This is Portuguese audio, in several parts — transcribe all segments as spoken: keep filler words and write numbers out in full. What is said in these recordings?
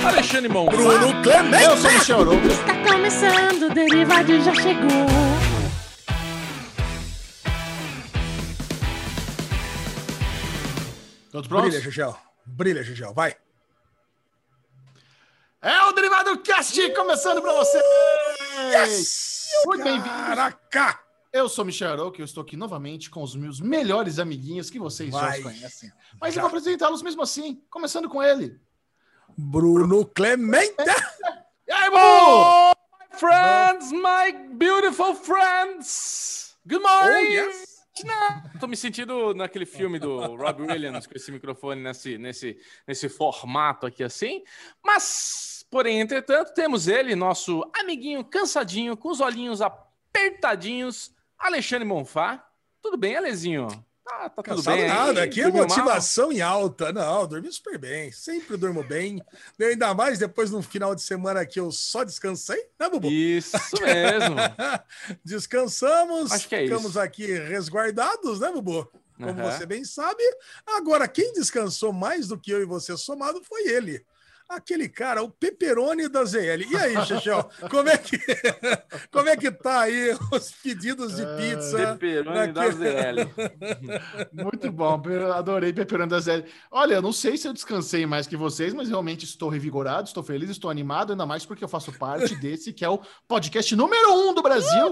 Alexandre Mon. Bruno Clemente. Eu sou o Michel Arouca. Está começando, o Derivado já chegou. Todos prontos? Brilha, Gegel. Brilha, Gegel. Vai. É o Derivado Cast começando pra você. Yes! Muito bem-vindos. Caraca! Eu sou o Michel Arouca e eu estou aqui novamente com os meus melhores amiguinhos que vocês já Vai. os conhecem. Mas Já. eu vou apresentá-los mesmo assim, começando com ele. Bruno Clemente. E aí, Bubu? My friends, my beautiful friends. Good morning. Oh, yes. Não, tô me sentindo naquele filme do Robbie Williams com esse microfone nesse, nesse, nesse formato aqui assim. Mas, porém, entretanto, temos ele, nosso amiguinho cansadinho, com os olhinhos apertadinhos, Alexandre Monfá. Tudo bem, Alezinho? Tá, tá tudo Cansado bem? nada, aí? aqui é Dormiu motivação em alta. Não, dormi super bem, sempre durmo bem. Ainda mais depois de um final de semana que eu só descansei, né, Bubu? mal? Isso mesmo. Descansamos, Acho que é ficamos isso. aqui resguardados, né, Bubu? Como Aham. você bem sabe. Agora, quem descansou mais do que eu e você somado foi ele. Aquele cara, o Pepperoni da Z L. E aí, Chechel, como é que como é que tá aí os pedidos de pizza? Pepperoni da Z L. Muito bom, eu adorei Pepperoni da Zé. Olha, eu não sei se eu descansei mais que vocês, mas realmente estou revigorado, estou feliz, estou animado, ainda mais porque eu faço parte desse, que é o podcast número um do Brasil,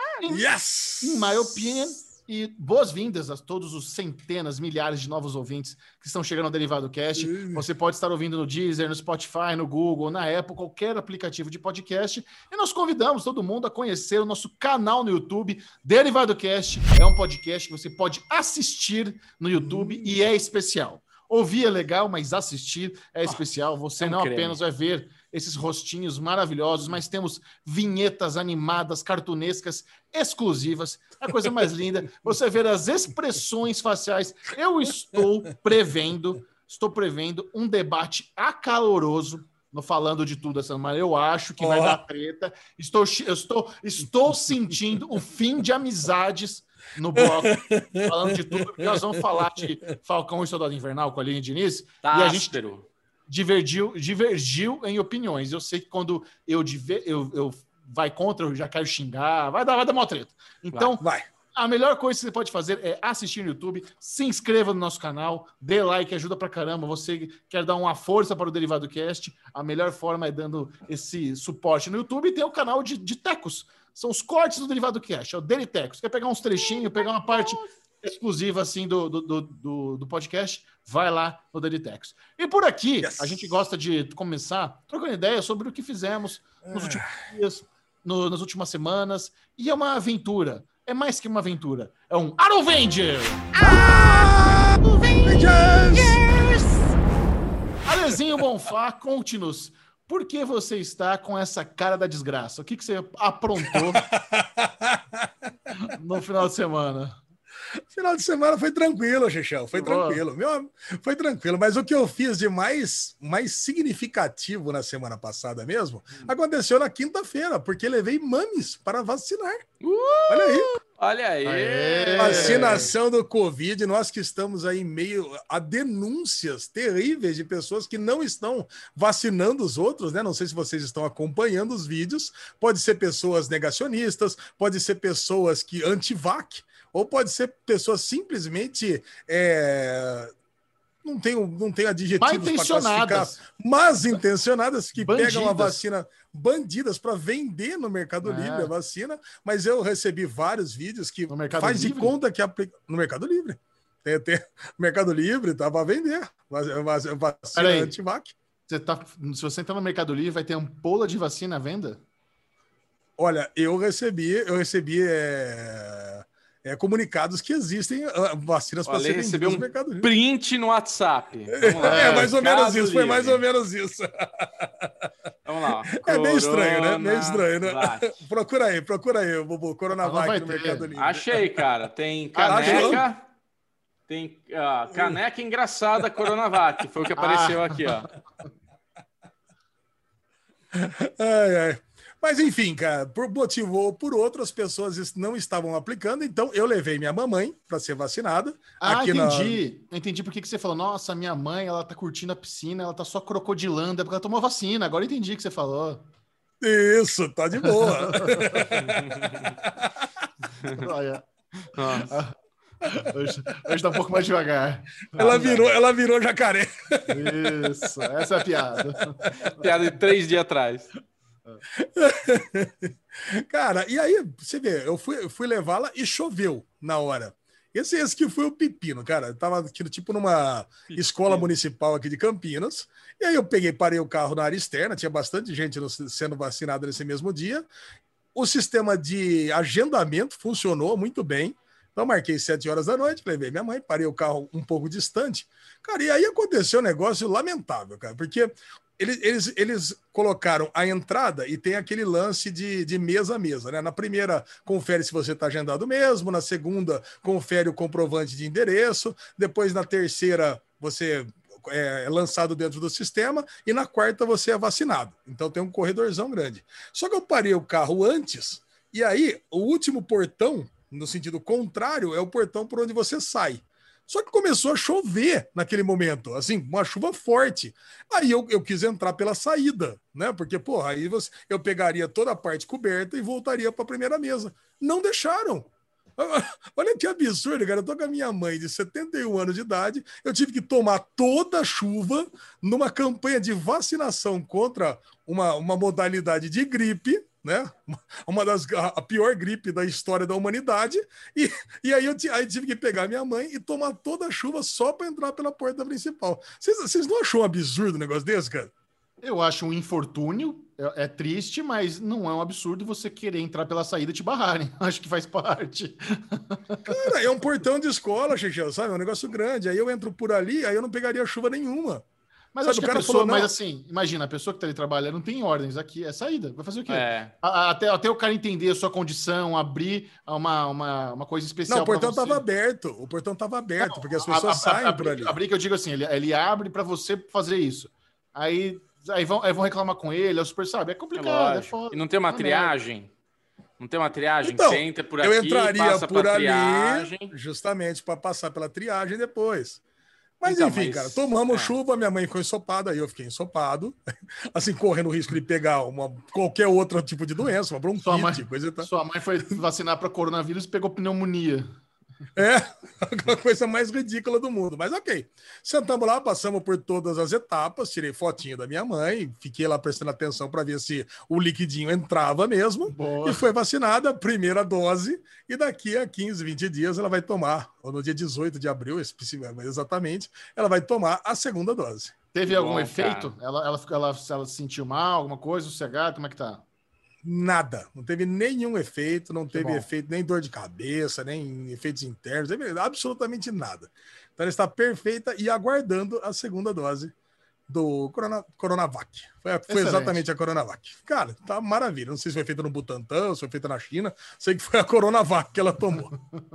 Yes! in my opinion. E boas-vindas a todos os centenas, milhares de novos ouvintes que estão chegando ao Derivado Cast. Você pode estar ouvindo no Deezer, no Spotify, no Google, na Apple, qualquer aplicativo de podcast. E nós convidamos todo mundo a conhecer o nosso canal no YouTube, Derivado Cast. É um podcast que você pode assistir no YouTube e é especial. Ouvir é legal, mas assistir é especial. Você é um não creme. apenas vai ver esses rostinhos maravilhosos, mas temos vinhetas animadas, cartunescas, exclusivas. A coisa mais linda, você ver as expressões faciais. Eu estou prevendo, estou prevendo um debate acaloroso no Falando de Tudo essa semana. Eu acho que vai Ó. dar treta. Estou, eu estou, estou sentindo o fim de amizades no bloco, falando de tudo, porque nós vamos falar de Falcão e Soldado Invernal com a Aline Diniz, Tá e a gente áspero. divergiu, divergiu em opiniões. Eu sei que quando eu, diver, eu, eu vai contra, eu já quero xingar, vai dar, vai dar uma treta. Então, Vai. a melhor coisa que você pode fazer é assistir no YouTube, se inscreva no nosso canal, dê like, ajuda pra caramba. Você quer dar uma força para o Derivado Cast, a melhor forma é dando esse suporte no YouTube. E tem o canal de, de Tecos, são os cortes do Derivado Cast, é o Deritecos. Quer pegar uns trechinhos, pegar uma parte exclusiva assim do, do, do, do, do podcast, vai lá no Deritecos. E por aqui, Yes. a gente gosta de começar trocando ideia sobre o que fizemos nos últimos dias, no- nas últimas semanas, e é uma aventura. É mais que uma aventura. É um Avenger! Alezinho Bonfá, conte-nos. Por que você está com essa cara da desgraça? O que, que você aprontou no final de semana? Final de semana foi tranquilo, Chechel, foi Boa. tranquilo. Meu, foi tranquilo, mas o que eu fiz de mais, mais significativo na semana passada mesmo, aconteceu na quinta-feira, porque levei mames para vacinar. Olha aí. Olha aí. Aê. Vacinação do Covid, nós que estamos aí em meio a denúncias terríveis de pessoas que não estão vacinando os outros, né? Não sei se vocês estão acompanhando os vídeos. Pode ser pessoas negacionistas, pode ser pessoas que anti-vac, ou pode ser pessoas simplesmente é, não tenho, não tenho adjetivos para classificar, Mal-intencionadas. mas intencionadas que Bandidas. pegam a vacina, bandidas para vender no Mercado É. Livre a vacina, mas eu recebi vários vídeos que No Mercado faz Livre? de conta que aplica no Mercado Livre. Tem, tem, Mercado Livre tá para vender va- va- vacina Peraí. anti-vac. Você tá, se você entrar no Mercado Livre, vai ter ampola de vacina à venda? Olha, eu recebi, eu recebi é, é, comunicados que existem ah, vacinas para Olha, serem recebeu vendidas um no Mercado Livre. print no WhatsApp. Vamos lá. É, mais ou menos Mercado isso, foi mais ou Livre. menos isso. Vamos lá. É meio estranho, né? Meio Corona estranho, né? Vac. Procura aí, procura aí, Bubu, Não Coronavac vai no ter. Mercado Livre. Achei, cara. Tem Ah, caneca. Tem ah, caneca engraçada Coronavac. Foi o que apareceu Ah. aqui, ó. Ai, ai. Mas enfim, cara, por motivo ou por outro, as pessoas não estavam aplicando, então eu levei minha mamãe para ser vacinada. Ah, aqui entendi. Na... Entendi por que você falou, nossa, minha mãe, ela tá curtindo a piscina, ela tá só crocodilando, é porque ela tomou vacina. Agora eu entendi o que você falou. Isso, tá de boa. Olha. Nossa. Hoje, hoje tá um pouco mais devagar. Ela virou, ela virou jacaré. Isso, essa é a piada. Piada de três dias atrás. Cara, e aí, você vê, eu fui, eu fui levá-la e choveu na hora. Esse, esse que foi o pepino, cara. Eu tava aqui, tipo numa escola municipal aqui de Campinas. E aí eu peguei, parei o carro na área externa, tinha bastante gente no, sendo vacinada nesse mesmo dia. O sistema de agendamento funcionou muito bem. Então, marquei sete horas da noite, levei minha mãe, parei o carro um pouco distante. Cara, e aí aconteceu um negócio lamentável, cara, porque eles, eles, eles colocaram a entrada e tem aquele lance de, de mesa a mesa, né? Na primeira, confere se você está agendado mesmo, na segunda, confere o comprovante de endereço, depois na terceira, você é lançado dentro do sistema e na quarta você é vacinado. Então tem um corredorzão grande. Só que eu parei o carro antes e aí o último portão, no sentido contrário, é o portão por onde você sai. Só que começou a chover naquele momento, assim, uma chuva forte. Aí eu, eu quis entrar pela saída, né? Porque, porra, aí você, eu pegaria toda a parte coberta e voltaria para a primeira mesa. Não deixaram. Olha que absurdo, cara. Eu tô com a minha mãe de setenta e um anos de idade, eu tive que tomar toda a chuva numa campanha de vacinação contra uma, uma modalidade de gripe, né? Uma das a pior gripe da história da humanidade, e, e aí eu aí tive que pegar minha mãe e tomar toda a chuva só para entrar pela porta principal. Vocês não achou um absurdo um negócio desse, cara? Eu acho um infortúnio, é, é triste, mas não é um absurdo você querer entrar pela saída e te barrarem. Acho que faz parte. Cara, é um portão de escola, Chechel, sabe? É um negócio grande. Aí eu entro por ali, aí eu não pegaria chuva nenhuma. Mas Sabe, acho o que cara a pessoa, falou, mas não. assim, imagina, a pessoa que tá ali trabalhando não tem ordens, aqui é saída, vai fazer o quê? É. A- a- Até, até o cara entender a sua condição, abrir uma, uma, uma coisa especial. Não, o portão pra você. estava aberto. O portão estava aberto, Não, porque as a- pessoas a- a- saem abrir, por ali. Abrir que eu digo assim, ele, ele abre para você fazer isso. Aí, aí, vão, aí vão reclamar com ele, é super, sabe? É É complicado, é, lógico. foda. E não tem uma É triagem? Não tem uma triagem? Então, Você entra por eu aqui, entraria passa por pra ali, triagem. justamente para passar pela triagem depois. Mas Então, enfim, mas- cara, tomamos é. chuva, minha mãe ficou ensopada, aí eu fiquei ensopado, assim, correndo o risco de pegar uma, qualquer outro tipo de doença, uma bronquite, Sua mãe, coisa e tal. sua mãe foi vacinar para coronavírus e pegou pneumonia. É, a coisa mais ridícula do mundo. Mas ok. Sentamos lá, passamos por todas as etapas, tirei fotinho da minha mãe, fiquei lá prestando atenção para ver se o liquidinho entrava mesmo. Boa. E foi vacinada, primeira dose, e daqui a quinze, vinte dias ela vai tomar, ou no dia dezoito de abril, exatamente, ela vai tomar a segunda dose. Teve Que algum bom, efeito? Ela, ela, ficou- ela, ela se sentiu mal, alguma coisa, sossegada, como é que tá? Nada, não teve nenhum efeito, não teve bom. efeito, nem dor de cabeça, nem efeitos internos, não teve absolutamente nada. Então ela está perfeita e aguardando a segunda dose do Corona, Coronavac. Foi, foi Excelente. exatamente a Coronavac. Cara, tá maravilha. Não sei se foi feita no Butantan, se foi feita na China, sei que foi a Coronavac que ela tomou.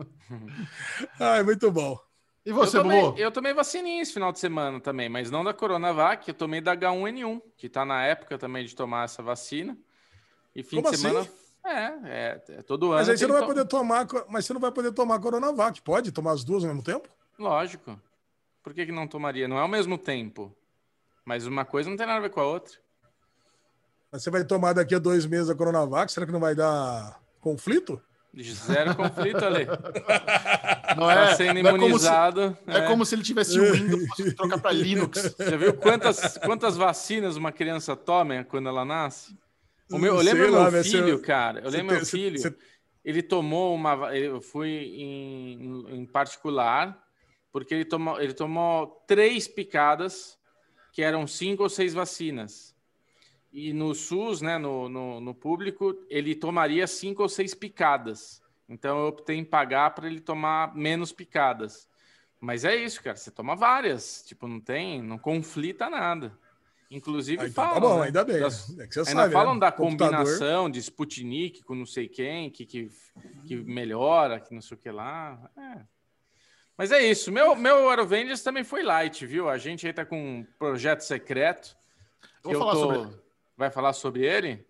Ai, muito bom. E Eu você, tomei, Bubu? eu tomei vacininha esse final de semana também, mas não da Coronavac, eu tomei da agá um ene um, que tá na época também de tomar essa vacina. E fim Como de semana. assim? É, é, é todo ano. Mas aí você tem não vai que poder tomar, mas você não vai poder tomar Coronavac. Pode tomar as duas ao mesmo tempo? to- Lógico. Por que, que não tomaria? Não é ao mesmo tempo. Mas uma coisa não tem nada a ver com a outra. Mas você vai tomar daqui a dois meses a Coronavac, será que não vai dar conflito? Zero conflito ali. Não Tá é, sendo não é como se, imunizado. é como se ele tivesse o Windows e fosse trocar para Linux. Já viu quantas, quantas vacinas uma criança toma quando ela nasce? O meu, eu Sei lembro lá, meu vai filho, ser- cara. Eu você lembro meu tem- você- filho. você- Ele tomou uma. va- Eu fui em, em particular, porque ele tomou, ele tomou três picadas, que eram cinco ou seis vacinas. E no SUS, né, no, no, no público, ele tomaria cinco ou seis picadas. Então eu optei em pagar para ele tomar menos picadas. Mas é isso, cara. Você toma várias. Tipo, não tem, não conflita nada. Inclusive Ah, então falam, tá bom, né, ainda bem. das- É que você ainda sabe, falam né? da Computador. combinação de Sputnik com não sei quem, que, que, que melhora, que não sei o que lá. É. Mas é isso. Meu, meu Aerovengers também foi light, viu? A gente aí tá com um projeto secreto. Eu vou que falar tô- sobre ele. Vai falar sobre ele?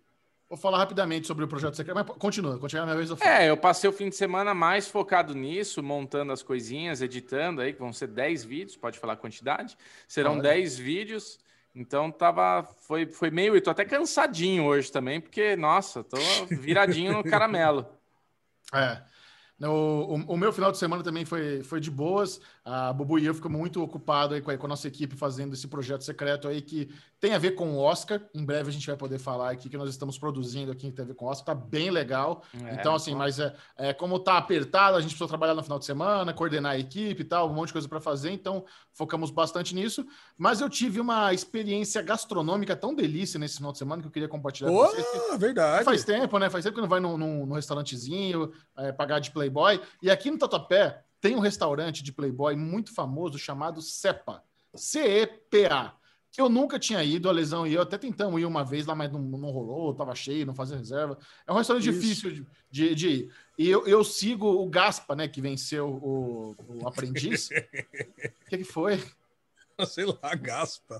Vou falar rapidamente sobre o projeto secreto, mas continua, continua a minha vez eu falo. É, eu passei o fim de semana mais focado nisso, montando as coisinhas, editando aí, que vão ser dez vídeos, pode falar a quantidade. Serão Olha. dez vídeos, então tava, foi, foi meio... Eu tô até cansadinho hoje também, porque, nossa, tô viradinho no caramelo. É. O, o, o meu final de semana também foi, foi de boas. A Bubu e eu ficamos muito ocupados aí com, a, com a nossa equipe fazendo esse projeto secreto aí que tem a ver com o Oscar. Em breve a gente vai poder falar aqui que nós estamos produzindo aqui que tem a ver com o Oscar. Tá bem legal. É, então, assim, bom. mas é, é, como tá apertado, a gente precisa trabalhar no final de semana, coordenar a equipe e tal, um monte de coisa para fazer. Então, focamos bastante nisso. Mas eu tive uma experiência gastronômica tão delícia nesse final de semana que eu queria compartilhar oh, com vocês. É verdade. Faz tempo, né? Faz tempo que não vai num, num, num restaurantezinho, é, pagar de Playboy. E aqui no Tatuapé tem um restaurante de Playboy muito famoso chamado Cepa. C E P A. Que eu nunca tinha ido, a Lesão e eu até tentamos ir uma vez lá, mas não, não rolou, tava cheio, não fazia reserva. É um restaurante Isso. difícil de, de, de ir. E eu, eu sigo o Gaspa, né, que venceu o, o Aprendiz. O que, que foi? Sei lá, Gaspa.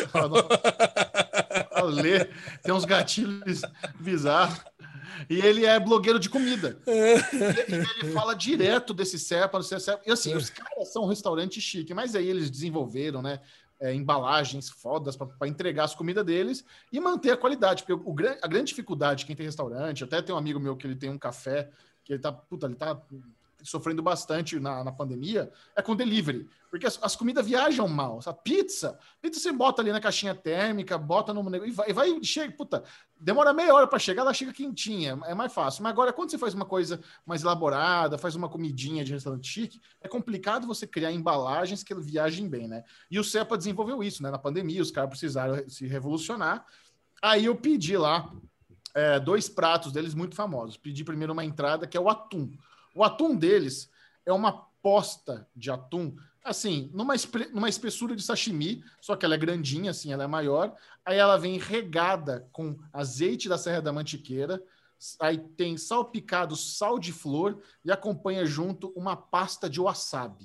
Ler, tem uns gatilhos bizarros. E ele é blogueiro de comida. E ele, ele fala direto desse Cepa, do Cepa. E assim, os caras são um restaurante chique, mas aí eles desenvolveram, né? É, embalagens fodas para entregar as comidas deles e manter a qualidade, porque o, o, a grande dificuldade, quem tem restaurante, até tem um amigo meu que ele tem um café, que ele tá, puta, ele tá sofrendo bastante na, na pandemia, é com delivery, porque as, as comidas viajam mal, essa pizza, pizza você bota ali na caixinha térmica, bota no negócio, e vai, e vai chega, puta, demora meia hora para chegar, ela chega quentinha, é mais fácil, mas agora quando você faz uma coisa mais elaborada, faz uma comidinha de restaurante chique, é complicado você criar embalagens que viajem bem, né? E o Cepa desenvolveu isso, né? Na pandemia, os caras precisaram se revolucionar, aí eu pedi lá é, dois pratos deles muito famosos, pedi primeiro uma entrada que é o atum. O atum deles é uma posta de atum, assim, numa, numa espessura de sashimi, só que ela é grandinha, assim, ela é maior. Aí ela vem regada com azeite da Serra da Mantiqueira, aí tem salpicado sal de flor e acompanha junto uma pasta de wasabi.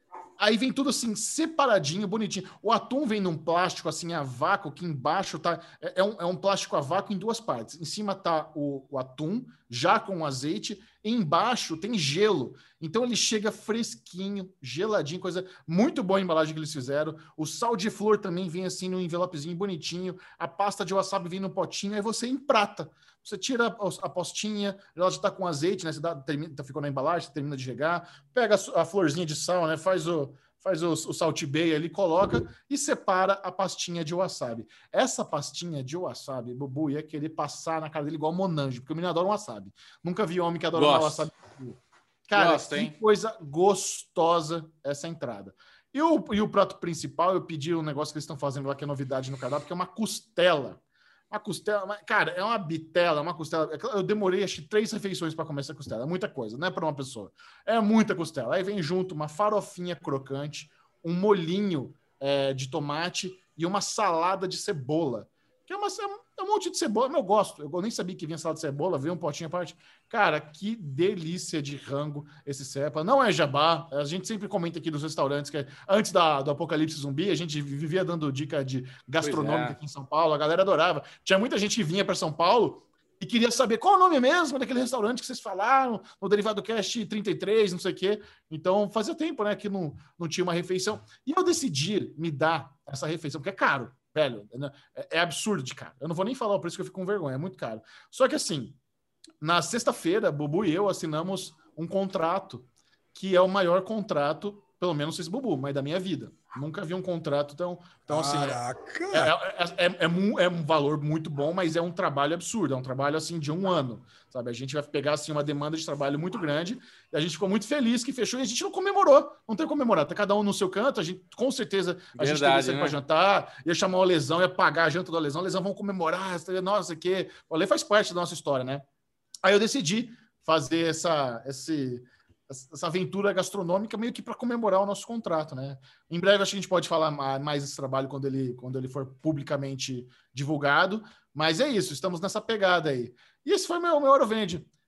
Aí vem tudo assim, separadinho, bonitinho. O atum vem num plástico assim a vácuo, que embaixo tá... É, é, um, é um plástico a vácuo em duas partes. Em cima tá o, o atum, já com azeite, e embaixo tem gelo. Então ele chega fresquinho, geladinho, coisa muito boa a embalagem que eles fizeram. O sal de flor também vem assim num envelopezinho bonitinho. A pasta de wasabi vem no potinho, aí você emprata. Você tira a, a postinha, ela já está com azeite, né? Você dá, termina, ficou na embalagem, você termina de regar, pega a, a florzinha de sal, né? Faz o, faz o, o salt bay ali, coloca e separa a pastinha de wasabi. Essa pastinha de wasabi, Bubu ia querer passar na cara dele igual Monange, porque o menino adora um wasabi. Nunca vi homem que adora um wasabi. Cara, Gosto, que coisa gostosa essa entrada. E o, e o prato principal, eu pedi um negócio que eles estão fazendo lá, que é novidade no cardápio, que é uma costela. Uma costela, cara, é uma bitela, uma costela. Eu demorei, acho que, três refeições para comer essa costela. É muita coisa, não é para uma pessoa. É muita costela. Aí vem junto uma farofinha crocante, um molhinho é, de tomate e uma salada de cebola. Que é, uma, é um monte de cebola, mas eu gosto. Eu nem sabia que vinha salada de cebola, veio um potinho à parte. Cara, que delícia de rango esse Cepa. Não é jabá. A gente sempre comenta aqui nos restaurantes que antes da, do apocalipse zumbi, a gente vivia dando dica de gastronômica é. aqui em São Paulo. A galera adorava. Tinha muita gente que vinha para São Paulo e queria saber qual o nome mesmo daquele restaurante que vocês falaram no Derivado Cast trinta e três, não sei o quê. Então, fazia tempo, né, que não, não tinha uma refeição. E eu decidi me dar essa refeição, porque é caro. Velho, é absurdo de caro. Eu não vou nem falar o preço que eu fico com vergonha, é muito caro. Só que assim, na sexta-feira, Bubu e eu assinamos um contrato que é o maior contrato, pelo menos esse Bubu, mas da minha vida. Nunca vi um contrato tão... Então, assim, Caraca! É, é, é, é, um, é um valor muito bom, mas é um trabalho absurdo. É um trabalho, assim, de um ano, sabe? A gente vai pegar, assim, uma demanda de trabalho muito grande e a gente ficou muito feliz que fechou e a gente não comemorou. Não tem que comemorar. Tá cada um no seu canto. A gente, com certeza, a Verdade, gente teria que sair né? para jantar, ia chamar o Lesão, ia pagar a janta do Lesão. O Lesão, vamos comemorar. Nossa, que... O Ale faz parte da nossa história, né? Aí eu decidi fazer essa... esse... essa aventura gastronômica meio que para comemorar o nosso contrato, né? Em breve acho que a gente pode falar mais desse trabalho quando ele, quando ele for publicamente divulgado, mas é isso, estamos nessa pegada aí. E esse foi meu, meu Ouro Vende.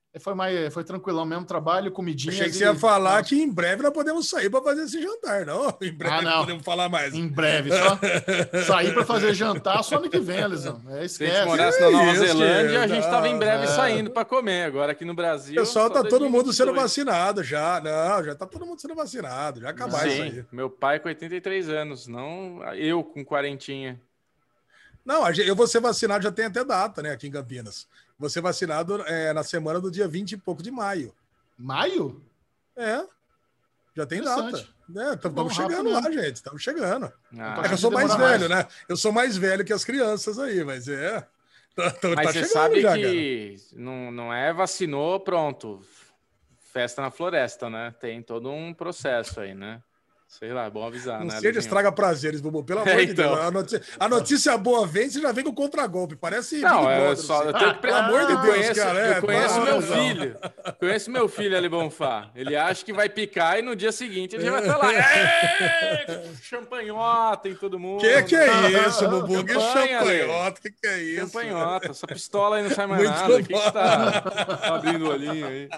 Foi, mais, foi tranquilão mesmo, trabalho, comidinha. Achei que você ia falar que em breve nós podemos sair para fazer esse jantar, não? Em breve ah, não. podemos falar mais. Em breve, só sair para fazer jantar só ano que vem, Alisson. É, Se a gente morasse na Nova isso, Zelândia, a gente estava em breve é. saindo para comer. Agora aqui no Brasil... O pessoal tá todo mundo sendo vacinado já. Não, já tá todo mundo sendo vacinado. Já acabar Sim, isso aí. Meu pai com oitenta e três anos, não eu com quarentinha. Não, eu vou ser vacinado, já tem até data, né, aqui em Campinas. Vou ser vacinado é, na semana do dia vinte e pouco de maio. Maio? É. Já tem data. Estamos é, chegando lá, gente. Estamos chegando. Ah, é que eu sou mais velho, mais. né? Eu sou mais velho que as crianças aí, mas é. Tá, tá, mas tá você sabe já, que não, não é vacinou, pronto. Festa na floresta, né? Tem todo um processo aí, né? Sei lá, é bom avisar, não né? Não seja estraga prazeres, Bubu. Pelo amor é, de então. Deus. A notícia, a notícia boa vem, você já vem com contragolpe. Parece. Não, é só. Eu tenho que... Pelo amor de Deus, conheço, cara. Eu é, conheço meu filho. Conheço meu filho, Ali Bonfá. Ele acha que vai picar e no dia seguinte ele já vai estar lá. Champanhota em todo mundo. Que que é isso, Bubu? Que champanhota? Que que é isso? Champanhota. Essa pistola aí não sai mais Muito nada. O que que tá abrindo o olhinho aí?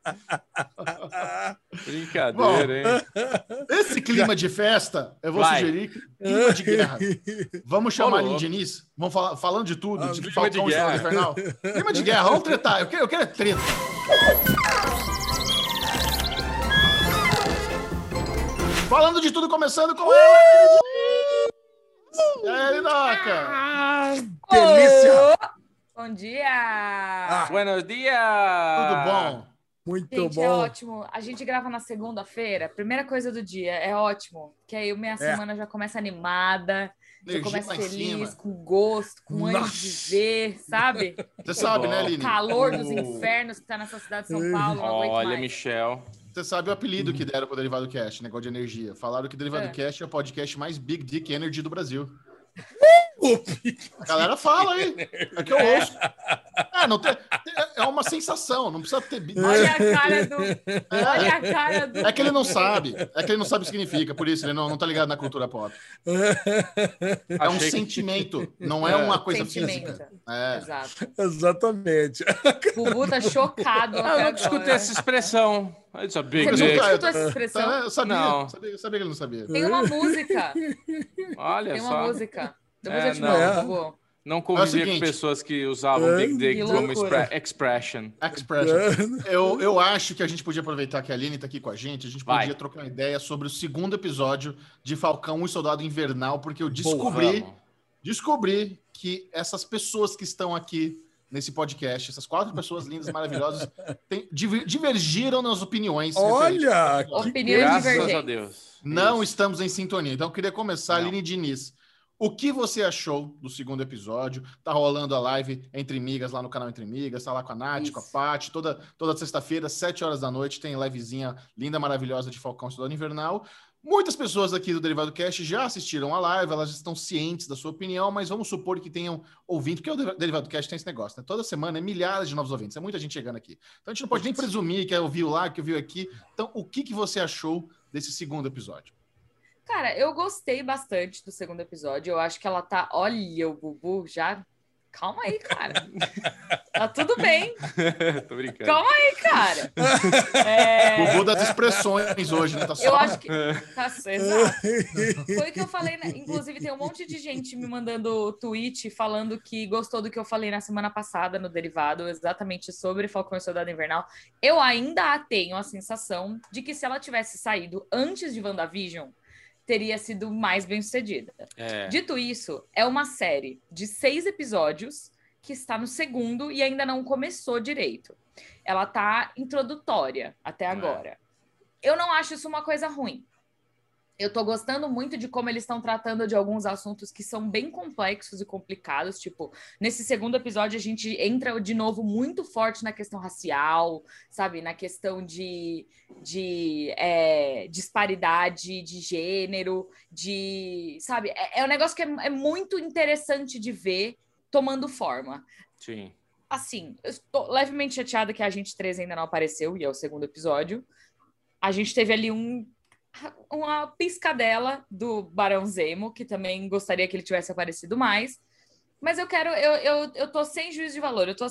Brincadeira, Bom, hein? Esse clima de festa, eu vou Vai. sugerir clima de guerra. Vamos chamar Aline Diniz? Vamos falar falando de tudo, ah, de clima Falcão de guerra. Infernal. Clima de guerra, vamos tretar. Eu quero, eu quero é treta. Falando de tudo, começando com ela. E aí, Linoca? Ah, delícia! Bom dia! Ah, buenos dias! Tudo bom? Muito gente, bom. é ótimo. A gente grava na segunda-feira, primeira coisa do dia, é ótimo. Que aí minha é. semana já começa animada, já começa feliz, com gosto, com ânimo de ver, sabe? Você sabe, bom. né, Aline? O calor dos infernos que tá nessa cidade de São Paulo, não aguento Olha, mais. Michel. Você sabe o apelido que deram pro Derivado Cast, negócio de energia. Falaram que o Derivado é. Cast é o podcast mais Big Dick Energy do Brasil. A galera fala aí. É que eu ouço. É, não tem, é uma sensação, não precisa ter. Olha a cara do. É, Olha a cara do. É que ele não sabe. É que ele não sabe o que significa, por isso ele não, não tá ligado na cultura pop. É um Achei sentimento, que... não é uma coisa sentimento. física. É. Exato. Exatamente. O Bubu tá chocado. Eu nunca escutei essa expressão. Você nunca escutou essa expressão? Eu sabia, não. Sabia, eu sabia que ele não sabia. Tem uma música. Olha Tem só. uma música. Depois É, eu te não. mando, Bubu. Não convivia é com pessoas que usavam Big Dick como expre expression. Expression. Eu, eu acho que a gente podia aproveitar que a Aline tá aqui com a gente, a gente podia Vai. trocar uma ideia sobre o segundo episódio de Falcão e Soldado Invernal, porque eu descobri, Boa, descobri que essas pessoas que estão aqui nesse podcast, essas quatro pessoas lindas, maravilhosas, tem, divergiram nas opiniões. Olha! Opiniões Graças divergentes. a Deus. Não Isso. estamos em sintonia. Então eu queria começar, Não. Aline Diniz. O que você achou do segundo episódio? Tá rolando a live Entre Migas lá no canal Entre Migas, tá lá com a Nath, Isso. com a Paty, toda, toda sexta-feira, sete horas da noite, tem livezinha linda, maravilhosa de Falcão Soldado Invernal. Muitas pessoas aqui do Derivado Cast já assistiram a live, elas estão cientes da sua opinião, mas vamos supor que tenham ouvido, porque o Derivado Cast tem esse negócio, né? Toda semana é milhares de novos ouvintes, é muita gente chegando aqui. Então a gente não pode nem presumir que ouviu lá, que ouviu aqui. Então, o que, que você achou desse segundo episódio? Cara, eu gostei bastante do segundo episódio. Eu acho que ela tá... Olha, o Bubu já... Calma aí, cara. Tá tudo bem. Tô brincando. Calma aí, cara. É... Bubu das expressões hoje, né? Tá só... Eu acho que... Tá... Exato. Foi o que eu falei, né? Inclusive, tem um monte de gente me mandando tweet falando que gostou do que eu falei na semana passada no Derivado, exatamente sobre Falcão e Soldado Invernal. Eu ainda tenho a sensação de que se ela tivesse saído antes de WandaVision, teria sido mais bem sucedida. É. Dito isso, é uma série de seis episódios que está no segundo e ainda não começou direito. Ela está introdutória até agora. É. Eu não acho isso uma coisa ruim. Eu tô gostando muito de como eles estão tratando de alguns assuntos que são bem complexos e complicados. Tipo, nesse segundo episódio a gente entra de novo muito forte na questão racial, sabe? Na questão de, de é, disparidade de gênero, de... Sabe? É, é um negócio que é, é muito interessante de ver tomando forma. Sim. Assim, eu estou levemente chateada que a Agente três ainda não apareceu, e é o segundo episódio. A gente teve ali um... uma piscadela do Barão Zemo, que também gostaria que ele tivesse aparecido mais. Mas eu quero... Eu, eu, eu tô sem juízo de valor. Eu tô assim...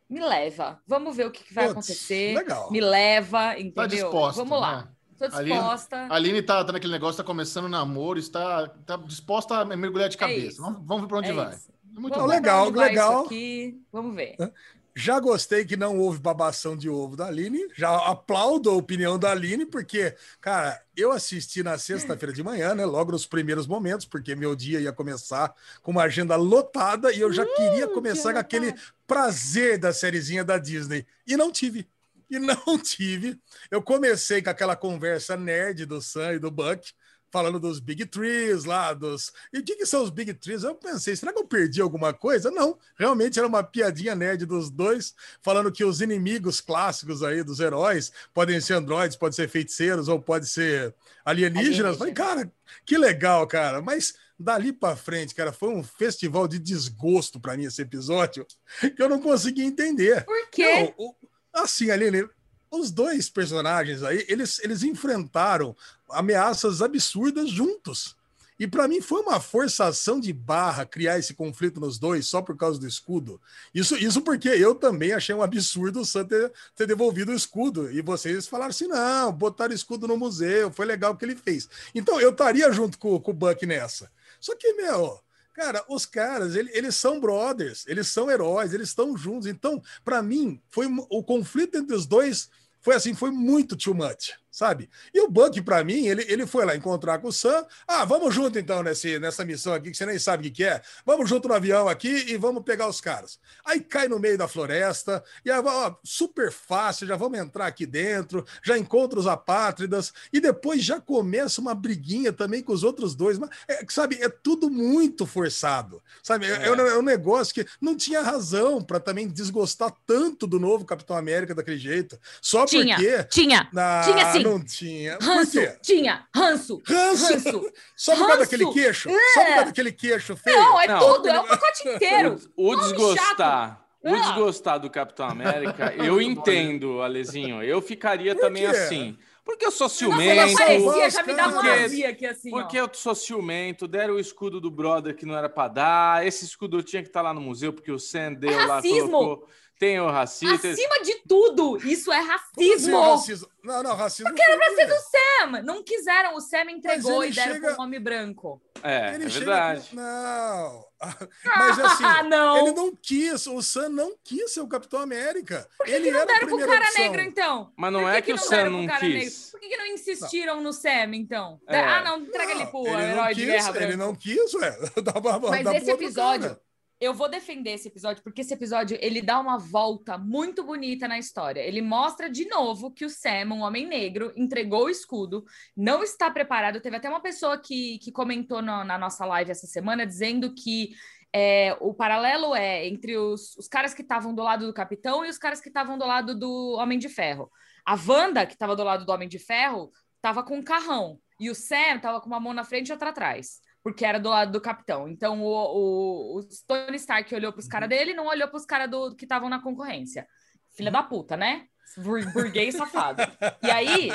me leva. Vamos ver o que, que vai Putz, acontecer. legal. Me leva, entendeu? Tá disposta, Vamos lá. né? Tô disposta. A Aline tá, tá naquele negócio, tá começando o namoro, está tá disposta a mergulhar de cabeça. isso. vamos, vamos ver pra onde É vai. isso. É muito Vamos bom. ver pra Legal, onde vai legal. isso aqui. Vamos ver. Já gostei que não houve babação de ovo da Aline. Já aplaudo a opinião da Aline, porque, cara, eu assisti na sexta-feira de manhã, né? Logo nos primeiros momentos, porque meu dia ia começar com uma agenda lotada e eu já queria começar com aquele prazer da sériezinha da Disney. E não tive. E não tive. Eu comecei com aquela conversa nerd do Sam e do Buck, falando dos Big Trees lá, dos... E o que, que são os Big Trees? Eu pensei, será que eu perdi alguma coisa? Não, realmente era uma piadinha nerd dos dois, falando que os inimigos clássicos aí dos heróis podem ser androides, podem ser feiticeiros ou podem ser alienígenas. Falei, cara, que legal, cara. Mas dali pra frente, cara, foi um festival de desgosto pra mim esse episódio, que eu não consegui entender. Por quê? Não, o... Assim, Aline, os dois personagens aí, eles, eles enfrentaram ameaças absurdas juntos. E para mim foi uma forçação de barra criar esse conflito nos dois só por causa do escudo. Isso, isso porque eu também achei um absurdo o Sam ter, ter devolvido o escudo. E vocês falaram assim, não, botaram o escudo no museu, foi legal o que ele fez. Então eu estaria junto com, com o Buck nessa. Só que, meu... Cara, os caras, eles, eles são brothers, eles são heróis, eles estão juntos. Então, para mim, foi o conflito entre os dois foi assim, foi muito too much, sabe? E o Buck, para mim, ele, ele foi lá encontrar com o Sam. Ah, vamos junto então nesse, nessa missão aqui, que você nem sabe o que, que é. Vamos junto no avião aqui e vamos pegar os caras. Aí cai no meio da floresta, e aí, ó, super fácil, já vamos entrar aqui dentro, já encontra os apátridas, e depois já começa uma briguinha também com os outros dois. Mas, é, sabe, é tudo muito forçado, sabe? É, é. é um negócio que não tinha razão para também desgostar tanto do novo Capitão América daquele jeito. Só Tinha, porque... tinha, Ah, tinha sim. Não tinha. Ranço, Por quê? tinha, ranço, Ranço. ranço. Só por causa Ranço. daquele queixo? É. Só por causa daquele queixo feio? Não, é Não. tudo, é o pacote inteiro. O, o Nome desgostar, o Ah. desgostar do Capitão América, eu entendo, Alezinho. Eu ficaria Por também quê? assim. Porque eu sou Nossa, ciumento. parecia, já me dava uma Porque- azia aqui assim, Porque ó. eu sou ciumento, deram o escudo do brother que não era pra dar. Esse escudo tinha que estar lá no museu, porque o Sam deu lá, racismo. colocou. Tem o racista. Acima de tudo, isso é Como assim, racismo. racismo? Não, não, racismo. Porque era pra foi- ser do Sam. Não quiseram, o Sam entregou ele e deram chega- com o nome branco. É, Ele é chega verdade. com- Não. Mas assim, Ah, não. ele não quis, o Sam não quis ser o Capitão América. Por que, ele que não era a deram pro primeira cara opção. negro, então? Mas não Por é que o não Sam deram pro não cara quis. negro? Por que, que não insistiram no Sam, então? É. Ah, não, entrega ele pro Não, ele não herói de quis, guerra Ele branco. não quis, ué. Dá pra- Mas dá pro esse outro episódio, cara. eu vou defender esse episódio, porque esse episódio, ele dá uma volta muito bonita na história. Ele mostra de novo que o Sam, um homem negro, entregou o escudo, não está preparado. Teve até uma pessoa que, que comentou no- na nossa live essa semana, dizendo que é, o paralelo é entre os, os caras que estavam do lado do Capitão e os caras que estavam do lado do Homem de Ferro. A Wanda, que estava do lado do Homem de Ferro, estava com um carrão. E o Sam estava com uma mão na frente e outra atrás, porque era do lado do Capitão. Então, o, o, o Tony Stark olhou para os caras dele e não olhou para os caras do- que estavam na concorrência. Filha da puta, né? Bur- Burguês safado. E aí,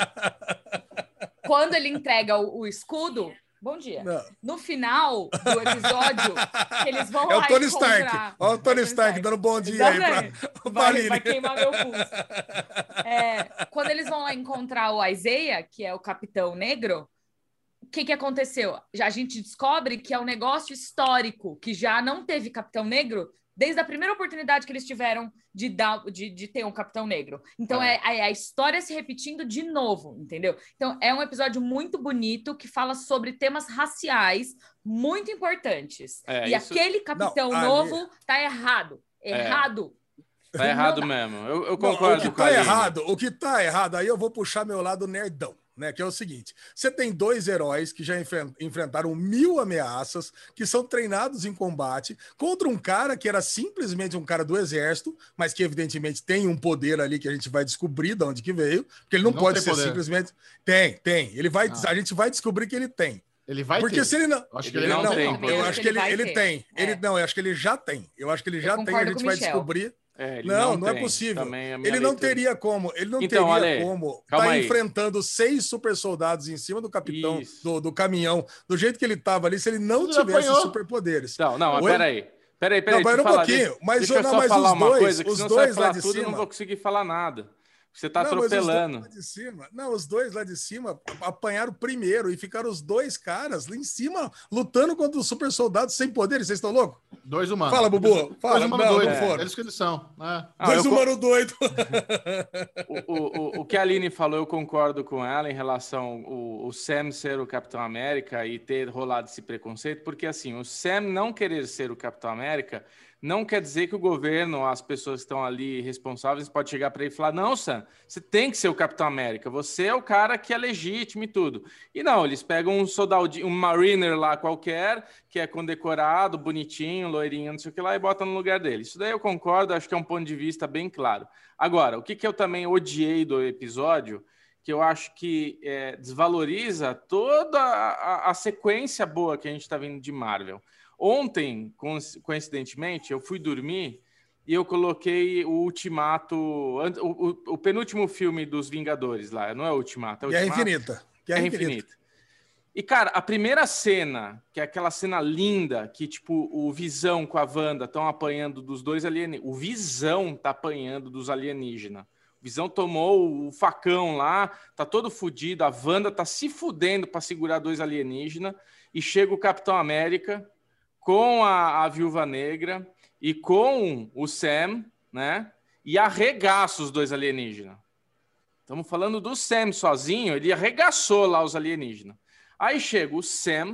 quando ele entrega o, o escudo... Bom dia. Não. No final do episódio, que eles vão É lá o Tony encontrar- Stark. Olha o Tony É Stark dando bom dia aí Exatamente. pra, pra Vai, Aline. vai queimar meu pulso. É, quando eles vão lá encontrar o Isaiah, que é o Capitão Negro, o que, que aconteceu? Já a gente descobre que é um negócio histórico, que já não teve Capitão Negro desde a primeira oportunidade que eles tiveram de, dar, de, de ter um Capitão Negro. Então, é. É, é a história se repetindo de novo, entendeu? Então, é um episódio muito bonito que fala sobre temas raciais muito importantes. É, e isso- aquele Capitão Não, ali- novo tá errado. É. Errado. Tá errado Não dá. mesmo. Eu, eu Não, concordo o que com a tá Aline. errado, o que tá errado, aí eu vou puxar meu lado nerdão, né? Que é o seguinte: você tem dois heróis que já enfren- enfrentaram mil ameaças, que são treinados em combate, contra um cara que era simplesmente um cara do exército, mas que evidentemente tem um poder ali que a gente vai descobrir de onde que veio, porque ele não, Não pode tem ser poder. simplesmente. Tem, tem. Ele vai, Ah. a gente vai descobrir que ele tem. Ele vai Porque ter. se ele não. Eu acho que Ele ele, não não tem tem. poder. Eu acho que ele, vai ele ter. tem. Ele, É. não, eu acho que ele já tem. Eu acho que ele já tem, a concordo gente com o vai Michel. descobrir. É, ele Não, não, é tem. possível. Também é a minha Ele não leitura. teria como, ele não Então, teria Ale, como calma tá aí. enfrentando seis super soldados em cima do capitão Isso. do, do caminhão, do jeito que ele tava ali, se ele não Ele tivesse apanhou. superpoderes. Não, não, mas Oi? peraí. Peraí, peraí. Não, deixa vai eu um falar, pouquinho. deixa, Mas, deixa eu não, só mas falar os uma dois, coisa, que os senão você vai dois lá falar de tudo e eu cima. não vou conseguir falar nada. Você tá Não, mas os dois atropelando. lá de cima, não, os dois lá de cima apanharam primeiro e ficaram os dois caras lá em cima lutando contra os super soldados sem poderes. Vocês estão loucos? Dois humanos. Fala, Bubu. Fala. Dois humanos Não, doidos. não foram. Eles que eles são. É. Ah, Dois eu co- humanos doidos. O, o, o- o que a Aline falou, eu concordo com ela em relação ao o Sam ser o Capitão América e ter rolado esse preconceito, porque assim, o Sam não querer ser o Capitão América não quer dizer que o governo, as pessoas que estão ali responsáveis, pode chegar para ele e falar, não, Sam, você tem que ser o Capitão América, você é o cara que é legítimo e tudo. E não, eles pegam um soldadinho, um mariner lá qualquer, que é condecorado, bonitinho, loirinho, não sei o que lá, e botam no lugar dele. Isso daí eu concordo, acho que é um ponto de vista bem claro. Agora, o que, que eu também odiei do episódio, que eu acho que é, desvaloriza toda a, a, a sequência boa que a gente está vendo de Marvel. Ontem, coincidentemente, eu fui dormir e eu coloquei o Ultimato, o, o, o penúltimo filme dos Vingadores lá, não é o Ultimato, é o Guerra Ultimato? Infinita. Guerra Infinita. E, cara, a primeira cena, que é aquela cena linda, que, tipo, o Visão com a Wanda estão apanhando dos dois alienígenas. O Visão tá apanhando dos alienígenas. O Visão tomou o facão lá, tá todo fudido, a Wanda tá se fudendo para segurar dois alienígenas, e chega o Capitão América com a, a Viúva Negra e com o Sam, né? E arregaça os dois alienígenas. Estamos falando do Sam sozinho, ele arregaçou lá os alienígenas. Aí chega o Sam,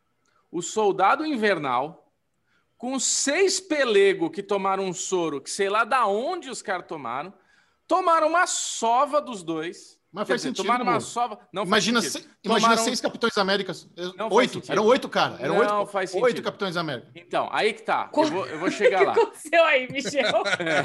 o Soldado Invernal, com seis pelegos que tomaram um soro, que sei lá da onde os caras tomaram, tomaram uma sova dos dois. Mas faz dizer, sentido, tomaram uma amor. sova. Não Imagina, faz sentido. se- imagina Tomaram- seis Capitões Américas. Não faz Oito. sentido. Eram oito, cara. Eram Não oito, faz oito sentido. Capitões América. Então, aí que tá. Eu vou, eu vou chegar O lá. que aconteceu aí, Michel?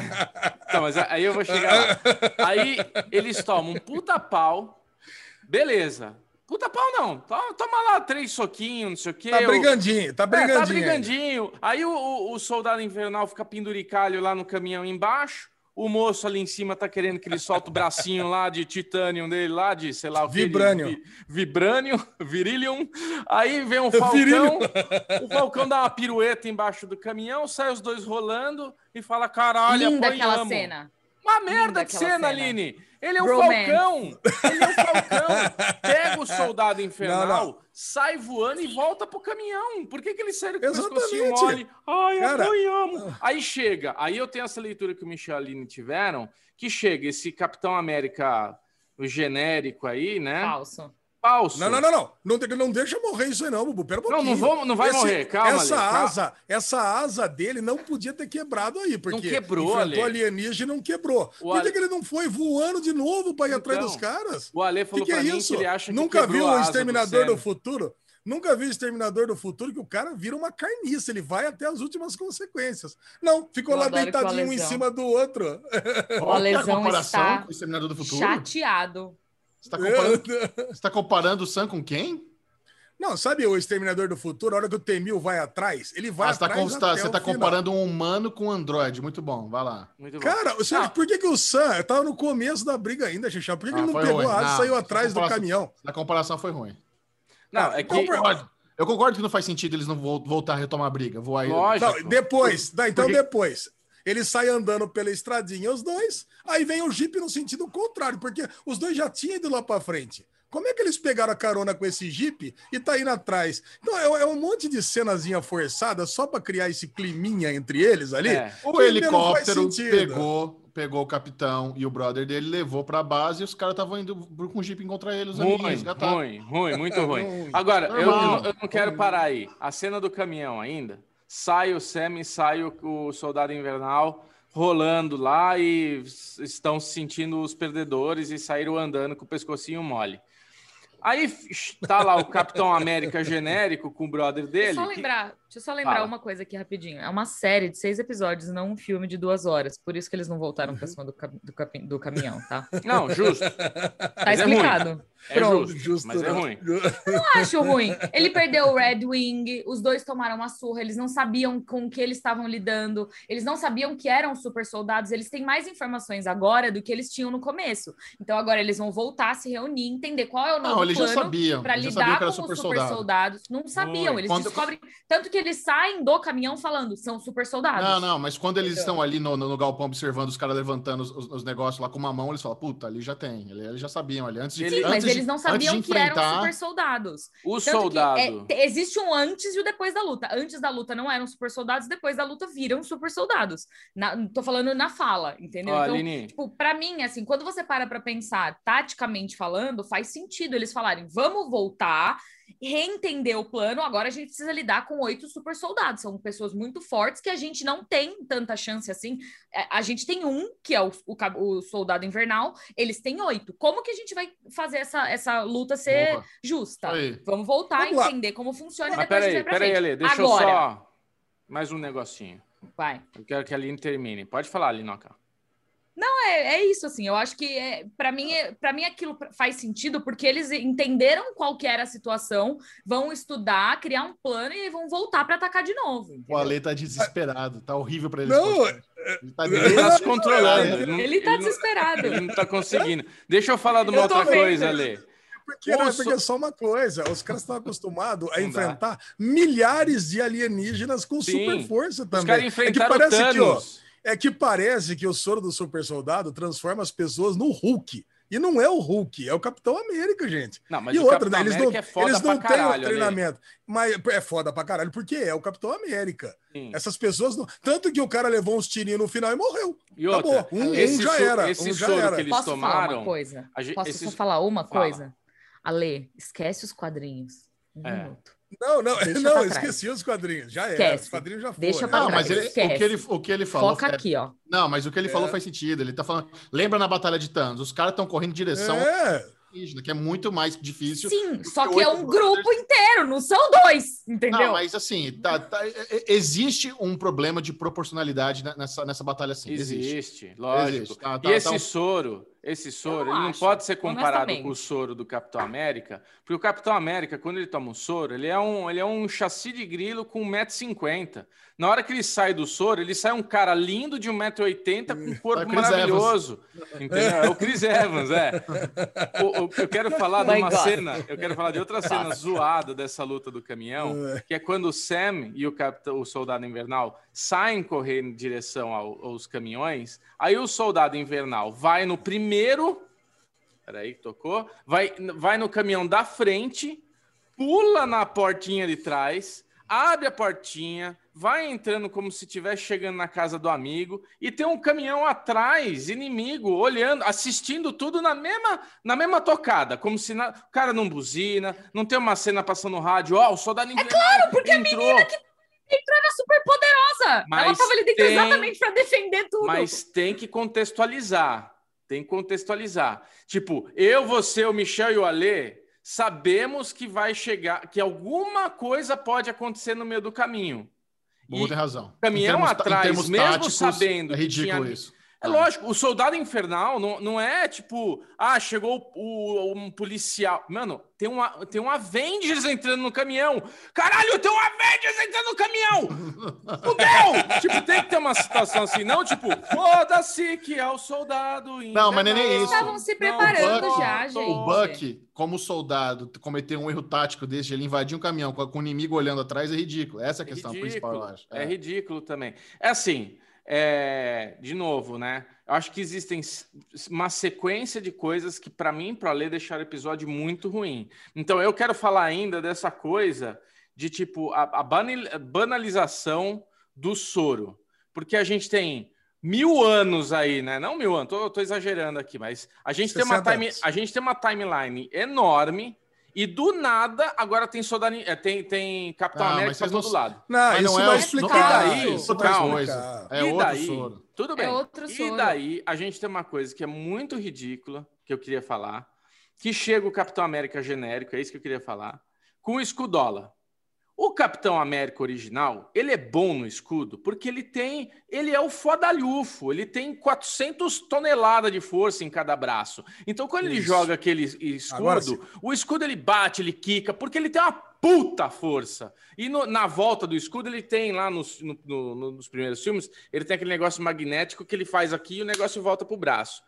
Então, mas aí eu vou chegar lá. Aí eles tomam um puta pau. Beleza. Puta pau não. Toma, toma lá três soquinhos, não sei o quê. Tá Eu- brigandinho, tá É, brigandinho. tá brigandinho. Aí o, o, o Soldado Invernal fica penduricalho lá no caminhão embaixo. O moço ali em cima tá querendo que ele solte o bracinho lá de titânio dele, lá de, sei lá o que. Vibranium. Vi, vibranium, Virilium. Aí vem o Virilium. Falcão. O Falcão dá uma pirueta embaixo do caminhão, sai os dois rolando e fala, caralho, Linda aquela apanhamos. cena. Uma Linda merda de aquela cena, cena. Aline. Ele é o Bromance. Falcão. Ele é o Falcão. Pega o Soldado Infernal, Não, não. sai voando e volta pro caminhão. Por que, que ele saiu com o pescocinho Exatamente. mole? Ai, Cara, apanhamos. Aí chega. Aí eu tenho essa leitura que o Michel e a Aline tiveram, que chega esse Capitão América o genérico aí, né? Falso. Falso. Não, não, não, não. Não, de- não deixa morrer isso aí, não, Bubu. Pera um Não, pouquinho. não vou- não vai morrer. Calma, essa Ale, calma. asa, essa asa dele não podia ter quebrado aí, porque Não quebrou, enfrentou Ale. alienígena e não quebrou. O Por que, Ale- que ele não foi voando de novo para ir atrás Então, dos caras? O Ale Que falou que pra é mim isso? que ele acha que Nunca quebrou viu a o asa do Exterminador do, Sam. Futuro? Nunca viu o Exterminador do Futuro que o cara vira uma carniça, ele vai até as últimas consequências. Não, ficou Eu lá adoro que o deitadinho um em Alesão- cima do outro. O Olha a Alesão comparação está com o Exterminador do Futuro. chateado. Você tá comparando, você tá comparando o Sam com quem? Não, sabe o Exterminador do Futuro, a hora que o Temil vai atrás, ele vai Ah, você tá, atrás com- você tá- até você o tá final. comparando um humano com um androide. Muito bom, vai lá. Muito bom. Cara, você, Não. por que, que o Sam tava no começo da briga ainda, Xixá? Por que, que Ah, ele não foi pegou ruim. a asa e Não, saiu essa atrás do comparação- caminhão? A comparação foi ruim. Não, é Eu que... concordo. Eu concordo que não faz sentido eles não vol- voltar a retomar a briga. Vou aí. Lógico. Não, depois, dá, então Porque- depois. Ele sai andando pela estradinha, os dois, aí vem o Jeep no sentido contrário, porque os dois já tinham ido lá pra frente. Como é que eles pegaram a carona com esse Jeep e tá indo atrás? Então é, é um monte de cenazinha forçada só pra criar esse climinha entre eles ali. É. O que não faz helicóptero sentido. pegou, pegou o capitão e o brother dele, levou pra base e os caras estavam indo com o Jeep encontrar eles. os amiguinhos, Ruim, resgataram. ruim, ruim, muito ruim. Ruim. Agora, eu, eu Normal. não- eu não quero parar aí. A cena do caminhão ainda. Sai o Sam e sai o, o Soldado Invernal rolando lá e s- estão se sentindo os perdedores e saíram andando com o pescocinho mole. Aí f- tá lá o Capitão América genérico com o brother Deixa eu dele. só que- lembrar, deixa eu só lembrar Fala. uma coisa aqui rapidinho. É uma série de seis episódios, não um filme de duas horas. Por isso que eles não voltaram pra cima do, cam- do, capi- do caminhão, tá? Não, justo. Tá Mas é ruim. explicado. É Pronto. justo, Justo, mas é né? ruim. Não acho ruim. Ele perdeu o Red Wing, os dois tomaram uma surra, eles não sabiam com o que eles estavam lidando, eles não sabiam que eram super soldados, eles têm mais informações agora do que eles tinham no começo. Então agora eles vão voltar a se reunir, entender qual é o novo Não, ali já plano sabiam. para Já sabiam lidar que era com super os super soldado. soldados. Não sabiam, Foi. eles Quando- descobrem. Tanto que eles saem do caminhão falando, são super soldados. Não, não, mas quando eles Entendeu? estão ali no, no, no galpão observando os caras levantando os, os- os negócios lá com uma mão, eles falam, puta, ali já tem. Eles, eles já sabiam ali. Antes de, Sim, Sim, antes mas de- eles não antes sabiam de que eram enfrentar- super soldados. O Tanto soldado. que é, te- existe um antes e o depois da luta. Antes da luta não eram super soldados, depois da luta viram super soldados. Na, tô falando na fala, entendeu? Ó, então, Aline, tipo, pra mim, assim, quando você para pra pensar taticamente falando, faz sentido eles falarem, vamos voltar, reentender o plano, agora a gente precisa lidar com oito super soldados. São pessoas muito fortes que a gente não tem tanta chance assim. É, A gente tem um, que é o, o, cab- o soldado invernal, eles têm oito. Como que a gente vai fazer essa, essa luta ser Boa. justa? Isso aí. Vamos voltar Vamos a lá. entender como funciona e mas depois a peraí, gente vai pra peraí, frente. Ale, deixa Agora, eu só... Mais um negocinho. vai. Eu quero que a Aline termine. Pode falar, Linoca. É, é isso, assim, eu acho que é, para mim, é, para mim aquilo faz sentido porque eles entenderam qual que era a situação, vão estudar, criar um plano e vão voltar para atacar de novo. O entendeu? Ale tá desesperado, tá horrível pra ele. Não, Ele tá Ele tá se controlando. Ele- não- Ele tá não- desesperado. Ele não tá conseguindo. Deixa eu falar de uma Eu tô outra vendo. coisa, Ale. Porque, não, O é porque so- é só uma coisa, os caras estão acostumados a Não enfrentar milhares de alienígenas com Sim. super força Os também. caras é que enfrentaram parece que, ó, Thanos. é que parece que o soro do super soldado transforma as pessoas no Hulk. E não é o Hulk, é o Capitão América, gente. Não, mas e o outra, Capitão eles América não, é foda eles não pra têm caralho, o Ale. treinamento. Mas é foda pra caralho, porque é o Capitão América. Sim. Essas pessoas não. Tanto que o cara levou uns tirinhos no final e morreu. E outra, Acabou. Um, um esse já so- era. esse um já soro era. que eles Posso falar tomaram. uma coisa? a gente- Posso esse- só falar uma Fala. coisa? Ale, esquece os quadrinhos. Um É. minuto. Não, não, Deixa não, pra esqueci os quadrinhos. Já era. Esquece. Os quadrinhos já foram. Deixa pra Não, trás. mas ele, o, Esquece. que ele, o que ele falou. Foca é- aqui, ó. Não, mas o que ele falou É. faz sentido. Ele tá falando. Lembra na Batalha de Thanos? Os caras estão correndo em direção É. alienígena, que é muito mais difícil. Sim, só que que é oito um brothers- grupo inteiro, não são dois, entendeu? Não, mas assim, tá, tá- é- é- existe um problema de proporcionalidade ne- nessa, nessa batalha, sim. Existe. Existe, lógico. Existe. Tá, e tá, esse tá um- soro, esse soro, não ele não acho, pode ser comparado honestamente. com o soro do Capitão América, porque o Capitão América, quando ele toma um soro, ele é um, ele é um chassi de grilo com um metro e cinquenta. Na hora que ele sai do soro, ele sai um cara lindo de um metro e oitenta com um corpo É o Chris maravilhoso. Entendeu? É o Chris Evans, é. O- o- eu quero falar de My uma God. cena, eu quero falar de outra cena zoada dessa luta do caminhão, que é quando o Sam e o, capitão, o soldado invernal saem correndo em direção ao- aos caminhões, aí o soldado invernal vai no primeiro, peraí, tocou, vai, vai no caminhão da frente, pula na portinha de trás, abre a portinha, vai entrando como se estivesse chegando na casa do amigo e tem um caminhão atrás, inimigo, olhando, assistindo tudo na mesma, na mesma tocada, como se na- o cara não buzina, não tem uma cena passando no rádio, ó, o soldado invernal claro, porque a entrou, menina que era super poderosa. Mas Ela tava ali dentro tem- exatamente pra defender tudo. mas tem que contextualizar, tem que contextualizar. Tipo, eu, você, o Michel e o Alê sabemos que vai chegar, que alguma coisa pode acontecer no meio do caminho. O Bubu E tem razão. caminhão Em termos ta- em atrás, termos mesmo táticos, sabendo É que ridículo tinha- isso. É lógico, o soldado infernal não, não é tipo, ah, chegou o, um policial. Mano, tem um, tem um Avengers entrando no caminhão. Caralho, tem um Avengers entrando no caminhão! Fudeu! Tipo, tem que ter uma situação assim, não tipo, foda-se que é o soldado Não, mas nem invernal. isso. Eles estavam se Não, preparando Buck- já, O gente. Buck, como soldado, cometer um erro tático desse, ele invadir um caminhão com, com o inimigo olhando atrás é ridículo. Essa é a É questão ridículo, principal, eu acho. é ridículo também. É assim, é, de novo, né? Eu acho que existem s- uma sequência de coisas que, para mim, para ler, deixaram o episódio muito ruim. Então, eu quero falar ainda dessa coisa de, tipo, a, a banal- banalização do soro. Porque a gente tem mil anos aí, né? Não mil anos, tô, tô exagerando aqui, mas a gente, tem uma sessenta time, anos. a gente tem uma timeline enorme e, do nada, agora tem, soldado, é, tem, tem Capitão Ah, América mas pra vocês não- todo lado. Não, Mas isso não é vai o- explicar. não- E daí? Isso outra vai coisa. explicar. É e outro daí, soro. tudo bem. É outro E soro. daí, a gente tem uma coisa que é muito ridícula, que eu queria falar, que chega o Capitão América genérico, é isso que eu queria falar, com o escudola. O Capitão América original, ele é bom no escudo, porque ele tem, ele é o fodalhufo, ele tem quatrocentas toneladas de força em cada braço. Então, quando ele Isso. joga aquele Agora escudo, o escudo ele bate, ele quica, porque ele tem uma puta força. E no- na volta do escudo, ele tem lá nos, no- no- nos primeiros filmes, ele tem aquele negócio magnético que ele faz aqui e o negócio volta pro braço.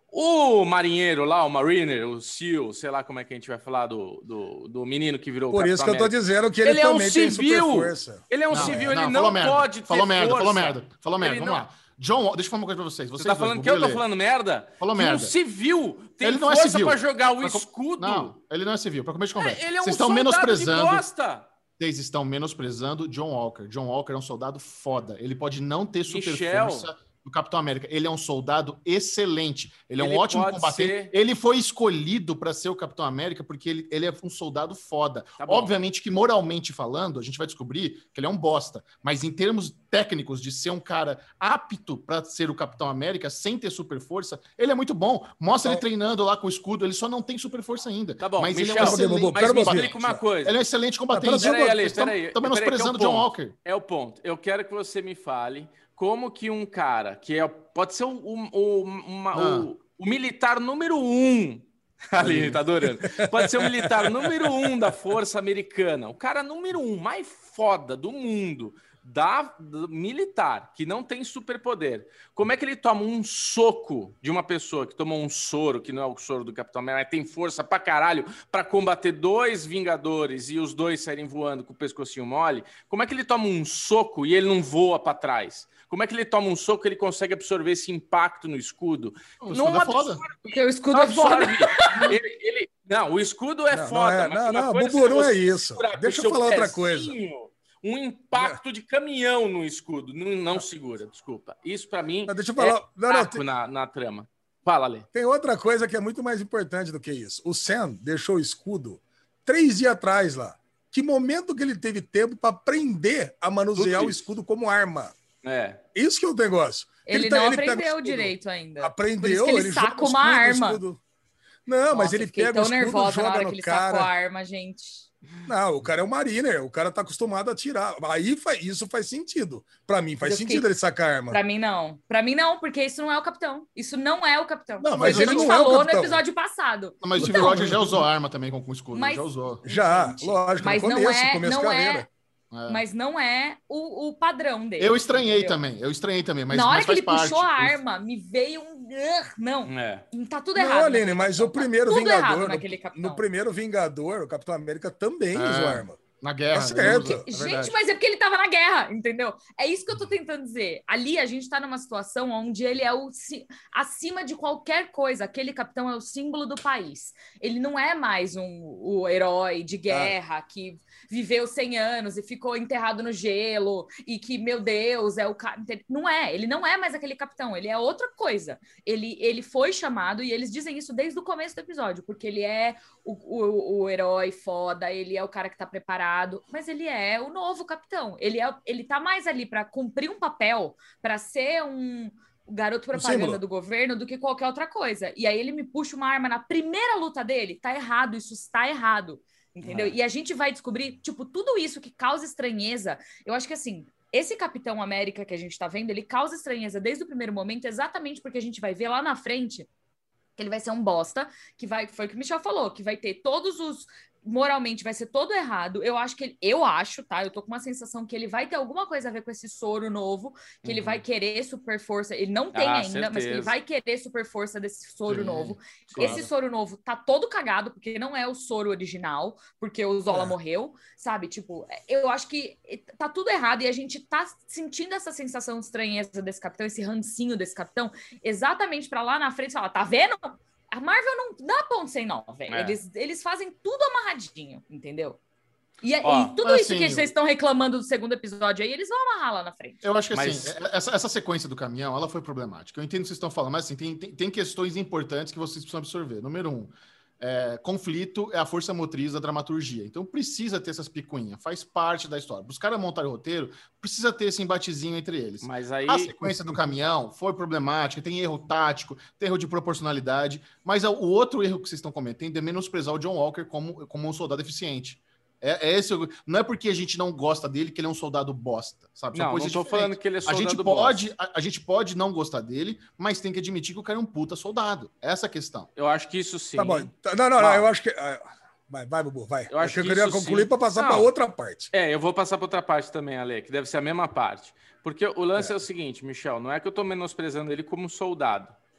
O marinheiro lá, o Mariner, o SEAL, sei lá como é que a gente vai falar do, do, do menino que virou o Por Capitão isso que eu tô América. dizendo que ele, Ele é um também tem civil. super força. Ele é um Não, civil, é, ele não, não falou merda, pode ter falou merda, força. falou merda, falou merda, Ele vamos não- lá. John, deixa eu falar uma coisa pra vocês. vocês Você tá dois, falando o que eu tô Brulé. falando merda? Falou que merda. um civil tem Ele não é força civil. pra jogar o Pra com- escudo. Não, ele não é civil, pra começo de conversa. É, ele é um Vocês estão soldado menosprezando. de bosta. Vocês estão menosprezando John Walker. John Walker é um soldado foda. Ele pode não ter super Michel. força do Capitão América. Ele é um soldado excelente. Ele é um Ele ótimo pode combatente. ser- Ele foi escolhido para ser o Capitão América porque ele, ele é um soldado foda. Tá bom. Obviamente que moralmente falando, a gente vai descobrir que ele é um bosta. Mas em termos técnicos de ser um cara apto para ser o Capitão América sem ter super força, ele é muito bom. Mostra ele treinando lá com o escudo. Ele só não tem super força ainda. Tá bom, mas Michel, ele é um excelente, Bobo, mas pera um me pouquinho. explica uma coisa. ele é um excelente combatente. Pera, Peraí, Ale, Estão peraí. estão peraí, que é o menosprezando John ponto. Walker. É o ponto. Eu quero que você me fale como que um cara que é, pode ser o, o, o, uma- Ah. o, o militar número um. Ali, tá adorando. Pode ser o militar número um da Força Americana. O cara número um, mais foda do mundo. Da, do militar, que não tem superpoder. Como é que ele toma um soco de uma pessoa que tomou um soro, que não é o soro do Capitão América, mas tem força pra caralho pra combater dois Vingadores e os dois saírem voando com o pescocinho mole? Como é que ele toma um soco e ele não voa pra trás? Como é que ele toma um soco e ele consegue absorver esse impacto no escudo? O escudo é foda. Porque o escudo é foda. absorve. Ele- ele- não, o escudo é Não, não foda. é- mas não, uma não, coisa Bubu, é não é você isso. segurar com Deixa o eu seu falar outra coisa. pezinho, um impacto de caminhão no escudo. Não, não segura, desculpa. Isso pra mim Não, deixa eu falar. é Não, não, fraco tem, na, na trama. Fala, Lê. tem outra coisa que é muito mais importante do que isso. O Sam deixou o escudo três dias atrás lá. Que momento que ele teve tempo para aprender a manusear Tudo o isso. escudo como arma? É. Isso que é o negócio. Ele, tá- não pega o aprendeu escudo, direito ainda. Aprendeu, Por isso que ele, ele joga saca o uma escudo, o arma. escudo. Não, mas Nossa, ele fiquei pega tão o escudo, nervosa na joga hora no que ele sacou a cara. arma, gente. Não, o cara é um mariner, o cara tá acostumado a atirar. Aí faz, isso faz sentido. Pra mim faz Eu sentido fiquei- ele sacar a arma. Pra mim, não. Pra mim, não, porque isso não é o capitão. Isso não é o capitão. Não, Foi mas o que ele a gente não é o falou no capitão. episódio passado. Não, mas o Steve Então, Rogers já usou arma também com, com escudo. Mas- Já usou. Já, Gente, lógico, mas no não começo, é- começo não de carreira. É. Mas não é o, o padrão dele. Eu estranhei entendeu? também, eu estranhei também, mas, Na hora mas que faz ele parte. puxou a arma, me veio um. Ugh, Não, É. tá tudo Não, errado. Aline, naquele mas capitão. o primeiro tá tudo errado Vingador, naquele no, capitão. no primeiro Vingador, o Capitão América também É. usou arma. Na guerra. Tá certo. ele usa, é Gente, verdade. mas é porque ele tava na guerra, entendeu? É isso que eu tô tentando dizer. Ali a gente tá numa situação onde ele é o ci- acima de qualquer coisa. Aquele capitão é o símbolo do país. Ele não é mais um o herói de guerra que viveu cem anos e ficou enterrado no gelo e que, meu Deus, é o cara. Não é, ele não é mais aquele capitão, ele é outra coisa. Ele, ele foi chamado, e eles dizem isso desde o começo do episódio, porque ele é o, o, o herói foda, ele é o cara que tá preparado, mas ele é o novo capitão. Ele, é, ele tá mais ali para cumprir um papel, para ser um garoto propaganda símbolo. do governo do que qualquer outra coisa. E aí ele me puxa uma arma na primeira luta dele, tá errado, isso está errado. Entendeu? É. E a gente vai descobrir, tipo, tudo isso que causa estranheza. Eu acho que, assim, esse Capitão América que a gente tá vendo, ele causa estranheza desde o primeiro momento, exatamente porque a gente vai ver lá na frente que ele vai ser um bosta, que vai, foi o que o Michel falou, que vai ter todos os... moralmente vai ser todo errado. Eu acho que ele, eu acho, tá? Eu tô com uma sensação que ele vai ter alguma coisa a ver com esse soro novo, que Uhum. ele vai querer super força. Ele não tem Ah, ainda, mas que ele certeza. vai querer super força desse soro Sim, novo. claro. Esse soro novo tá todo cagado, porque não é o soro original, porque o Zola É. morreu, sabe? Tipo, eu acho que tá tudo errado e a gente tá sentindo essa sensação de estranheza desse capitão, esse rancinho desse capitão, exatamente pra lá na frente falar, tá vendo? A Marvel não dá ponto sem nó, velho. É. Eles, eles fazem tudo amarradinho, entendeu? E, e Ó, tudo mas isso que assim, vocês estão reclamando do segundo episódio aí, eles vão amarrar lá na frente. Eu acho que assim, Mas- essa, essa sequência do caminhão, ela foi problemática. Eu entendo o que vocês estão falando, mas assim, tem, tem, tem questões importantes que vocês precisam absorver. Número um, é, conflito é a força motriz da dramaturgia. Então precisa ter essas picuinhas, faz parte da história. Os caras montarem o roteiro, precisa ter esse embatezinho entre eles. Mas aí. A sequência do caminhão foi problemática, tem erro tático, tem erro de proporcionalidade, mas o outro erro que vocês estão cometendo é menosprezar o John Walker como, como um soldado eficiente. É, é esse, o- não é porque a gente não gosta dele que ele é um soldado bosta, sabe? São Não, não coisas tô diferentes. falando que ele é A soldado gente, pode, a, a gente pode não gostar dele, mas tem que admitir que o cara é um puta soldado. Essa é a questão. Eu acho que isso sim. Tá bom. Tá- Não, não, não, Não. eu acho que. ah, Vai, vai, Bubu, vai. Eu acho É que eu que queria isso concluir sim. para passar Não. para outra parte. É, eu vou passar para outra parte também, Ale, que deve ser a mesma parte. Porque o lance é, o seguinte, Michel, não é que eu tô menosprezando ele como soldado.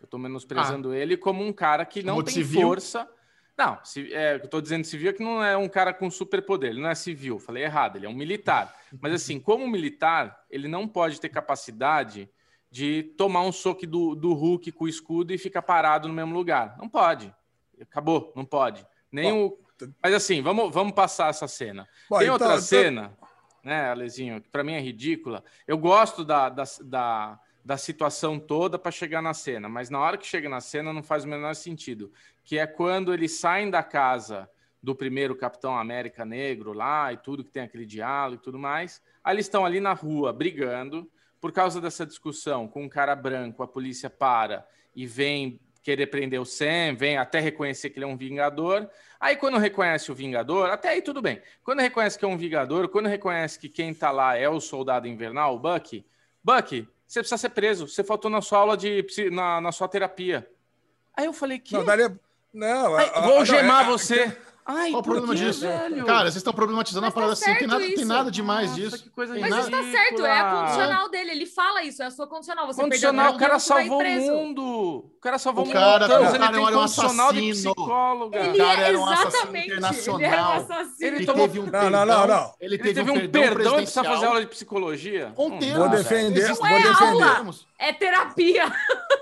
Eu tô menosprezando ah. ele como um cara que não tem civil? força. Não, se, é, eu tô dizendo civil é que não é um cara com superpoder, ele não é civil, falei errado, ele é um militar. Mas assim, como militar, ele não pode ter capacidade de tomar um soco do, do Hulk com o escudo e ficar parado no mesmo lugar. Não pode. Acabou, não pode. Nem Bom, o... Mas assim, vamos, vamos passar essa cena. Bom, Tem então, outra então... cena, né, Alezinho, que para mim é ridícula. Eu gosto da, da, da, da situação toda para chegar na cena, mas na hora que chega na cena não faz o menor sentido. Que é quando eles saem da casa do primeiro Capitão América Negro lá e tudo, que tem aquele diálogo e tudo mais. Aí eles estão ali na rua brigando. Por causa dessa discussão com um cara branco, a polícia para e vem querer prender o Sam, vem até reconhecer que ele é um Vingador. Aí quando reconhece o Vingador, até aí tudo bem. Quando reconhece que é um Vingador, quando reconhece que quem tá lá é o Soldado Invernal, o Bucky, Bucky, você precisa ser preso. Você faltou na sua aula de... na, na sua terapia. Aí eu falei que... Não, daria... Não, Aí, a, vou a, gemar não, você. Ai, qual o problema quê, disso? velho? Cara, vocês estão problematizando Mas a parada tá assim. Tem nada, tem isso. nada demais Nossa, disso. que coisa Tem Mas nada... isso tá certo, é a condicional dele. Ele fala isso, é a sua condicional. Você Condicional, perdeu a o cara você vai salvou o preso. mundo. O cara salvou O o cara- mundo. o Ele cara tem era um condicional de assassino. psicóloga. Ele O cara é era um assassino exatamente. internacional. Ele era um assassino. Ele Ele tomou- teve um Não, perdão, não, não, não. Ele Ele teve, teve um um perdão, perdão e precisa presidencial. fazer aula de psicologia? Com Não termos. Vou dá, defender, velho. Não vou é defender. aula, é terapia.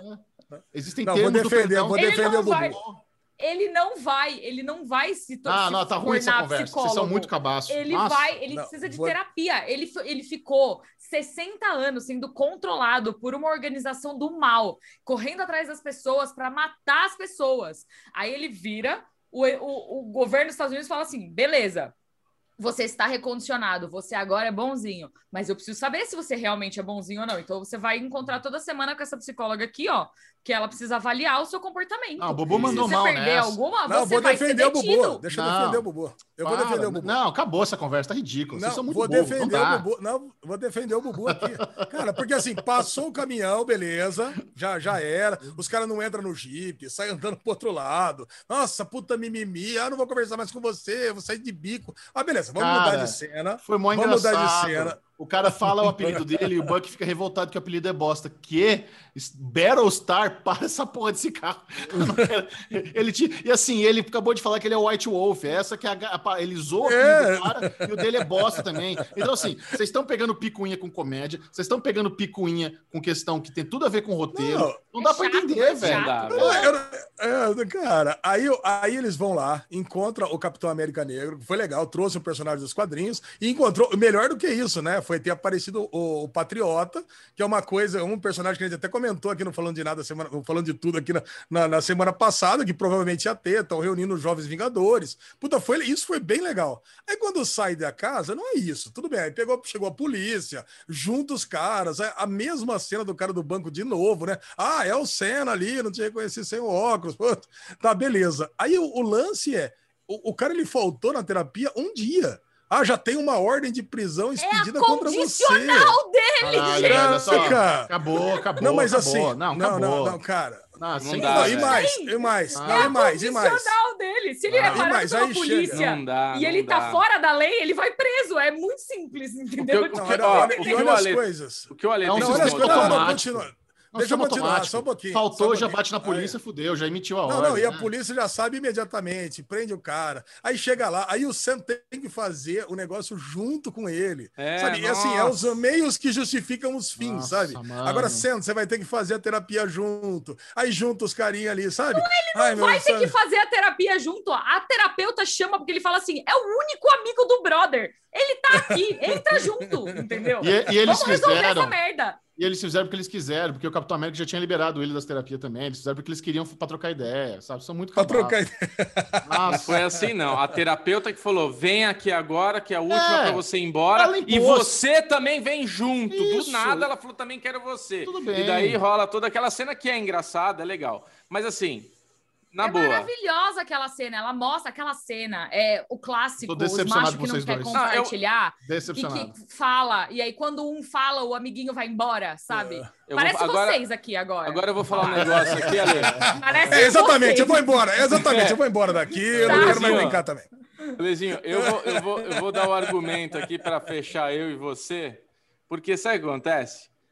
Existem Não, vou termos do defender, perdão. vou Ele defender não o Bubu. vai. Ele não vai, ele não vai se to- Ah, se não, tá ruim essa tornar conversa. psicólogo. Vocês são muito cabaços. Ele Nossa. vai, ele Não, precisa de vou- terapia. Ele, f- ele ficou sessenta anos sendo controlado por uma organização do mal, correndo atrás das pessoas para matar as pessoas. Aí ele vira, o, o, o governo dos Estados Unidos fala assim: beleza, você está recondicionado, você agora é bonzinho, mas eu preciso saber se você realmente é bonzinho ou não. Então você vai encontrar toda semana com essa psicóloga aqui, ó, que ela precisa avaliar o seu comportamento. Ah, o Bubu mandou se você mal perder nessa. alguma, Não, você vou vai ser defender o detido. Bubu. Deixa eu Não. defender o Bubu. Eu vou Para. defender o Bubu. Não, acabou essa conversa, tá ridículo. Vocês Não, são muito vou burros, defender não dá. o Bubu. Não, vou defender o Bubu aqui. Cara, porque assim, passou o caminhão, beleza, já, já era. Os caras não entram no Jeep, saem andando pro outro lado. Nossa, puta mimimi. Ah, não vou conversar mais com você, vou sair de bico. Ah, beleza, vamos Cara, mudar de cena. Foi mó Vamos mudar de engraçado. cena. O cara fala o apelido dele e o Buck fica revoltado que o apelido é bosta. Que? Battlestar? Para essa porra desse carro. Eu não quero- Ele tinha... E assim, ele acabou de falar que ele é o White Wolf. Essa que é a... a- Ele zoou o apelido É. do cara e o dele é bosta também. Então assim, vocês estão pegando picuinha com comédia, vocês estão pegando picuinha com questão que tem tudo a ver com roteiro. Não, Não. dá É pra chato, entender, é velho. chato. Eu- eu- é, cara, aí, aí eles vão lá, encontram o Capitão América Negro, que foi legal, trouxe um personagem dos quadrinhos e encontrou, melhor do que isso, né? Foi ter aparecido o, o Patriota, que é uma coisa, um personagem que a gente até comentou aqui no Falando de Nada, semana, no Falando de Tudo aqui na, na, na semana passada, que provavelmente ia ter, estão reunindo os Jovens Vingadores. Puta, foi, isso foi bem legal. Aí quando sai da casa, não é isso, tudo bem, aí pegou, chegou a polícia, junta os caras, a, a mesma cena do cara do banco de novo, né? Ah, é o Senna ali, não te reconheci sem o óculos. Pô, tá, beleza. Aí o, o lance é, o, o cara ele faltou na terapia um dia. Ah, já tem uma ordem de prisão É a expedida contra você. condicional dele, Caralho, gente. olha só. Cara. Acabou, acabou. Não, mas acabou. assim, Não, não, acabou. não, não, cara. Não, sem dá, Não, dúvida. e mais, e mais, Ah. não, É e a mais, e mais. condicional dele. Se ele Ah. é parado E mais, pela aí chega. polícia Não dá, e ele não tá dá. fora da lei, ele vai preso. É muito simples, entendeu? O que eu- Não, que- olha, ó, olha, o que e o olha as Ale- coisas. O que o Ale É um tem Não, que olha as sistema coisas. Não, não, automático. continua. Não, Deixa eu sistema continuar, automático. só um pouquinho. Faltou, só um já pouquinho. bate na Aí. polícia, fudeu, já emitiu a Não, ordem. não, e a né? polícia já sabe imediatamente, prende o cara. Aí chega lá, aí o Sam tem que fazer o negócio junto com ele. É, sabe? E assim, é os nossa. meios que justificam os fins, Nossa, sabe? mano. Agora, Sam, você vai ter que fazer a terapia junto. Aí junta os carinha ali, sabe? Não, ele Não vai ter que fazer a terapia junto. Ó. A terapeuta chama porque ele fala assim: é o único amigo do brother. Ele tá aqui, ele tá junto, entendeu? E, e eles Vamos resolver fizeram. essa merda. E eles fizeram porque eles quiseram, porque o Capitão América já tinha liberado ele das terapias também. Eles fizeram porque eles queriam pra trocar ideia, sabe? São muito Pra cabaços. trocar ideia. Não Nossa. foi assim, não. A terapeuta que falou: vem aqui agora, que é a última É, pra você ir embora. ela E impôs. você também vem junto. Isso. Do nada, ela falou: também quero você. Tudo bem. E daí rola toda aquela cena que é engraçada, é legal. Mas assim, na é boa. maravilhosa aquela cena. Ela mostra aquela cena. É o clássico, Tô os decepcionado machos com que não vocês quer dois. compartilhar. Que, Decepcionado. que fala. E aí, quando um fala, o amiguinho vai embora, sabe? Eu vou- Parece agora- vocês aqui agora. Agora eu vou falar um negócio aqui, Ale. Parece É, exatamente, vocês. eu vou embora. É, exatamente, eu vou embora daqui. Eu não Tá. quero mais Assim, ó. brincar também. Belezinho, eu vou, eu, vou, eu vou dar o argumento aqui para fechar eu e você, porque sabe o que acontece?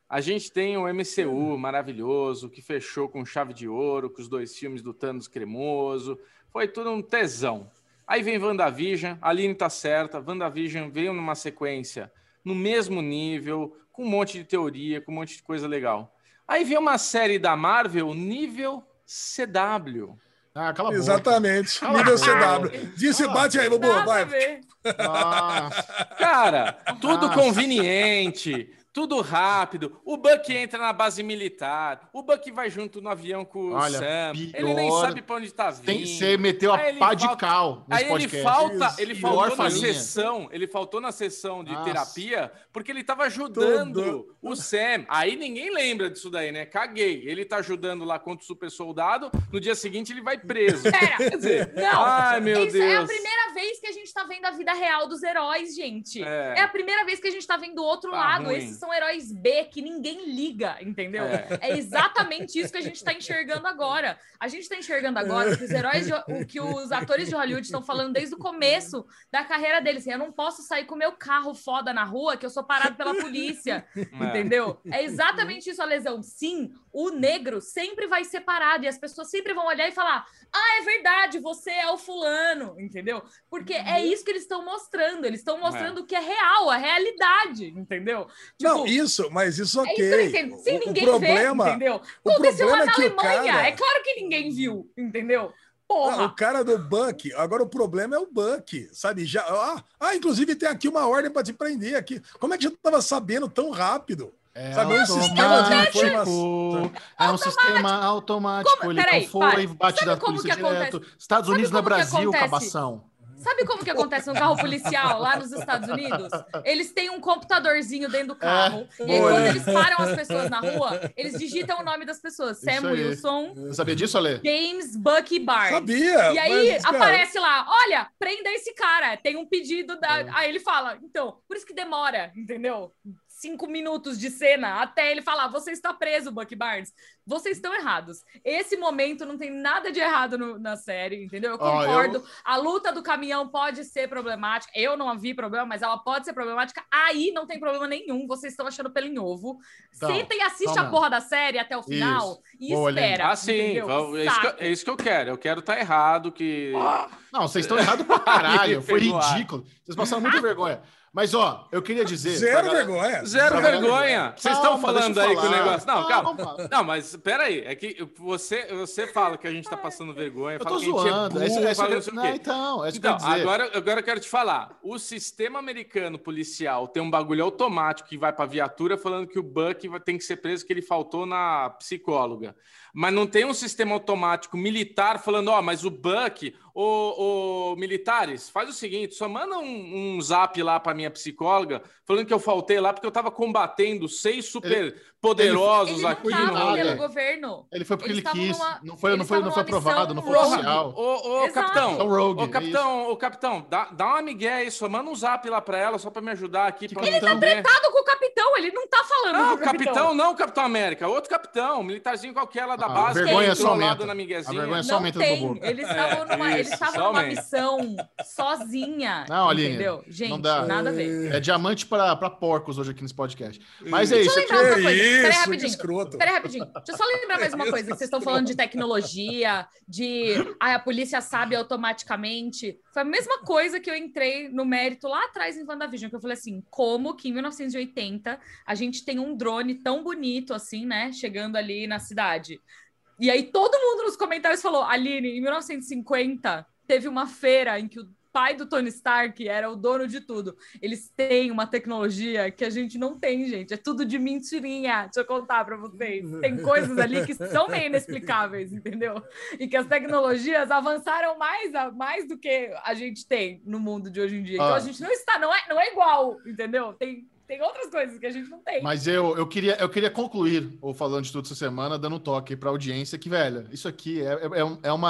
A gente tem o M C U maravilhoso, que fechou com chave de ouro, com os dois filmes do Thanos cremoso. Foi tudo um tesão. Aí vem WandaVision, a Aline tá certa, WandaVision veio numa sequência no mesmo nível, com um monte de teoria, com um monte de coisa legal. Aí vem uma série da Marvel, nível C W. Ah, cala a boca. Exatamente, Cala nível a C W. boca. Disse, Cala bate aí, Bubu, Nada a vai. ver. Nossa. Cara, tudo Nossa. conveniente, tudo rápido. O Bucky entra na base militar, o Bucky vai junto no avião com o Olha, Sam. pior. Ele nem sabe pra onde tá vindo. Tem, você meteu a Aí ele pá de falta- cal nesse Aí podcast. ele falta, Isso. ele Pior faltou na falinha. sessão, ele faltou na sessão de Nossa. terapia porque ele tava ajudando Tudo. o Sam. Aí ninguém lembra disso daí, né? Caguei. Ele tá ajudando lá contra o super soldado, no dia seguinte ele vai preso. Pera, Quer dizer, não. ai meu Isso Deus. é a primeira vez que a gente tá vendo a vida real dos heróis, gente. É. É, a primeira vez que a gente tá vendo o outro Tá lado. ruim. Esses são heróis B que ninguém liga, entendeu? É. É. exatamente isso que a gente tá enxergando agora. A gente tá enxergando agora o que os heróis, de- o que os atores de Hollywood estão falando desde o começo da carreira deles. Eu não posso sair com meu carro foda na rua que eu sou parado pela polícia, entendeu? É exatamente isso a lesão. Sim, o negro sempre vai ser parado e as pessoas sempre vão olhar e falar: ah, é verdade, você é o fulano, entendeu? Porque é isso que eles estão mostrando. Eles estão mostrando o que é real, a realidade, entendeu? Não, isso, mas isso é ok. isso que eu entendo. Sem O- o ninguém problema- ver, entendeu? o Aconteceu lá problema na é que o Alemanha. cara- É claro que ninguém viu, entendeu? Ah, Porra. o cara do Bucky, agora o problema é o Bucky, sabe? Já, ah, ah, inclusive tem aqui uma ordem para te prender aqui. Como é que já tava sabendo tão rápido? É Sabe, é um sistema de informação. É um sistema automático. Como- Ele peraí, não foi para. e bate Sabe da como polícia que acontece? direto. Estados Sabe Unidos não é como que Brasil, acontece? cabação. Sabe como que acontece no carro policial lá nos Estados Unidos? Eles têm um computadorzinho dentro do carro. É, e aí, boa. quando eles param as pessoas na rua, eles digitam o nome das pessoas. Sam Isso aí. Wilson, Você sabia disso, Ale? James Bucky Barnes. Sabia. E aí mas, cara, aparece lá, olha, prenda esse cara, tem um pedido da... É. Aí ele fala, então, por isso que demora, entendeu? Cinco minutos de cena até ele falar, você está preso, Bucky Barnes. Vocês estão errados. Esse momento não tem nada de errado no- na série, entendeu? Eu Ó, concordo. eu- A luta do caminhão pode ser problemática. Eu não vi problema, mas ela pode ser problemática. Aí não tem problema nenhum. Vocês estão achando pelo em ovo. Então, Sentem e assiste toma. a porra da série até o final e Boa, espera. Ah, sim. entendeu? É isso, que, eu- Saco. é isso que eu quero. Eu quero estar errado, que... Não, vocês estão errados pra caralho. Foi Pegou ar. ridículo. Vocês passaram muita vergonha. Mas, ó, eu queria dizer... zero pra galera- vergonha. Zero Pra vergonha. galera- Vocês Calma, estão falando deixa eu aí com o falar. negócio. Não, calma. Calma. Não, mas peraí. É que você, você fala que a gente tá passando vergonha. Eu fala tô que a gente zoando. é É isso- burro, é isso fala que eu- não sei o não, quê. então, é isso que eu Então, quero dizer. agora, agora eu quero te falar. O sistema americano policial tem um bagulho automático que vai pra viatura falando que o Bucky vai- tem que ser preso, que ele faltou na psicóloga. Mas não tem um sistema automático militar falando, ó, mas o Bucky, ô, ô, militares, faz o seguinte, só manda um, um zap lá pra minha psicóloga falando que eu faltei lá porque eu tava combatendo seis super poderosos Ele não aqui tava no nada. rolê. pelo governo. Ele foi porque Eles ele estavam quis. numa- Não foi, não eles foi, não foi estavam numa aprovado, não foi missão oficial. Ô, ô, Exato. capitão, É o Rogue, ô, é capitão, ô, capitão, dá, dá uma migué aí, só manda um zap lá pra ela, só pra me ajudar aqui. Pra capitão? não entender. Tratado com o capitão, ele não tá falando Não, com o capitão não, Capitão América, outro capitão, militarzinho qualquer lá da Ah, base. a vergonha que só entrou lá, aumenta. dona A Miguezinha. vergonha só Não aumenta do tem. Bobo. Eles estavam numa, isso, eles estavam só numa aumenta. missão sozinha. Não, Aline, entendeu? não Gente, dá. nada a ver. É diamante pra, pra porcos hoje aqui nesse podcast. Mas é Deixa isso. eu lembrar outra Que coisa. Peraí, isso, rapidinho. que escroto. Peraí, rapidinho. Deixa eu só lembrar mais uma Isso, coisa. Vocês estão falando de tecnologia, de ah, a polícia sabe automaticamente. Foi a mesma coisa que eu entrei no mérito lá atrás em WandaVision, que eu falei assim, como que em mil novecentos e oitenta a gente tem um drone tão bonito assim, né, chegando ali na cidade. E aí todo mundo nos comentários falou, Aline, em mil novecentos e cinquenta teve uma feira em que o pai do Tony Stark era o dono de tudo. Eles têm uma tecnologia que a gente não tem, gente. É tudo de mentirinha. Deixa eu contar pra vocês. Tem coisas ali que são meio inexplicáveis, entendeu? E que as tecnologias avançaram mais, a, mais do que a gente tem no mundo de hoje em dia. Então Ah. a gente não está, não é, não é igual, entendeu? Tem, tem outras coisas que a gente não tem. Mas eu, eu, queria, eu queria concluir o Falando de Tudo essa semana, dando um toque pra audiência que, velho, isso aqui é, é, é uma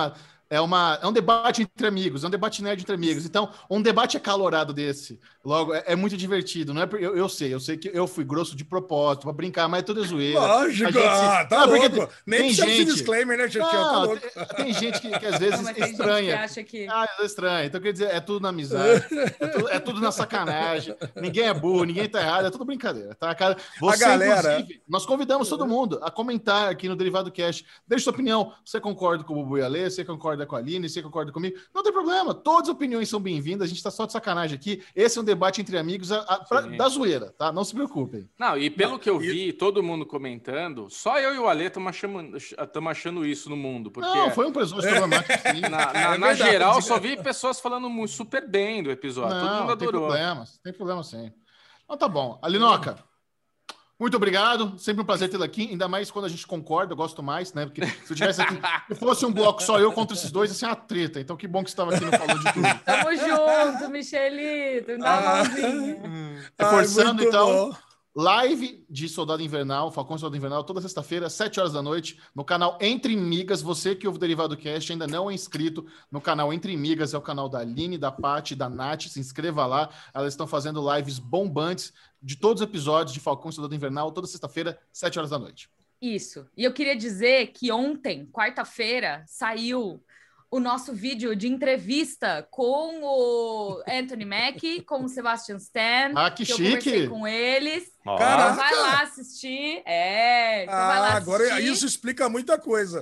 É, uma, é um debate entre amigos, é um debate nerd entre amigos. Então, um debate acalorado desse, logo, é, é muito divertido. Não é porque, eu, eu sei, eu sei que eu fui grosso de propósito, pra brincar, mas é tudo zoeira. Lógico, gente, ah, tá não, louco. Tem, Nem tem precisa gente... de disclaimer, né, Chechel? Tá louco. Tem, tem gente que, que às vezes Não, mas tem estranha. gente que acha que... Ah, é estranho. Então, quer dizer, é tudo na amizade, é tudo, é tudo na sacanagem. Ninguém é burro, ninguém tá errado, é tudo brincadeira, tá? Cara, você, A galera... nós convidamos todo mundo a comentar aqui no Derivado Cast. Deixe sua opinião. Você concorda com o Bubu e a Lê? Você concorda com a Aline? Você concorda comigo? Não tem problema. Todas as opiniões são bem-vindas. A gente tá só de sacanagem aqui. Esse é um debate entre amigos a, a, pra, da zoeira, tá? Não se preocupem. Não, e pelo Não, que eu e- vi, todo mundo comentando, só eu e o Ale estamos achando, tamo achando isso no mundo. Porque Não, foi um episódio problemático, sim. na, na, É na verdade. geral, eu só vi pessoas falando mu- super bem do episódio. todo Não, mundo tem adorou. problemas. Tem problema, sim. Então tá bom. Alinoca, muito obrigado. Sempre um prazer tê-la aqui, ainda mais quando a gente concorda, eu gosto mais, né? Porque se eu tivesse aqui, se fosse um bloco só eu contra esses dois, ia ser uma treta. Então que bom que você estava aqui no Falou de Tudo. Tamo junto, Michelito. Me dá uma Ah. mãozinha. Reforçando, Ai, muito então, bom. live de Soldado Invernal, Falcão e Soldado Invernal, toda sexta-feira, sete horas da noite, no canal Entre Migas. Você que ouve o Derivado Cast ainda não é inscrito no canal Entre Migas, é o canal da Aline, da Paty, da Nath. Se inscreva lá. Elas estão fazendo lives bombantes de todos os episódios de Falcão e Soldado Invernal, toda sexta-feira, sete horas da noite. Isso. E eu queria dizer que ontem, quarta-feira, saiu o nosso vídeo de entrevista com o Anthony Mackie, com o Sebastian Stan. Ah, que eu chique! conversei com eles. Ó, Caraca! Então vai lá assistir. É, então vai lá Ah, assistir. agora isso explica muita coisa.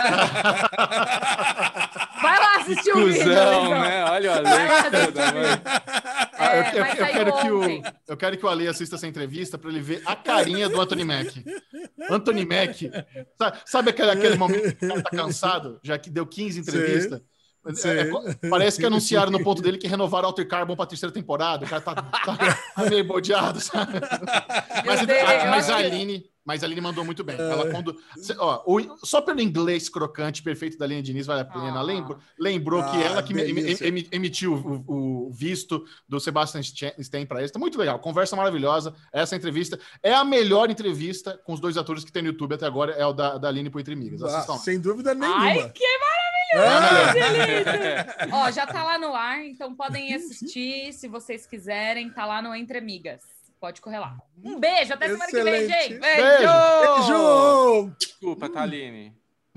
Vai lá assistir o vídeo, Cusão, Alisão. né? Olha o Ale. Vai lá que assistir da o mãe. vídeo. Ah, eu, É, eu- mas eu saiu quero que o, ontem. eu quero que o Ale assista essa entrevista para ele ver a carinha do Anthony Mackie. Anthony Mackie, sabe, sabe aquele, aquele momento que o cara tá cansado, já que deu quinze entrevistas? Sim. É, é, parece que anunciaram no ponto dele que renovaram o Alter Carbon para a terceira temporada. O cara tá, tá- tá meio bodeado, sabe? Mas, Deus, a, eu mas acho a que- Aline, mas a Aline mandou muito bem. Ela quando, cê- ó, o- só pelo inglês crocante perfeito da Aline Diniz vale a pena. Ah. Lembro- lembrou que Ah, ela que em- delícia. em- emitiu o, o visto do Sebastian Stan para eles. Tá muito legal. Conversa maravilhosa. Essa entrevista é a melhor entrevista com os dois atores que tem no YouTube até agora. É o da, da Aline pro Entre Migas. Ah, Assistam lá. sem dúvida nenhuma. Ai, que É a melhor. maravilhoso! Ó, já tá lá no ar, então podem assistir se vocês quiserem. Tá lá no Entre Amigas. Pode correr lá. Um beijo, até semana que vem, Excelente. gente. Beijo. Beijo! Desculpa, Thaline.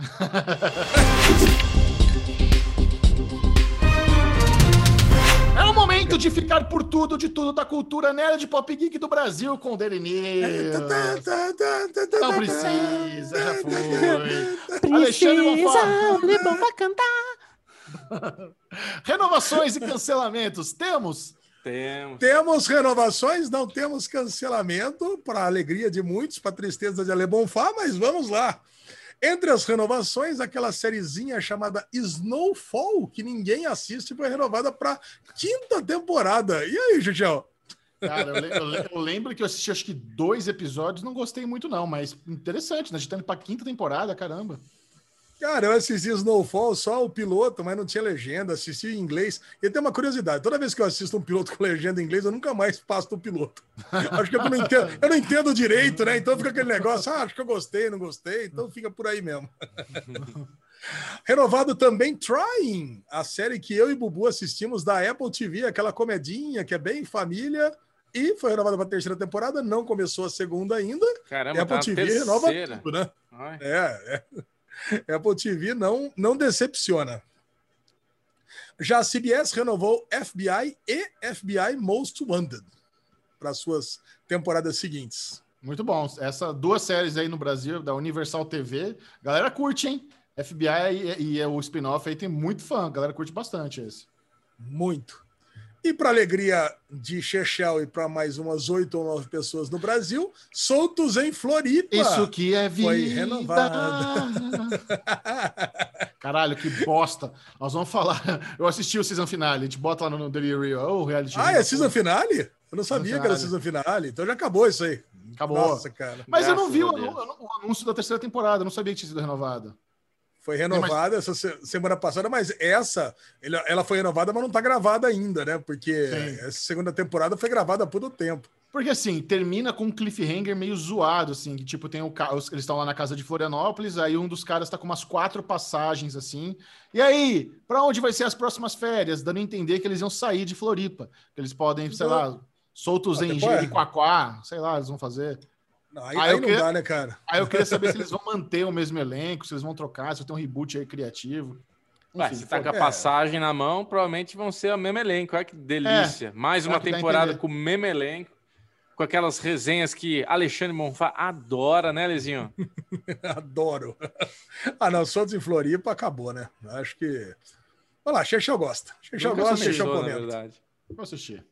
É o momento de ficar por tudo, de tudo da cultura nerd pop geek do Brasil com o Daily News. Não precisa, já foi. Alexandre Precisa, Bonfá. o Lebão vai cantar. Renovações e cancelamentos. Temos? Temos. Temos renovações, não temos cancelamento, para a alegria de muitos, para a tristeza de Ale Bonfá, mas vamos lá. Entre as renovações, aquela sériezinha chamada Snowfall, que ninguém assiste, foi renovada para quinta temporada. E aí, Xuxão? Cara, eu, le- eu le- eu lembro que eu assisti acho que dois episódios, não gostei muito não, mas interessante, né? A gente tá indo pra quinta temporada, caramba. Cara, eu assisti Snowfall só o piloto, mas não tinha legenda, assisti em inglês. E tem uma curiosidade, toda vez que eu assisto um piloto com legenda em inglês, eu nunca mais passo do piloto. Acho que eu não entendo, eu não entendo direito, né? Então fica aquele negócio, ah, acho que eu gostei, não gostei, então fica por aí mesmo. Renovado também Trying, a série que eu e Bubu assistimos da Apple T V, aquela comedinha que é bem família, e foi renovada para a terceira temporada, não começou a segunda ainda. Caramba, Apple tá T na V renova terceira. tudo, né? Ai. É, é. Apple T V não, não decepciona. Já a C B S renovou F B I e F B I Most Wanted para suas temporadas seguintes. Muito bom. Essas duas séries aí no Brasil, da Universal T V, galera curte, hein? F B I e, e o spin-off aí tem muito fã, a galera curte bastante esse. Muito. E para alegria de Chechel e para mais umas oito ou nove pessoas no Brasil, Soltos em Floripa. Isso que é vida. Foi renovada. Caralho, que bosta. Nós vamos falar. Eu assisti o season finale, a gente bota lá no Delirium. Oh, reality. Ah, é season finale? Eu não sabia que era season finale. Então já acabou isso aí. Acabou. Nossa, cara. Mas eu não vi o, Graças a Deus. o- o anúncio da terceira temporada, eu não sabia que tinha sido renovada. Foi renovada essa se- semana passada, mas essa, ele- ela foi renovada, mas não está gravada ainda, né? Porque Sim. essa segunda temporada foi gravada há pouco tempo. Porque, assim, termina com um cliffhanger meio zoado, assim, que, tipo, tem o ca... eles estão lá na casa de Florianópolis, aí um dos caras tá com umas quatro passagens, assim, e aí, pra onde vai ser as próximas férias? Dando a entender que eles iam sair de Floripa, que eles podem, sei lá, soltos em Jericoacoara, sei lá, eles vão fazer. Não, aí, aí, aí não queria... dá, né, cara? Aí eu queria saber se eles vão manter o mesmo elenco, se eles vão trocar, se vai ter um reboot aí criativo. Ué, Enfim, se tá com a é. passagem na mão, provavelmente vão ser o mesmo elenco. Olha que delícia. É, Mais uma temporada com o mesmo elenco, com aquelas resenhas que Alexandre Monfá adora, né, Lezinho? Adoro. Ah, não, Soltos em Floripa acabou, né? Acho que... Olha lá, Xexão gosta. Xexão gosta, Xexão comenta. Vou assistir.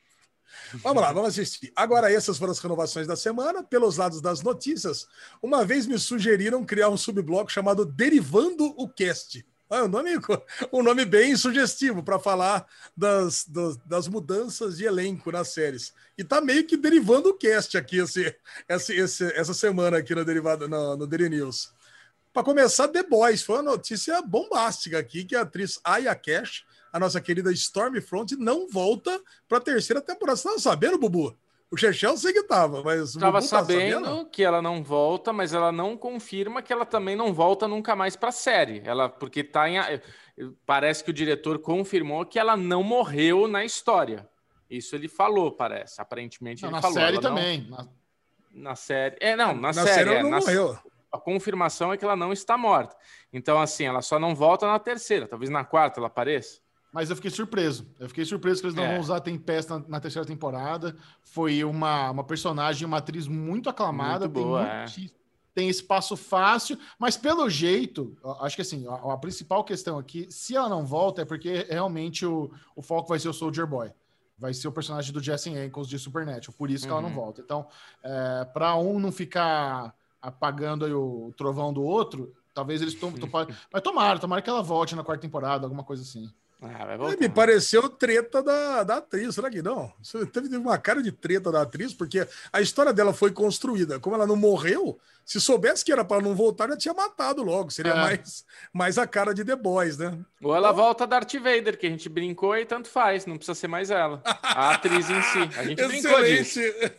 Vamos lá, vamos assistir. Agora, essas foram as renovações da semana. Pelos lados das notícias, uma vez me sugeriram criar um subbloco chamado Derivando o Cast. Ah, um, nome, um nome bem sugestivo para falar das, das, das mudanças de elenco nas séries. E tá meio que derivando o cast aqui esse, esse, esse, essa semana aqui no, derivado, no, no Daily News. Para começar, The Boys. Foi uma notícia bombástica aqui que a atriz Aya Cash, a nossa querida Stormfront, não volta para a terceira temporada. Você estava sabendo, Bubu? O Xexel eu sei que tava, mas... Estava tá sabendo, sabendo que ela não volta, mas ela não confirma que ela também não volta nunca mais para a série. Ela, porque tá em... Parece que o diretor confirmou que ela não morreu na história. Isso ele falou, parece. Aparentemente não, ele na falou. Série ela também. Não... Na... na série. É, não, na, na série. série ela é, não na... morreu. A confirmação é que ela não está morta. Então, assim, ela só não volta na terceira. Talvez na quarta ela apareça. Mas eu fiquei surpreso. Eu fiquei surpreso que eles não é. vão usar Tempest na, na terceira temporada. Foi uma, uma personagem, uma atriz muito aclamada. Muito boa, tem, muito, é. tem espaço fácil, mas pelo jeito, acho que assim, a, a principal questão aqui, se ela não volta, é porque realmente o, o foco vai ser o Soldier Boy. Vai ser o personagem do Jesse Ankles de Supernatural. Por isso que uhum. ela não volta. Então, é, para um não ficar apagando aí o trovão do outro, talvez eles tomem. Mas tomara, tomara que ela volte na quarta temporada, alguma coisa assim. Ah, me pareceu treta da, da atriz, será que não? Teve uma cara de treta da atriz, porque a história dela foi construída. Como ela não morreu, se soubesse que era para não voltar, já tinha matado logo. Seria é. mais, mais a cara de The Boys, né? Ou ela então... volta Darth Vader, que a gente brincou e tanto faz, não precisa ser mais ela. A atriz em si. A gente brincou disso.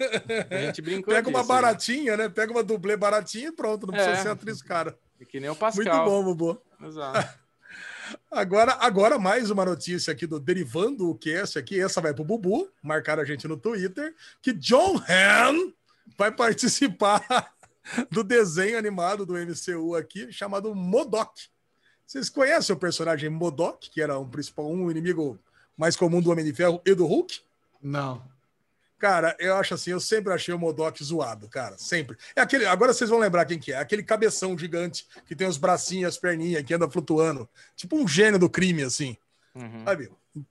A gente brincou Pega disso, uma baratinha, né? Pega uma dublê baratinha e pronto, não precisa é. ser atriz cara. É que nem o Pascal. Muito bom, Bubu. Exato. Agora, agora mais uma notícia aqui do Derivando o Cast aqui, essa vai pro Bubu, marcaram a gente no Twitter, que John Hamm vai participar do desenho animado do M C U aqui, chamado MODOK. Vocês conhecem o personagem MODOK, que era um principal, um inimigo mais comum do Homem de Ferro e do Hulk? Não. Cara, eu acho assim, eu sempre achei o MODOK zoado, cara, sempre. É aquele, agora vocês vão lembrar quem que é, aquele cabeção gigante que tem os bracinhos e as perninhas, que anda flutuando, tipo um gênio do crime, assim, uhum. sabe?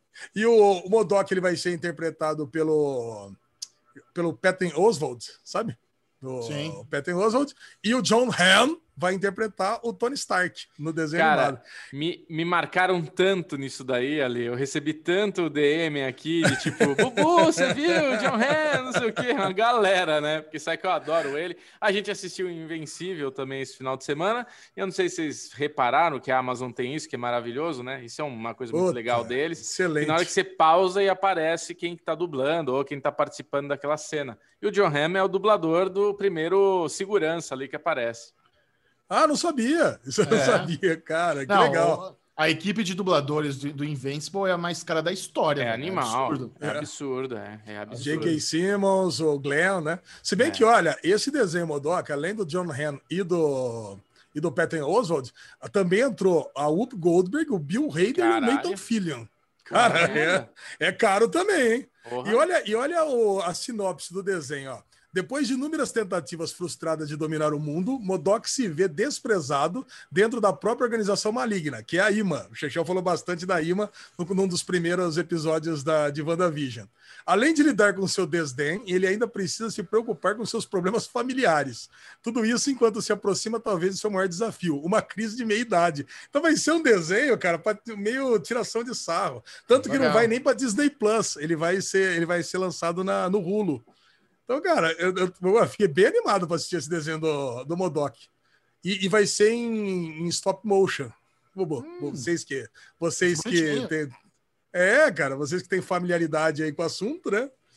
E o, o MODOK, ele vai ser interpretado pelo, pelo Patton Oswalt, sabe? O, Sim. O Patton Oswalt, e o John Hamm vai interpretar o Tony Stark no desenho Cara, animado. Me, me marcaram tanto nisso daí, Ali. Eu recebi tanto D M aqui de tipo, Bubu, você viu? John Hamm, não sei o quê. Uma galera, né? Porque sabe que eu adoro ele. A gente assistiu Invencível também esse final de semana. Eu não sei se vocês repararam que a Amazon tem isso, que é maravilhoso, né? Isso é uma coisa muito Outra, legal deles. Excelente. E na hora que você pausa e aparece quem tá dublando ou quem tá participando daquela cena. E o John Hamm é o dublador do primeiro segurança ali que aparece. Ah, não sabia. Isso eu é. não sabia, cara. Que não, legal. A equipe de dubladores do, do Invincible é a mais cara da história. É né? animal. É absurdo. É, é absurdo, é. é absurdo. J K. Simmons, o Glenn, né? Se bem é. que, olha, esse desenho MODOK, além do John Hamm e do, e do Patton Oswalt, também entrou a Whoopi Goldberg, o Bill Hader Caralho. e o Nathan Fillion. Cara, é, é caro também, hein? Porra. E olha, e olha o, a sinopse do desenho, ó. Depois de inúmeras tentativas frustradas de dominar o mundo, MODOK se vê desprezado dentro da própria organização maligna, que é a I M A. O Chechel falou bastante da I M A num dos primeiros episódios da, de WandaVision. Além de lidar com seu desdém, ele ainda precisa se preocupar com seus problemas familiares. Tudo isso enquanto se aproxima, talvez, do seu maior desafio, uma crise de meia-idade. Então vai ser um desenho, cara, pra, meio tiração de sarro. Tanto que Legal. não vai nem para Disney Plus, ele vai ser, ele vai ser lançado na, no Hulu. Então, cara, eu, eu, eu fiquei bem animado para assistir esse desenho do, do MODOK. E, e vai ser em, em stop motion. Bobo, hum, vocês que, vocês que têm... É, cara, vocês que têm familiaridade aí com o assunto, né?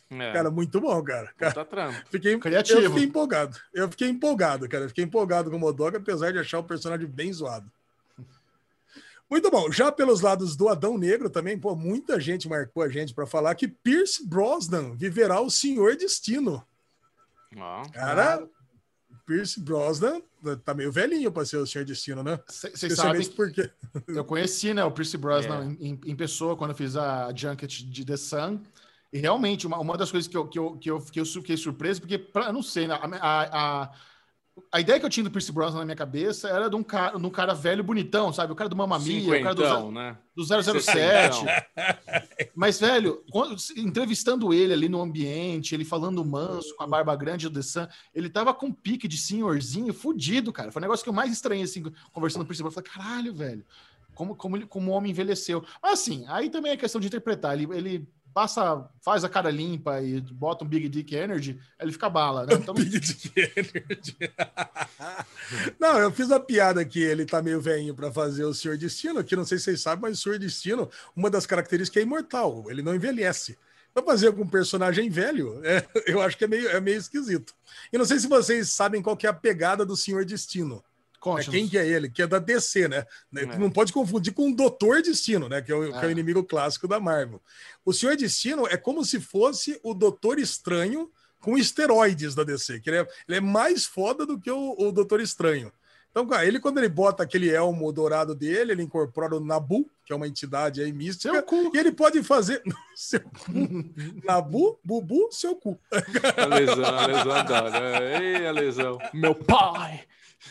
É. Cara, muito bom, cara. cara Tá trampo. fiquei, Criativo. Eu fiquei empolgado. Eu fiquei empolgado, cara. Eu fiquei empolgado com o Modok, apesar de achar o personagem bem zoado. Muito bom. Já pelos lados do Adão Negro também, pô, muita gente marcou a gente para falar que Pierce Brosnan viverá o Senhor Destino. Ó. Cara, Pierce Brosnan tá meio velhinho para ser o Senhor Destino, né? Vocês sabem que porque eu conheci, né, o Pierce Brosnan É. em, em pessoa quando eu fiz a Junket de The Sun. E realmente, uma, uma das coisas que eu, que eu, que eu, que eu fiquei surpreso, porque, pra, eu não sei, né, a, a, a ideia que eu tinha do Pierce Brosnan na minha cabeça era de um cara, de um cara velho bonitão, sabe? O cara do Mamma Mia, o cara do, Cinquentão, né? do zero zero sete. Mas, velho, quando- entrevistando ele ali no ambiente, ele falando manso, com a barba grande do The Sun, ele tava com um pique de senhorzinho fudido, cara. Foi o negócio que eu mais estranhei, assim, conversando com o Pierce Brosnan. Eu falei, caralho, velho, como, como, ele- como o homem envelheceu. Mas, assim, aí também é questão de interpretar. Ele... ele passa, faz a cara limpa e bota um Big Dick Energy, ele fica bala, né? Então, Big Dick Energy. Não, eu fiz a piada que ele tá meio velhinho para fazer o Senhor Destino, que não sei se vocês sabem, mas o Senhor Destino, uma das características é imortal, ele não envelhece. Pra fazer com um personagem velho, é, eu acho que é meio, é meio esquisito. E não sei se vocês sabem qual que é a pegada do Senhor Destino. É, conte-nos. quem que é ele? Que é da D C, né? É. Não pode confundir com o Doutor Destino, né? Que é, o, que é o É. inimigo clássico da Marvel. O Senhor Destino é como se fosse o Doutor Estranho com esteroides da D C. Que ele, é, ele é mais foda do que o, o Doutor Estranho. Então, cara, ele, quando ele bota aquele elmo dourado dele, ele incorpora o Nabu, que é uma entidade aí mística, Seu cu. e ele pode fazer. Seu cu. Nabu, Bubu, seu cu. A lesão, a lesão adora. Ei, a lesão. Meu pai!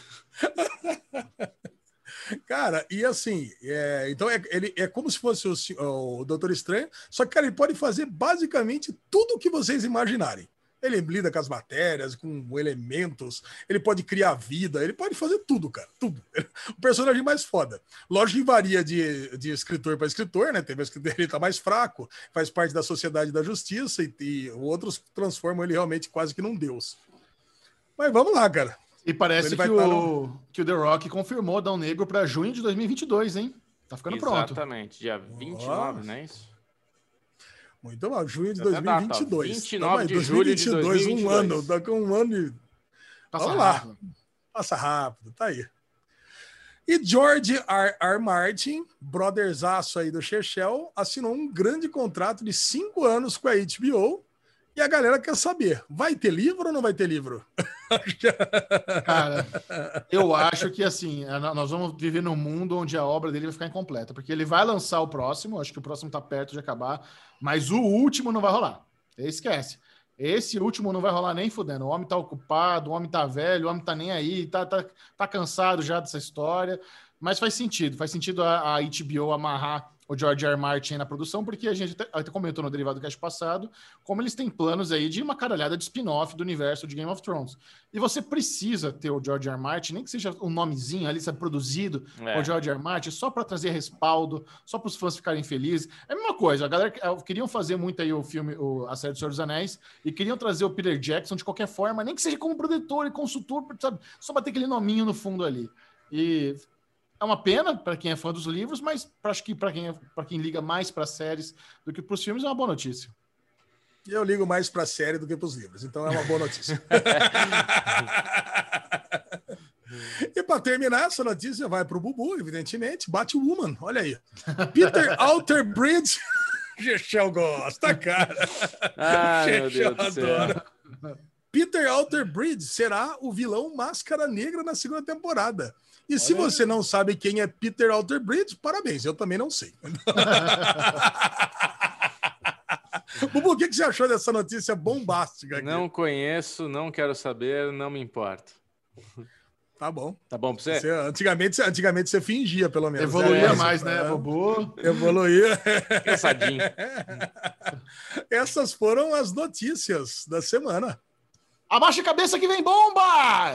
Cara, e assim, é, então é, ele é como se fosse o, o Doutor Estranho, só que, cara, ele pode fazer basicamente tudo o que vocês imaginarem. Ele lida com as matérias, com elementos, ele pode criar vida, ele pode fazer tudo, cara, tudo. O personagem mais foda. Lógico que varia de, de escritor para escritor, né? Tem vezes que ele tá mais fraco, faz parte da Sociedade da Justiça, e, e outros transformam ele realmente quase que num deus. Mas vamos lá, cara. E parece Ele que vai estar o, que o The Rock confirmou Adão Negro para junho de dois mil e vinte e dois, hein? Tá ficando pronto. Exatamente, dia vinte e nove, não é isso? Muito bom, junho de Até dois mil e vinte e dois. data, vinte e nove de julho de dois mil e vinte e dois, um ano, daqui a um ano e... Passa Vamos lá. rápido. Passa rápido, tá aí. E George R. R. Martin, brotherzaço aí do Chechel, assinou um grande contrato de cinco anos com a H B O. E a galera quer saber, vai ter livro ou não vai ter livro? Cara, eu acho que assim, nós vamos viver num mundo onde a obra dele vai ficar incompleta, porque ele vai lançar o próximo, acho que o próximo tá perto de acabar, mas o último não vai rolar. Esquece. Esse último não vai rolar nem fudendo. O homem tá ocupado, o homem tá velho, o homem tá nem aí, tá, tá, tá cansado já dessa história. Mas faz sentido, faz sentido a, a H B O amarrar o George R. R. Martin na produção, porque a gente até, até comentou no Derivado Cast passado, como eles têm planos aí de uma caralhada de spin-off do universo de Game of Thrones. E você precisa ter o George R. R. Martin, nem que seja um nomezinho ali, sabe, produzido É. o George R. R. Martin, só para trazer respaldo, só para os fãs ficarem felizes. É a mesma coisa, a galera queriam fazer muito aí o filme, o, a série do Senhor dos Anéis, e queriam trazer o Peter Jackson de qualquer forma, nem que seja como produtor e consultor, sabe, só para ter aquele nominho no fundo ali. E é uma pena para quem é fã dos livros, mas acho que para quem, é, para quem liga mais para séries do que para os filmes é uma boa notícia. Eu ligo mais para a série do que para os livros, então é uma boa notícia. E para terminar, essa notícia vai para o Bubu, evidentemente, Batwoman, olha aí. Peter Outerbridge, Chechel gosta, cara. Ai, meu Deus do céu. adora. Peter Outerbridge será o vilão Máscara Negra na segunda temporada. E se você não sabe quem é Peter Outerbridge, parabéns, eu também não sei. Bubu, o que você achou dessa notícia bombástica aqui? Não conheço, não quero saber, não me importo. Tá bom. Tá bom pra você? Você, antigamente, antigamente você fingia, pelo menos. Evoluía né? mais, né, É, Bubu? Evoluía. Cansadinho. Essas foram as notícias da semana. Abaixa a cabeça que vem bomba!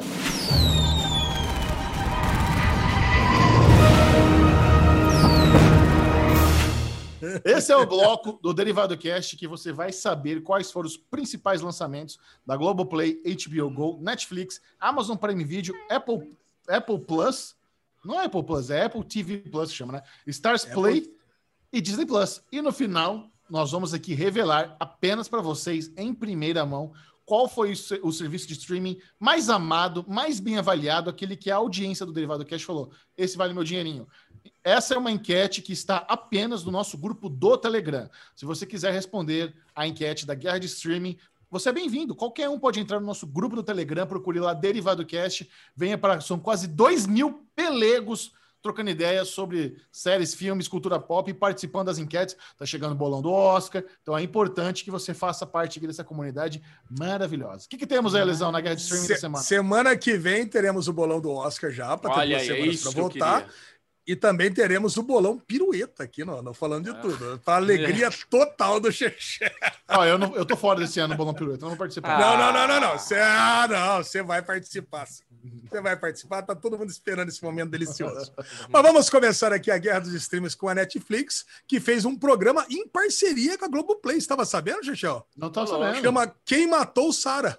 Esse é o bloco do Derivado Cast que você vai saber quais foram os principais lançamentos da Globoplay, H B O Go, Netflix, Amazon Prime Video, Apple, Apple Plus, não é Apple Plus, é Apple T V Plus que chama, né? Stars Apple... Play e Disney Plus. E no final, nós vamos aqui revelar apenas para vocês, em primeira mão, qual foi o serviço de streaming mais amado, mais bem avaliado, aquele que a audiência do Derivado Cast falou, esse vale meu dinheirinho. Essa é uma enquete que está apenas no nosso grupo do Telegram. Se você quiser responder a enquete da Guerra de Streaming, você é bem-vindo. Qualquer um pode entrar no nosso grupo do Telegram, procure lá Derivado Cast, venha para... São quase dois mil pelegos trocando ideias sobre séries, filmes, cultura pop e participando das enquetes. Tá chegando o bolão do Oscar, então é importante que você faça parte aqui dessa comunidade maravilhosa. O que, que temos aí, Lesão, na Guerra de Streaming Se, da semana? Semana que vem teremos o bolão do Oscar já, para ter duas semanas para voltar. E também teremos o bolão pirueta aqui, não, não falando de é. tudo. Para alegria é. total do Xexé. Oh, eu, não, eu tô fora desse ano do bolão pirueta, eu não vou participar. Ah. Não, não, não, não, não. Você, ah, não, você vai participar. Você vai participar, tá todo mundo esperando esse momento delicioso. Mas vamos começar aqui a Guerra dos Streams com a Netflix, que fez um programa em parceria com a Globoplay. Você estava sabendo, Xexé? Não estava sabendo. Chama Quem Matou Sarah.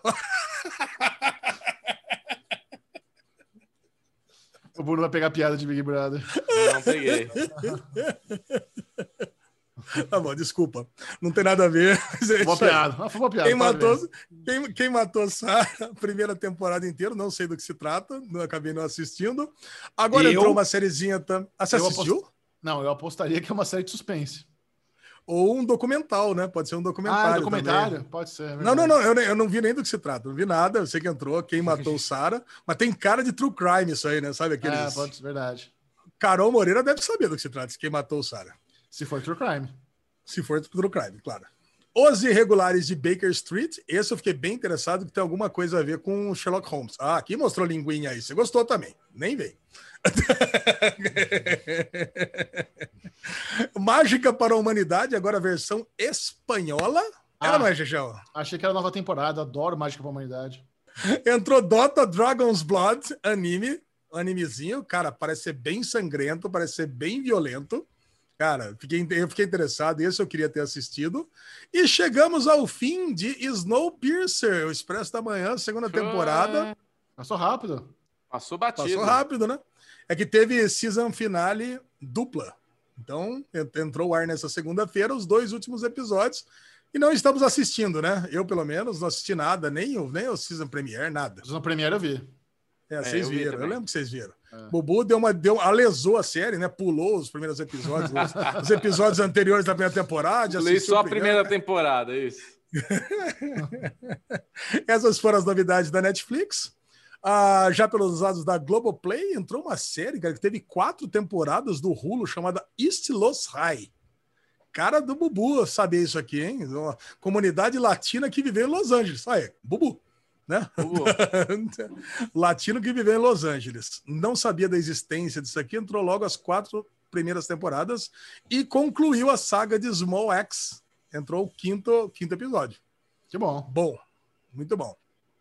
O Bruno vai pegar piada de Big Brother. Não peguei. Tá bom, desculpa. Não tem nada a ver. É boa piada. Foi uma piada. Quem matou, quem, quem matou Sarah, primeira temporada inteira, não sei do que se trata, não acabei não assistindo. Agora eu, entrou uma sériezinha também. Ah, você assistiu? Apost... Não, eu apostaria que é uma série de suspense. Ou um documental, né? Pode ser um documentário. Ah, documentário? Também. Pode ser. É não, não, não. Eu, eu não vi nem do que se trata. Não vi nada. Eu sei que entrou Quem Matou Sarah. Mas tem cara de true crime isso aí, né? Sabe aqueles... É, pode ser verdade. Carol Moreira deve saber do que se trata. Quem Matou Sarah. Se for true crime. Se for true crime, claro. Os Irregulares de Baker Street. Esse eu fiquei bem interessado, que tem alguma coisa a ver com Sherlock Holmes. Ah, aqui mostrou linguinha aí. Você gostou também. Nem veio. Mágica para a Humanidade, agora a versão espanhola. Ah, ela não é, Xexão? Achei que era nova temporada. Adoro Mágica para a Humanidade. Entrou Dota Dragon's Blood, anime. Animezinho. Cara, parece ser bem sangrento, parece ser bem violento. Cara, fiquei, eu fiquei interessado. Esse eu queria ter assistido. E chegamos ao fim de Snowpiercer, o Expresso da Manhã, segunda temporada. Passou rápido. Passou batido. Passou rápido, né? É que teve season finale dupla. Então, entrou o ar nessa segunda-feira, os dois últimos episódios. E não estamos assistindo, né? Eu, pelo menos, não assisti nada, nem o, nem o season premiere, nada. Season premiere eu vi. É, é vocês eu viram. Eu lembro que vocês viram. É. Bubu deu uma, deu, alesou a série, né? Pulou os primeiros episódios, os, os episódios anteriores da primeira temporada. Pulei só a primeira temporada, isso. Essas foram as novidades da Netflix. Ah, já pelos lados da Globoplay, entrou uma série, cara, que teve quatro temporadas do Hulu, chamada East Los High. Cara do Bubu saber isso aqui, hein? Uma comunidade latina que viveu em Los Angeles. Aí, Bubu, né? Bubu. Latino que viveu em Los Angeles. Não sabia da existência disso aqui, entrou logo as quatro primeiras temporadas e concluiu a saga de Small Axe. Entrou o quinto, quinto episódio. Que bom. Bom, muito bom.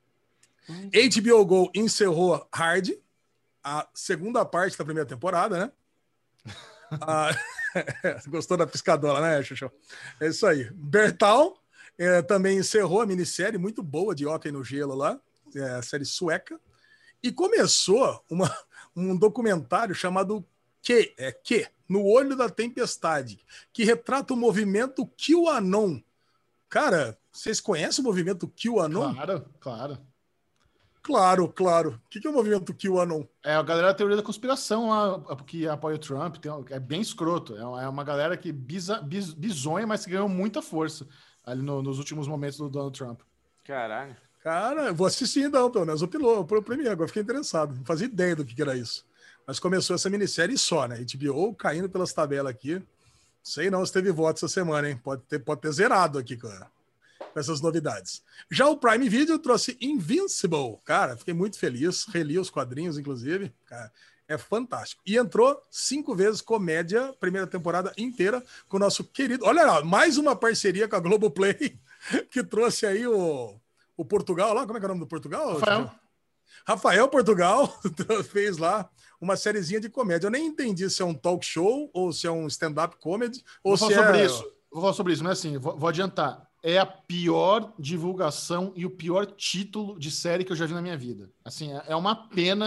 H B O Go encerrou Hard, a segunda parte da primeira temporada, né? ah, gostou da piscadola, né, Xuxu? É isso aí. Bertal é, também encerrou a minissérie muito boa de hóquei no gelo lá, é, a série sueca, e começou uma, um documentário chamado Que, é, Que, No Olho da Tempestade, que retrata o movimento QAnon. Cara, vocês conhecem o movimento QAnon? Claro, claro. Claro, claro. O que é o movimento QAnon? É a galera da teoria da conspiração lá, que apoia o Trump. Tem, é bem escroto. É uma galera que bisa, bis, bizonha, mas que ganhou muita força ali no, nos últimos momentos do Donald Trump. Caralho. Cara, eu vou assistir então, pelo menos. Opilou, pro primeiro, agora fiquei interessado. Não fazia ideia do que, que era isso. Mas começou essa minissérie só, né? H B O caindo pelas tabelas aqui. Sei não se teve voto essa semana, hein? Pode ter, pode ter zerado aqui, cara. Com essas novidades. Já o Prime Video trouxe Invincible. Cara, fiquei muito feliz. Reli os quadrinhos, inclusive. Cara, é fantástico. E entrou cinco vezes comédia, primeira temporada inteira, com o nosso querido... Olha lá, mais uma parceria com a Globoplay, que trouxe aí o, o Portugal lá. Como é que é o nome do Portugal? Rafael. Rafael Portugal fez lá uma sériezinha de comédia. Eu nem entendi se é um talk show, ou se é um stand-up comedy, ou vou se falar é... sobre isso. Vou falar sobre isso, mas assim, vou, vou adiantar. É a pior divulgação e o pior título de série que eu já vi na minha vida. Assim, é uma pena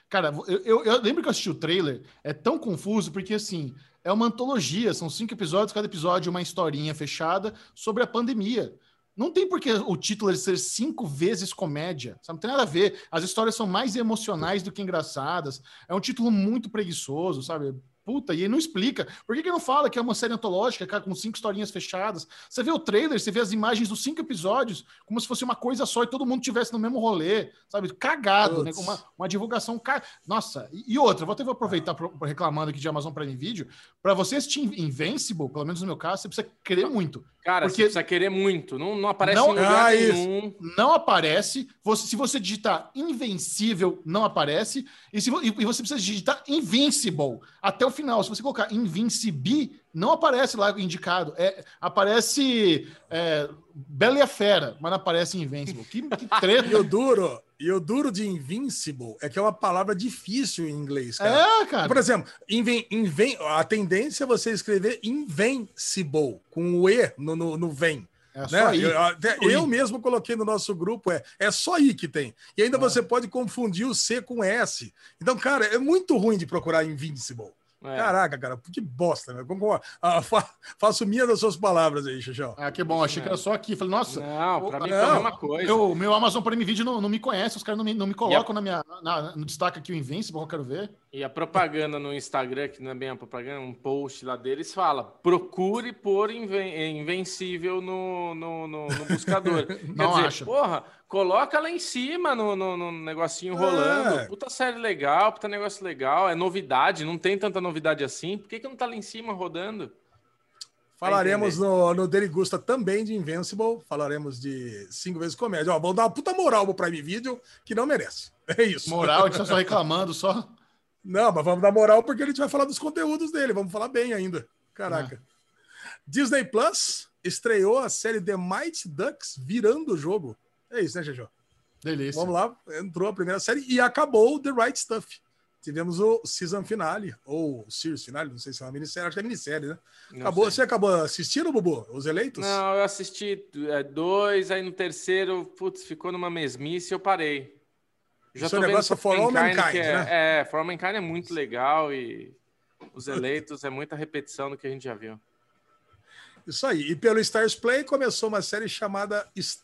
Cara, eu, eu, eu lembro que eu assisti o trailer, é tão confuso, porque assim, é uma antologia, são cinco episódios, cada episódio é uma historinha fechada sobre a pandemia. Não tem por que o título ser cinco vezes comédia, sabe? Não tem nada a ver. As histórias são mais emocionais do que engraçadas. É um título muito preguiçoso, sabe? Puta, e ele não explica. Por que que não fala que é uma série antológica, cara, com cinco historinhas fechadas? Você vê o trailer, você vê as imagens dos cinco episódios, como se fosse uma coisa só e todo mundo tivesse no mesmo rolê, sabe? Cagado, né? Uma, uma divulgação... Ca... Nossa, e, e outra, vou até vou aproveitar pro, pro reclamando aqui de Amazon Prime Video, para você assistir Invincible, pelo menos no meu caso, você precisa querer muito. Cara, porque você precisa querer muito. Não, não aparece não, em lugar ah, nenhum. Não aparece. Você, se você digitar Invencível, não aparece. E, se, e, e você precisa digitar Invincible até o final. Se você colocar Invincible, não aparece lá indicado. É, aparece é, Bela e a Fera, mas não aparece Invincible. Que, que treta. E o duro, e o duro de Invincible é que é uma palavra difícil em inglês, cara. É, cara. Por exemplo, inven, inven, a tendência é você escrever Invincible, com o E no, no, no vem. É só né? aí. Eu, até eu mesmo coloquei no nosso grupo, é, é só aí que tem. E ainda é. você pode confundir o C com S. Então, cara, é muito ruim de procurar Invincible. É. Caraca, cara, que bosta, né? Ah, fa faço minha das suas palavras aí, Xixão. Ah, que bom, achei é. que era só aqui. Falei, nossa, não, pra o, mim não, foi a mesma coisa. O meu Amazon Prime Video não, não me conhece, os caras não me, não me colocam a... na minha, na, no destaque aqui o Invincible, eu quero ver. E a propaganda no Instagram, que não é bem a propaganda, um post lá deles fala: procure por inven Invencível no, no, no, no buscador. Não Quer acho. dizer, porra, coloca lá em cima no, no, no negocinho rolando. É. Puta série legal, puta negócio legal, é novidade, não tem tanta novidade assim. Por que que não tá lá em cima rodando? Falaremos no, no Derigusta também de Invincible, falaremos de cinco vezes comédia. Ó, vamos dar uma puta moral pro Prime Video, que não merece. É isso. Moral, a gente tá só reclamando, só... Não, mas vamos dar moral porque a gente vai falar dos conteúdos dele, vamos falar bem ainda. Caraca. Ah. Disney Plus estreou a série The Mighty Ducks virando o jogo. É isso, né, Jejô? Delícia. Vamos lá, entrou a primeira série e acabou The Right Stuff. Tivemos o season finale, ou series finale, não sei se é uma minissérie, acho que é minissérie, né? Acabou, você acabou assistindo, Bubu, Os Eleitos? Não, eu assisti é, dois, aí no terceiro, putz, ficou numa mesmice e eu parei. Já o seu negócio é For All Mankind, é, né? É, For All Mankind é muito legal e Os Eleitos é muita repetição do que a gente já viu. Isso aí. E pelo Stars Play começou uma série chamada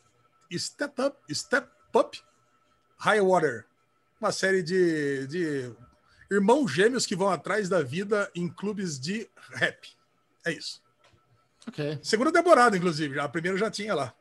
Step Up, Step Up High Water. Uma série de, de irmãos gêmeos que vão atrás da vida em clubes de rap. É isso. Ok. Segunda temporada, inclusive. A primeira já tinha lá.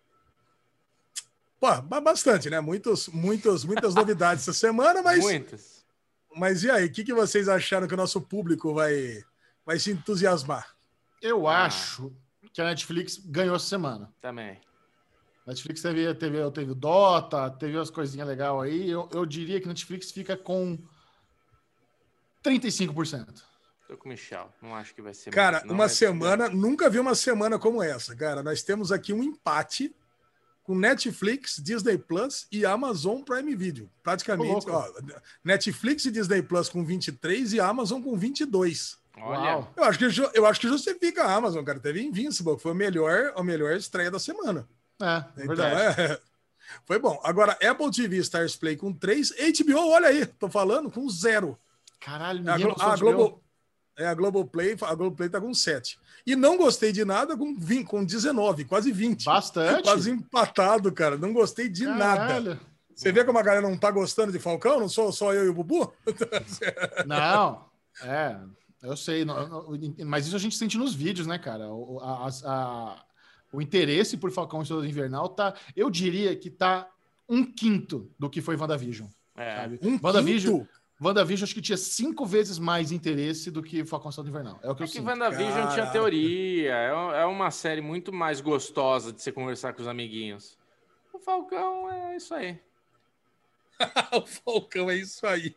Pô, bastante, né? Muitos, muitos, muitas novidades essa semana, mas... Muitas. Mas e aí? O que, que vocês acharam que o nosso público vai, vai se entusiasmar? Eu ah. acho que a Netflix ganhou essa semana. Também. Netflix teve, teve, teve o Dota, teve umas coisinhas legais aí. Eu, eu diria que a Netflix fica com trinta e cinco por cento. Tô com o Michel. Não acho que vai ser... Cara, muito, uma semana... Ser... Nunca vi uma semana como essa, cara. Nós temos aqui um empate com Netflix, Disney Plus e Amazon Prime Video. Praticamente, ó, Netflix e Disney Plus com vinte e três e Amazon com vinte e dois. Olha. Eu acho que, eu acho que justifica a Amazon, cara. Teve Invincible, que foi a melhor, a melhor estreia da semana. É, então, verdade. É, foi bom. Agora, Apple T V Stars Play com três, H B O, olha aí, tô falando, com zero. Caralho, a, Glo a, Globo, é, a Globoplay, a Globoplay tá com sete. E não gostei de nada com, vinte, com dezenove, quase vinte. Bastante. Quase empatado, cara. Não gostei de Caralho. nada. Você vê como a galera não tá gostando de Falcão? Não sou só eu e o Bubu? Não, é, eu sei. Não, não, mas isso a gente sente nos vídeos, né, cara? O, a, a, o interesse por Falcão e Soldado Invernal tá, eu diria que tá um quinto do que foi WandaVision. É. Sabe? Um WandaVision, quinto? WandaVision acho que tinha cinco vezes mais interesse do que Falcão e Soldado Invernal. É o que é eu que sinto. WandaVision Caraca. tinha teoria. É uma série muito mais gostosa de você conversar com os amiguinhos. O Falcão é isso aí. O Falcão é isso aí.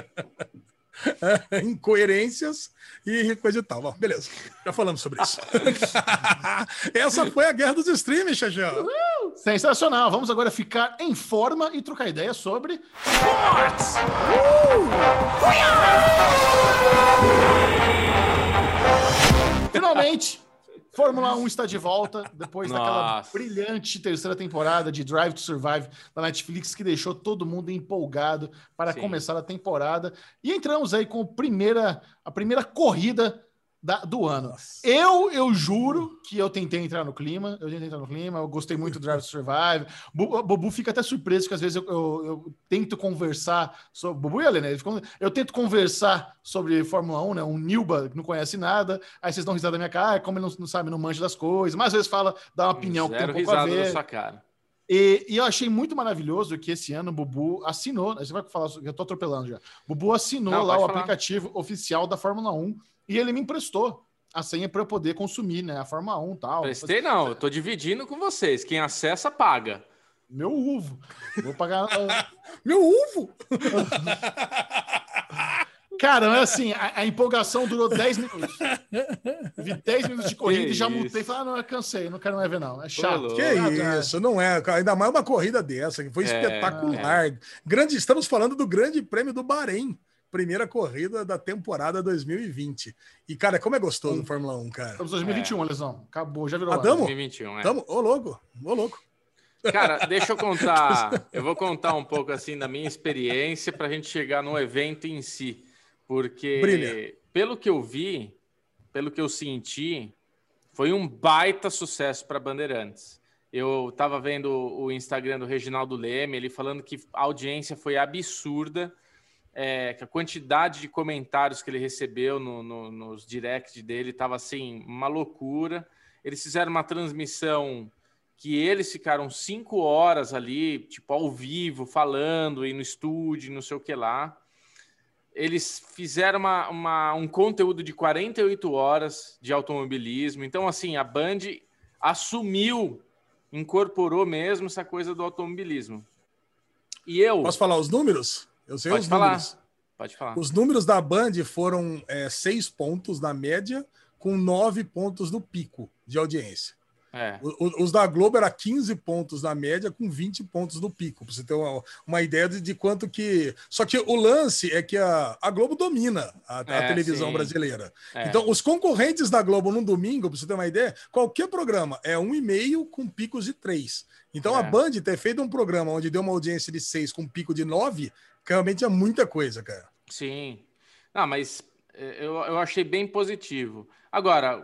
Incoerências e coisa e tal. Bom, beleza, já falamos sobre isso. Essa foi a guerra dos streams, Xajão. Uh, sensacional. Vamos agora ficar em forma e trocar ideia sobre esportes. Uh! Finalmente, Fórmula um está de volta, depois Nossa. daquela brilhante terceira temporada de Drive to Survive da Netflix, que deixou todo mundo empolgado para Sim. começar a temporada. E entramos aí com a primeira, a primeira corrida da, do ano. Nossa. Eu, eu juro que eu tentei entrar no clima, eu tentei entrar no clima, eu gostei muito do Drive to Survive. O Bubu fica até surpreso, que às vezes eu, eu, eu tento conversar sobre... Bubu e a Helena, eu tento conversar sobre Fórmula um, né? Um Nilba que não conhece nada, aí vocês dão risada da minha cara, como ele não, não sabe, não manja das coisas, mas às vezes fala, dá uma opinião Zero que tem um pouco a risada ver. da sua cara. E, e eu achei muito maravilhoso que esse ano o Bubu assinou, você vai falar, eu tô atropelando já, o Bubu assinou Não, lá o pode falar. aplicativo oficial da Fórmula um e ele me emprestou a senha para eu poder consumir, né, a Fórmula um e tal. Prestei não, eu tô dividindo com vocês. Quem acessa, paga. Meu uvo. Vou pagar... Meu uvo! Cara, mas assim, a, a empolgação durou dez minutos. Eu vi dez minutos de corrida Que e já isso. mutei. Falei, ah, não, eu cansei, não quero mais ver, não. É chato. louco. Que Ah, isso, não é, cara. Ainda mais uma corrida dessa, que foi É, espetacular. Grande, estamos falando do Grande Prêmio do Bahrein, primeira corrida da temporada dois mil e vinte. E, cara, como é gostoso o Fórmula um, cara. Estamos em dois mil e vinte e um, Lesão. Acabou, já virou. Ah, ano. tamo? dois mil e vinte e um, é. Tamo, ô louco, ô louco. Cara, deixa eu contar. Eu vou contar um pouco assim da minha experiência para a gente chegar no evento em si. Porque, Brilha. pelo que eu vi, pelo que eu senti, foi um baita sucesso para Bandeirantes. Eu estava vendo o Instagram do Reginaldo Leme, ele falando que a audiência foi absurda, é, que a quantidade de comentários que ele recebeu no, no, nos directs dele estava assim, uma loucura. Eles fizeram uma transmissão que eles ficaram cinco horas ali, tipo, ao vivo, falando, e no estúdio, não sei o que lá. Eles fizeram uma, uma, um conteúdo de quarenta e oito horas de automobilismo. Então, assim, a Band assumiu, incorporou mesmo essa coisa do automobilismo. E eu... Posso falar os números? Eu sei Pode os falar. números. Pode falar. Os números da Band foram é, seis pontos na média, com nove pontos no pico de audiência. É. O- Os da Globo era quinze pontos na média, com vinte pontos no pico, para você ter uma, uma ideia de, de quanto que... Só que o lance é que a, a Globo domina a, a É, televisão sim. brasileira. É. Então, os concorrentes da Globo num domingo, para você ter uma ideia, qualquer programa é um e meio com picos de três. Então, É. a Band ter feito um programa onde deu uma audiência de seis com pico de nove, realmente é muita coisa, cara. Sim. Não, mas eh, eu, eu achei bem positivo. Agora,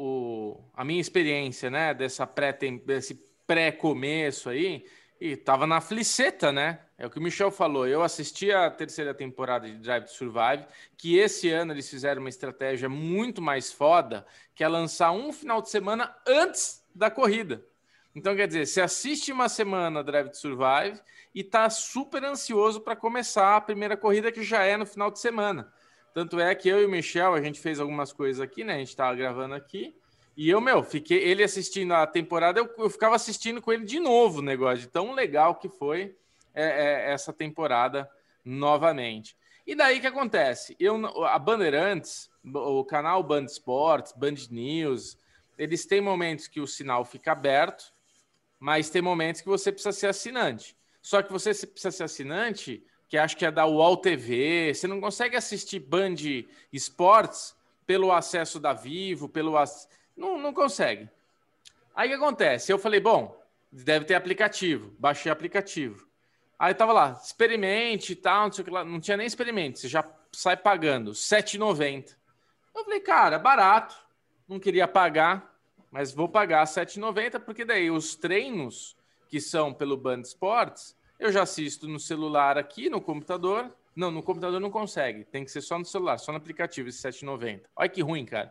o, o- a minha experiência, né, dessa pré desse pré-começo aí, e tava na fliceta, né? É o que o Michel falou. Eu assisti a terceira temporada de Drive to Survive, que esse ano eles fizeram uma estratégia muito mais foda, que é lançar um final de semana antes da corrida. Então, quer dizer, você assiste uma semana Drive to Survive e tá super ansioso para começar a primeira corrida, que já é no final de semana. Tanto é que eu e o Michel, a gente fez algumas coisas aqui, né? A gente tava gravando aqui. E eu, meu, fiquei ele assistindo a temporada, eu, eu ficava assistindo com ele de novo o negócio, de tão legal que foi é, é, essa temporada novamente. E daí o que acontece? Eu, a Bandeirantes, o canal Band Esportes, Band News, eles têm momentos que o sinal fica aberto, mas tem momentos que você precisa ser assinante. Só que você precisa ser assinante, que acho que é da U O L T V, você não consegue assistir Band Esportes pelo acesso da Vivo, pelo ac... não, não consegue. Aí o que acontece? Eu falei, bom, deve ter aplicativo. Baixei o aplicativo. Aí tava lá, experimente e tal, não sei o que lá. Não tinha nem experimente, você já sai pagando sete reais e noventa centavos. Eu falei, cara, barato. Não queria pagar, mas vou pagar sete reais e noventa centavos, porque daí os treinos que são pelo Band Esportes, eu já assisto no celular aqui, no computador. Não, no computador não consegue. Tem que ser só no celular, só no aplicativo, esse sete reais e noventa centavos. Olha que ruim, cara.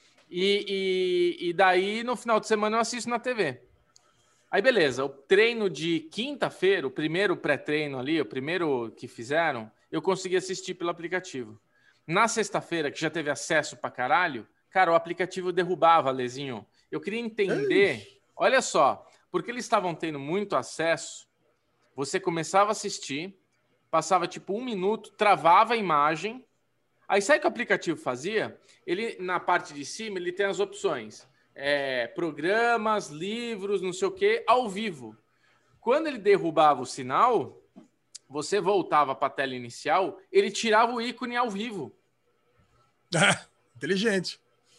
E, e, e daí, no final de semana, eu assisto na T V. Aí, beleza. O treino de quinta-feira, o primeiro pré-treino ali, o primeiro que fizeram, eu consegui assistir pelo aplicativo. Na sexta-feira, que já teve acesso pra caralho, cara, o aplicativo derrubava, Lezinho. Eu queria entender, olha só, porque eles estavam tendo muito acesso, você começava a assistir, passava tipo um minuto, travava a imagem, aí sabe o que o aplicativo fazia? Ele, na parte de cima, ele tem as opções. É, programas, livros, não sei o que, ao vivo. Quando ele derrubava o sinal, você voltava para a tela inicial, ele tirava o ícone ao vivo. Inteligente.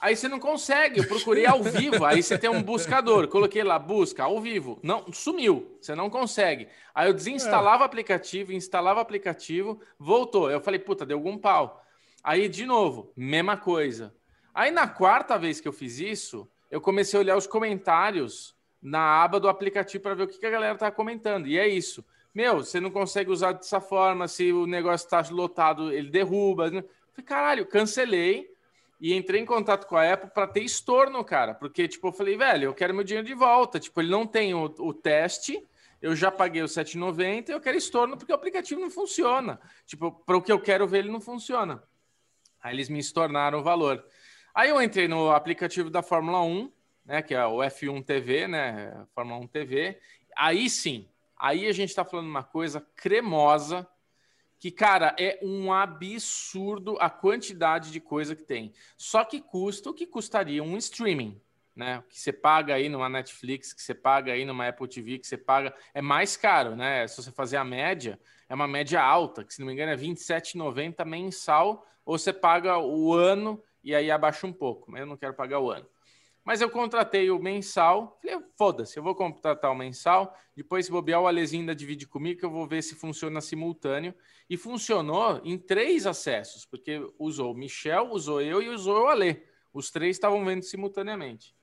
Aí você não consegue, eu procurei ao vivo, aí você tem um buscador, coloquei lá, busca, ao vivo, não, sumiu, você não consegue. Aí eu desinstalava o aplicativo, instalava o aplicativo, voltou. Eu falei, puta, deu algum pau. Aí, de novo, mesma coisa. Aí, na quarta vez que eu fiz isso, eu comecei a olhar os comentários na aba do aplicativo para ver o que a galera tá comentando. E é isso. Meu, você não consegue usar dessa forma, se o negócio tá lotado, ele derruba. Eu falei, caralho, cancelei. E entrei em contato com a Apple para ter estorno, cara. Porque, tipo, eu falei, velho, eu quero meu dinheiro de volta. Tipo, ele não tem o, o teste, eu já paguei os sete reais e noventa centavos, eu quero estorno porque o aplicativo não funciona. Tipo, para o que eu quero ver, ele não funciona. Aí eles me estornaram o valor. Aí eu entrei no aplicativo da Fórmula um, né, que é o F um T V, né, Fórmula um T V. Aí sim, aí a gente está falando uma coisa cremosa, que, cara, é um absurdo a quantidade de coisa que tem. Só que custa o que custaria um streaming, né? Que você paga aí numa Netflix, que você paga aí numa Apple T V, que você paga... É mais caro, né? Se você fazer a média, é uma média alta, que, se não me engano, é vinte e sete reais e noventa centavos mensal, ou você paga o ano e aí abaixa um pouco. Mas eu não quero pagar o ano. Mas eu contratei o mensal, falei, foda-se, eu vou contratar o mensal, depois se bobear o Alezinho ainda divide comigo, que eu vou ver se funciona simultâneo. E funcionou em três acessos, porque usou o Michel, usou eu e usou o Ale. Os três estavam vendo simultaneamente.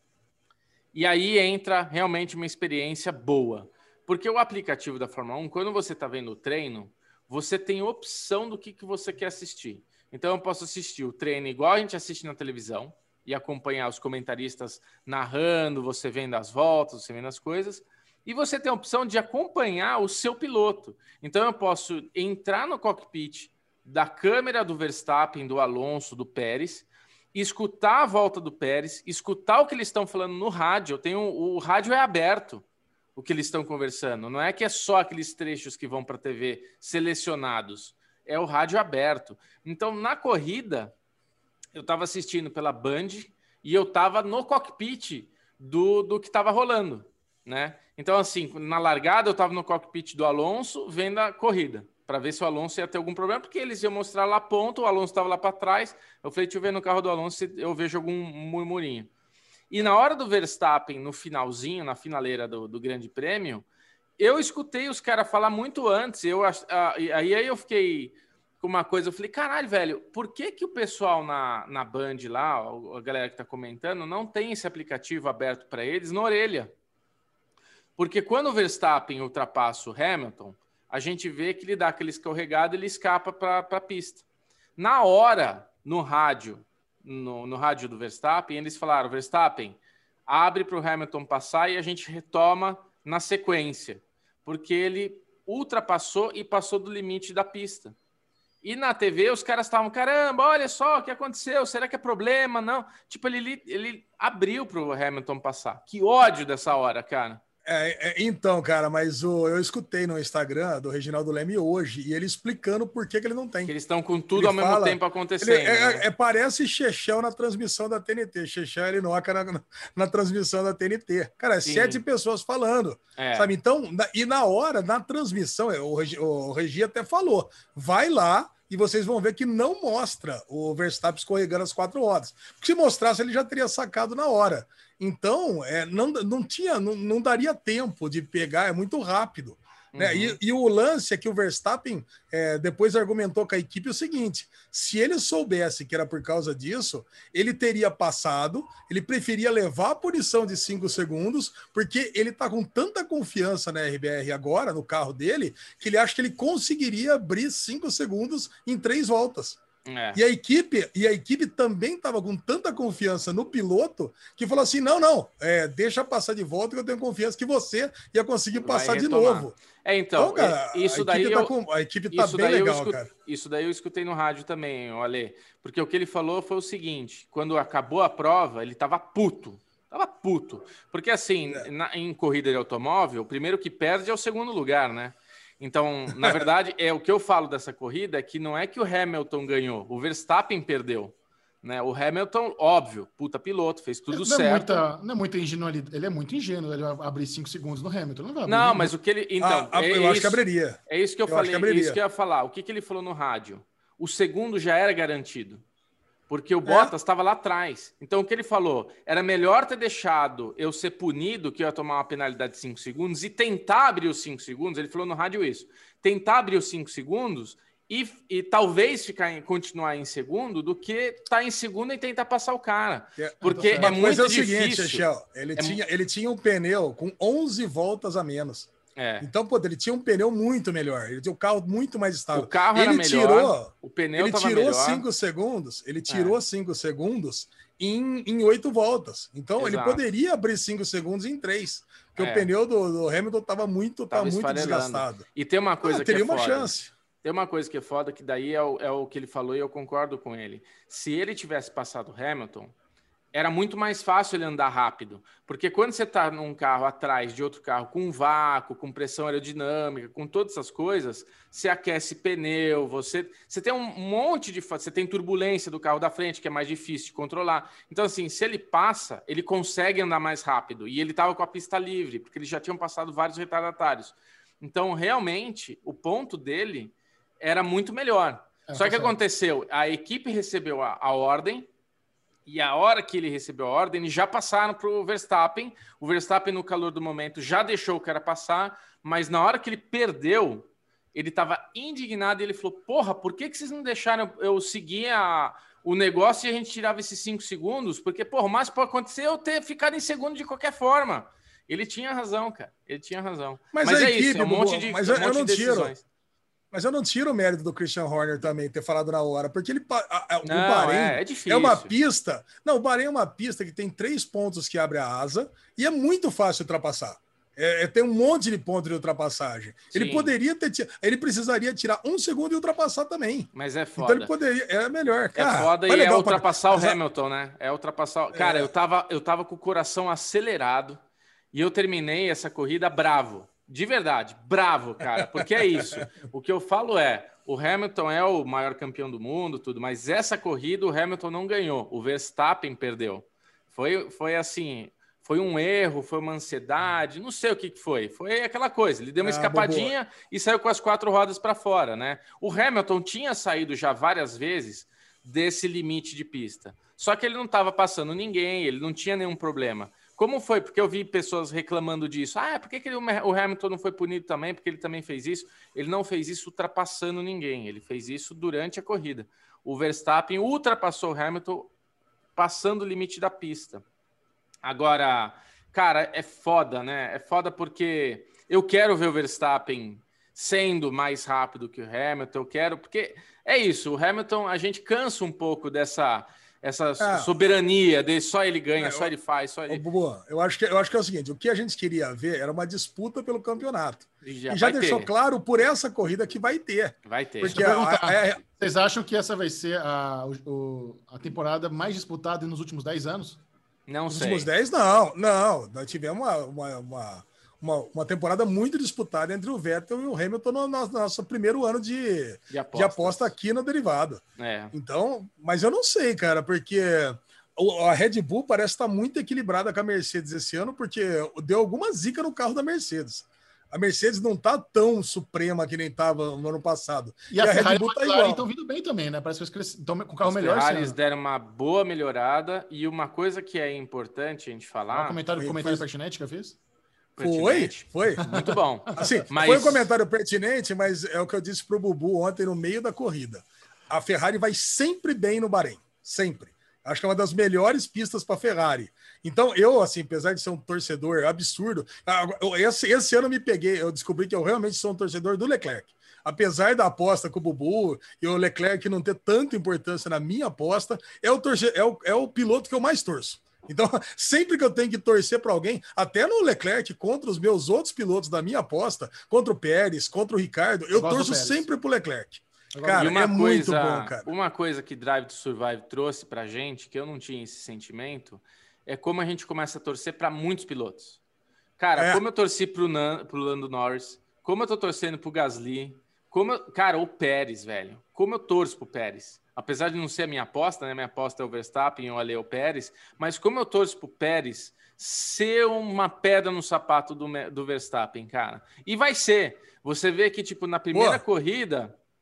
E aí entra realmente uma experiência boa. Porque o aplicativo da Fórmula um, quando você está vendo o treino, você tem opção do que, que você quer assistir. Então eu posso assistir o treino igual a gente assiste na televisão, e acompanhar os comentaristas narrando, você vendo as voltas, você vendo as coisas, e você tem a opção de acompanhar o seu piloto. Então eu posso entrar no cockpit da câmera do Verstappen, do Alonso, do Pérez, escutar a volta do Pérez, escutar o que eles estão falando no rádio. Eu tenho, o rádio é aberto, o que eles estão conversando. Não é que é só aqueles trechos que vão para a T V selecionados. É o rádio aberto. Então, na corrida, eu estava assistindo pela Band e eu estava no cockpit do, do que estava rolando, né? Então, assim, na largada eu estava no cockpit do Alonso vendo a corrida, para ver se o Alonso ia ter algum problema, porque eles iam mostrar lá ponto, o Alonso estava lá para trás. Eu falei, deixa eu ver no carro do Alonso se eu vejo algum murmurinho. E na hora do Verstappen, no finalzinho, na finaleira do, do Grande Prêmio, eu escutei os caras falar muito antes. Eu, aí, aí eu fiquei... com uma coisa, eu falei, caralho, velho, por que que o pessoal na, na Band lá, a galera que tá comentando, não tem esse aplicativo aberto para eles na orelha? Porque quando o Verstappen ultrapassa o Hamilton, a gente vê que ele dá aquele escorregado e ele escapa para a pista. Na hora, no rádio, no, no rádio do Verstappen, eles falaram, Verstappen, abre para o Hamilton passar e a gente retoma na sequência, porque ele ultrapassou e passou do limite da pista. E na T V os caras estavam, caramba, olha só o que aconteceu, será que é problema? Não. Tipo, ele, ele abriu para o Hamilton passar. Que ódio dessa hora, cara. É, é, então, cara, mas o, eu escutei no Instagram do Reginaldo Leme hoje e ele explicando por que, que ele não tem. Que eles estão com tudo ele ao mesmo fala, tempo acontecendo. Ele, é, né? é, parece Chechel na transmissão da T N T. Chechel ele noca na, na, na transmissão da T N T. Cara, é Sim. sete pessoas falando. É. Sabe? Então, na, e na hora, na transmissão, o Regi, o Regi até falou: vai lá. E vocês vão ver que não mostra o Verstappen escorregando as quatro rodas. Porque se mostrasse, ele já teria sacado na hora. Então, é, não, não, tinha, não, não daria tempo de pegar, é muito rápido. Né? Uhum. E, e o lance é que o Verstappen é, depois argumentou com a equipe o seguinte: se ele soubesse que era por causa disso, ele teria passado, ele preferia levar a punição de cinco segundos, porque ele está com tanta confiança na R B R agora, no carro dele, que ele acha que ele conseguiria abrir cinco segundos em três voltas. É. E a equipe e a equipe também estava com tanta confiança no piloto que falou assim: não, não, é, deixa passar de volta que eu tenho confiança que você ia conseguir passar de novo. É, então, então cara, isso daí tá eu, com, a equipe tá bem eu legal, escutei, cara. Isso daí eu escutei no rádio também, Ale, porque o que ele falou foi o seguinte: quando acabou a prova, ele tava puto. Tava puto. Porque assim, é. na, em corrida de automóvel, o primeiro que perde é o segundo lugar, né? Então, na verdade, é o que eu falo dessa corrida é que não é que o Hamilton ganhou, o Verstappen perdeu. Né? O Hamilton, óbvio, puta piloto, fez tudo não certo. É muita, não é muita ingenuidade, ele é muito ingênuo, ele vai abrir cinco segundos no Hamilton. Não, vai abrir não nenhum. mas o que ele... Então, ah, é eu isso, acho que abriria. É isso que eu, eu falei, é isso que eu ia falar. O que, que ele falou no rádio? O segundo já era garantido. porque o Bottas estava é. lá atrás. Então, o que ele falou? Era melhor ter deixado eu ser punido, que eu ia tomar uma penalidade de cinco segundos, e tentar abrir os cinco segundos. Ele falou no rádio isso. Tentar abrir os cinco segundos e, e talvez ficar em, continuar em segundo, do que estar tá em segundo e tentar passar o cara. Porque é, é muito é o difícil. Seguinte, Michel, ele, é tinha, ele tinha um pneu com onze voltas a menos. É. Então, pô, ele tinha um pneu muito melhor. Ele tinha o carro muito mais estável. O carro ele era melhor. Tirou, o pneu ele tirou cinco segundos. Ele tirou é. cinco segundos em, em oito voltas. Então, Exato. ele poderia abrir cinco segundos em três. Porque é. o pneu do, do Hamilton estava muito, tava tá muito desgastado. E tem uma coisa ah, que teria é uma foda. chance. Tem uma coisa que é foda, que daí é o, é o que ele falou e eu concordo com ele. Se ele tivesse passado o Hamilton, era muito mais fácil ele andar rápido. Porque quando você está num carro atrás de outro carro com vácuo, com pressão aerodinâmica, com todas essas coisas, você aquece pneu, você, você tem um monte de... Você tem turbulência do carro da frente, que é mais difícil de controlar. Então, assim, se ele passa, ele consegue andar mais rápido. E ele estava com a pista livre, porque eles já tinham passado vários retardatários. Então, realmente, o ponto dele era muito melhor. É, Só que certo. aconteceu, a equipe recebeu a, a ordem, e a hora que ele recebeu a ordem, eles já passaram para o Verstappen. O Verstappen, no calor do momento, já deixou o cara passar, mas na hora que ele perdeu, ele estava indignado e ele falou, porra, por que, que vocês não deixaram eu seguir a, o negócio e a gente tirava esses cinco segundos? Porque, porra, o mais pode acontecer é eu ter ficado em segundo de qualquer forma. Ele tinha razão, cara. Ele tinha razão. Mas, mas é equipe, isso, é um monte de, mas um eu, monte eu não de tiro. Mas eu não tiro o mérito do Christian Horner também ter falado na hora, porque ele a, a, não, o Bahrein é, é, difícil. é uma pista. Não, o Bahrein é uma pista que tem três pontos que abre a asa e é muito fácil ultrapassar. É, é, tem um monte de pontos de ultrapassagem. Sim. Ele poderia ter, ele precisaria tirar um segundo e ultrapassar também. Mas é foda. Então ele poderia, é melhor. Cara, é foda e é ultrapassar pra... o Hamilton, né? É ultrapassar. Cara, é. eu tava, eu tava com o coração acelerado e eu terminei essa corrida bravo. De verdade, bravo, cara, porque é isso. O que eu falo é, o Hamilton é o maior campeão do mundo, tudo, mas essa corrida o Hamilton não ganhou, o Verstappen perdeu. Foi, foi assim, foi um erro, foi uma ansiedade, não sei o que foi. Foi aquela coisa, ele deu uma ah, escapadinha boa. e saiu com as quatro rodas para fora, né? O Hamilton tinha saído já várias vezes desse limite de pista, só que ele não estava passando ninguém, ele não tinha nenhum problema. Como foi? Porque eu vi pessoas reclamando disso. Ah, por que, que ele, o Hamilton não foi punido também? Porque ele também fez isso. Ele não fez isso ultrapassando ninguém. Ele fez isso durante a corrida. O Verstappen ultrapassou o Hamilton passando o limite da pista. Agora, cara, é foda, né? É foda porque eu quero ver o Verstappen sendo mais rápido que o Hamilton. Eu quero... Porque é isso. O Hamilton, a gente cansa um pouco dessa... Essa é. soberania de só ele ganha, é, só ele faz, só ele... Boa, eu acho, que, eu acho que é o seguinte, o que a gente queria ver era uma disputa pelo campeonato. E já, e já deixou ter. claro por essa corrida que vai ter. Vai ter. Porque a, a, a, vocês acham que essa vai ser a, o, a temporada mais disputada nos últimos dez anos? Não nos sei. Nos últimos dez, não. Não, nós tivemos uma... uma, uma... Uma, uma temporada muito disputada entre o Vettel e o Hamilton no, no nosso primeiro ano de, de, de aposta aqui no derivado. É. Então, mas eu não sei, cara, porque a Red Bull parece estar muito equilibrada com a Mercedes esse ano, porque deu alguma zica no carro da Mercedes. A Mercedes não tá tão suprema que nem estava no ano passado. E, e a, a Red Bull tá igual. Estão vindo bem também, né? Parece que eles estão com o carro Os melhor. Os Ferraris deram uma boa melhorada e uma coisa que é importante a gente falar... Um comentário, foi, comentário foi... pertinente que eu fiz? Foi, foi. Muito bom. Assim, mas... Foi um comentário pertinente, mas é o que eu disse pro Bubu ontem no meio da corrida. A Ferrari vai sempre bem no Bahrein. Sempre. Acho que é uma das melhores pistas para Ferrari. Então, eu, assim, apesar de ser um torcedor absurdo, esse, esse ano eu me peguei, eu descobri que eu realmente sou um torcedor do Leclerc. Apesar da aposta com o Bubu e o Leclerc não ter tanta importância na minha aposta, é o, torce, é o, é o piloto que eu mais torço. Então, sempre que eu tenho que torcer para alguém, até no Leclerc, contra os meus outros pilotos da minha aposta, contra o Pérez, contra o Ricardo, eu, eu torço sempre pro Leclerc. Cara, uma é coisa, muito bom, cara. Uma coisa que Drive to Survive trouxe pra gente, que eu não tinha esse sentimento, é como a gente começa a torcer para muitos pilotos. Cara, é. como eu torci pro, Nan, pro Lando Norris, como eu tô torcendo pro Gasly, como eu, cara, o Pérez, velho, como eu torço pro Pérez. Apesar de não ser a minha aposta, né? Minha aposta é o Verstappen, eu olhei o Pérez, mas como eu torço pro Pérez ser uma pedra no sapato do, do Verstappen, cara. E vai ser. Você vê que, tipo, na primeira Boa. corrida,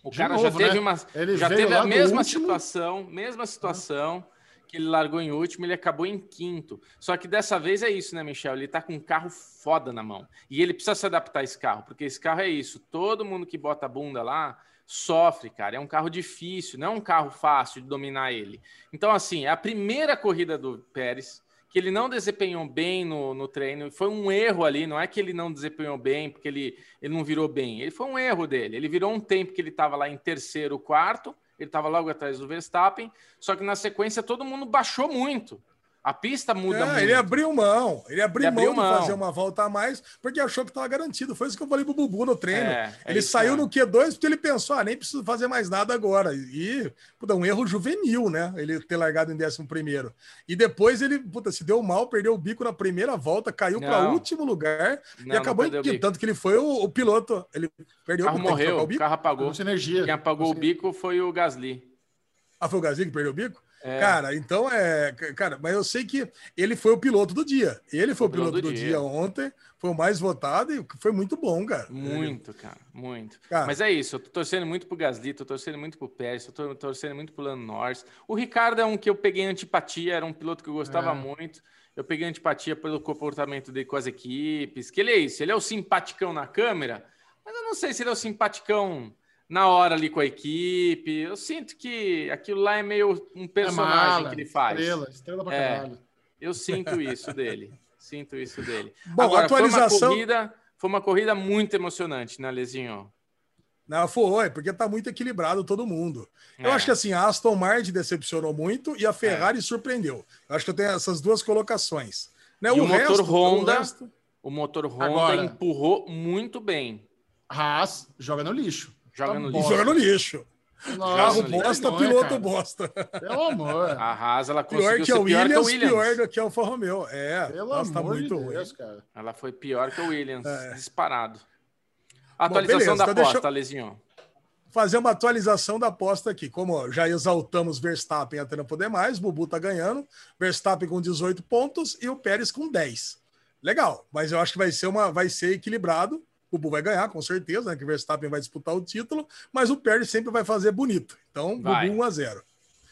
O De cara novo, já teve, né? uma, Ele já veio teve lá a do mesma último. situação, mesma situação que ele largou em último, ele acabou em quinto. Só que dessa vez é isso, né, Michel? Ele tá com um carro foda na mão. E ele precisa se adaptar a esse carro, porque esse carro é isso. Todo mundo que bota a bunda lá sofre, cara. É um carro difícil, não é um carro fácil de dominar ele. Então, assim, é a primeira corrida do Pérez, que ele não desempenhou bem no, no treino. Foi um erro ali, não é que ele não desempenhou bem, porque ele, ele não virou bem. Ele foi um erro dele. Ele virou um tempo que ele estava lá em terceiro, quarto, ele estava logo atrás do Verstappen, só que na sequência todo mundo baixou muito. A pista muda É, muito. ele abriu mão. Ele abriu, Ele mão, abriu de mão. fazer uma volta a mais, porque achou que estava garantido. Foi isso que eu falei pro Bubu no treino. É, é ele isso saiu mesmo. no Q dois porque ele pensou, ah, nem preciso fazer mais nada agora. E, puta, um erro juvenil, né? Ele ter largado em décimo primeiro. E depois ele, puta, se deu mal, perdeu o bico na primeira volta, caiu para Não. último lugar Não, e acabou não perdeu o em bico. tanto que ele foi o, o piloto. Ele perdeu O carro tem que trocar morreu, o o bico. carro apagou. Ficou sem energia. Quem apagou o bico foi o Gasly. Ah, foi o Gasly que perdeu o bico? É. Cara, então é. Cara, mas eu sei que ele foi o piloto do dia. Ele foi o piloto, do, dia. dia ontem, foi o mais votado e foi muito bom, cara. Muito, cara, muito. Cara. Mas é isso, eu tô torcendo muito pro Gasly, tô torcendo muito pro Pérez, tô torcendo muito pro Lando Norris. O Ricardo é um que eu peguei antipatia, era um piloto que eu gostava É. muito. Eu peguei antipatia pelo comportamento dele com as equipes. Que ele é isso, ele é o simpaticão na câmera, mas eu não sei se ele é o simpaticão na hora ali com a equipe. Eu sinto que aquilo lá é meio um personagem É mala, que ele faz. Estrela, estrela pra É. caralho. Eu sinto isso dele. Sinto isso dele. Bom, Agora, atualização- foi uma corrida, foi uma corrida muito emocionante, né, Lezinho? Não, foi, porque tá muito equilibrado todo mundo. Eu É. acho que assim, a Aston Martin decepcionou muito e a Ferrari surpreendeu. Eu acho que eu tenho essas duas colocações. Né, E o motor resto- Honda- o resto- O motor Honda Agora- empurrou muito bem. Haas joga no lixo. Joga Tá no E lixo. joga no lixo. Nossa, Carro que bosta, vergonha, piloto cara. bosta. Pelo amor. A Haas, ela Pior conseguiu que a ser pior que a Williams, Williams. pior do que a Alfa Romeo. É, Pelo nossa, tá amor muito de ruim. Deus, cara. Ela foi pior que a Williams, É. disparado. Atualização beleza, da então deixa aposta, eu- Lezinho. Fazer uma atualização da aposta aqui. Como já exaltamos Verstappen até não poder mais, Bubu tá ganhando, Verstappen com dezoito pontos e o Pérez com dez. Legal, mas eu acho que vai ser uma, vai ser equilibrado. O Bubu vai ganhar, com certeza, né? Que o Verstappen vai disputar o título, mas o Pérez sempre vai fazer bonito. Então, Vai. Bubu um a zero.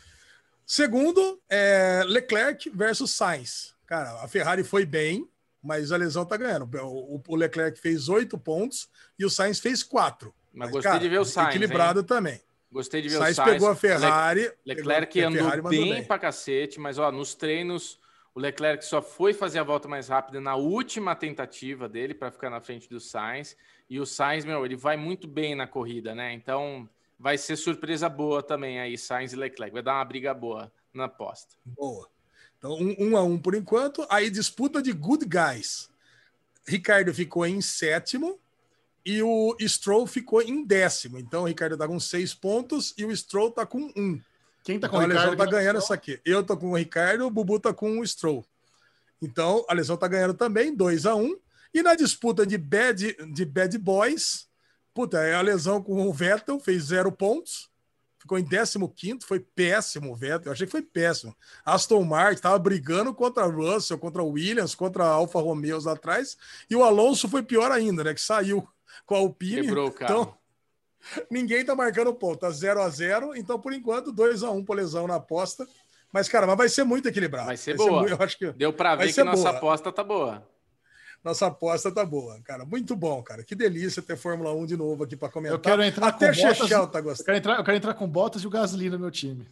Segundo, é Leclerc versus Sainz. Cara, a Ferrari foi bem, mas a lesão tá ganhando. O, o Leclerc fez oito pontos e o Sainz fez quatro. Mas gostei de ver o Sainz, equilibrado também. Gostei de ver Sainz o Sainz. pegou a Ferrari. Le- Leclerc pegou a andou Ferrari, mandou bem, pra cacete, mas ó, nos treinos, o Leclerc só foi fazer a volta mais rápida na última tentativa dele para ficar na frente do Sainz. E o Sainz, meu, ele vai muito bem na corrida, né? Então vai ser surpresa boa também aí, Sainz e Leclerc. Vai dar uma briga boa na aposta. Boa. Então, um, um a um por enquanto. Aí, disputa de good guys. Ricardo ficou em sétimo e o Stroll ficou em décimo. Então, o Ricardo tá com seis pontos e o Stroll tá com um. Quem tá com Então, o a lesão Ricardo? tá quem ganhando tá essa aqui. Eu tô com o Ricardo, o Bubu tá com o Stroll. Então, a lesão tá ganhando também, dois a um. E na disputa de bad, de bad boys, puta, é a lesão com o Vettel, fez zero pontos. Ficou em décimo quinto, foi péssimo o Vettel. Eu achei que foi péssimo. Aston Martin estava brigando contra a Russell, contra a Williams, contra a Alfa Romeo lá atrás. E o Alonso foi pior ainda, né? Que saiu com a Alpine. Quebrou o carro. Então, ninguém tá marcando ponto. Tá zero a zero. Então, por enquanto, dois a um por lesão na aposta. Mas, cara, mas vai ser muito equilibrado. Vai ser boa. muito- eu acho que Deu para Vai ver ser que nossa boa. aposta tá boa. nossa aposta tá boa, cara. Muito bom, cara. Que delícia ter Fórmula um de novo aqui para comentar. Eu quero entrar Até com o Chechel Bottas. tá Eu gostando. quero, entrar, eu quero entrar com Bottas e o Gasly no meu time.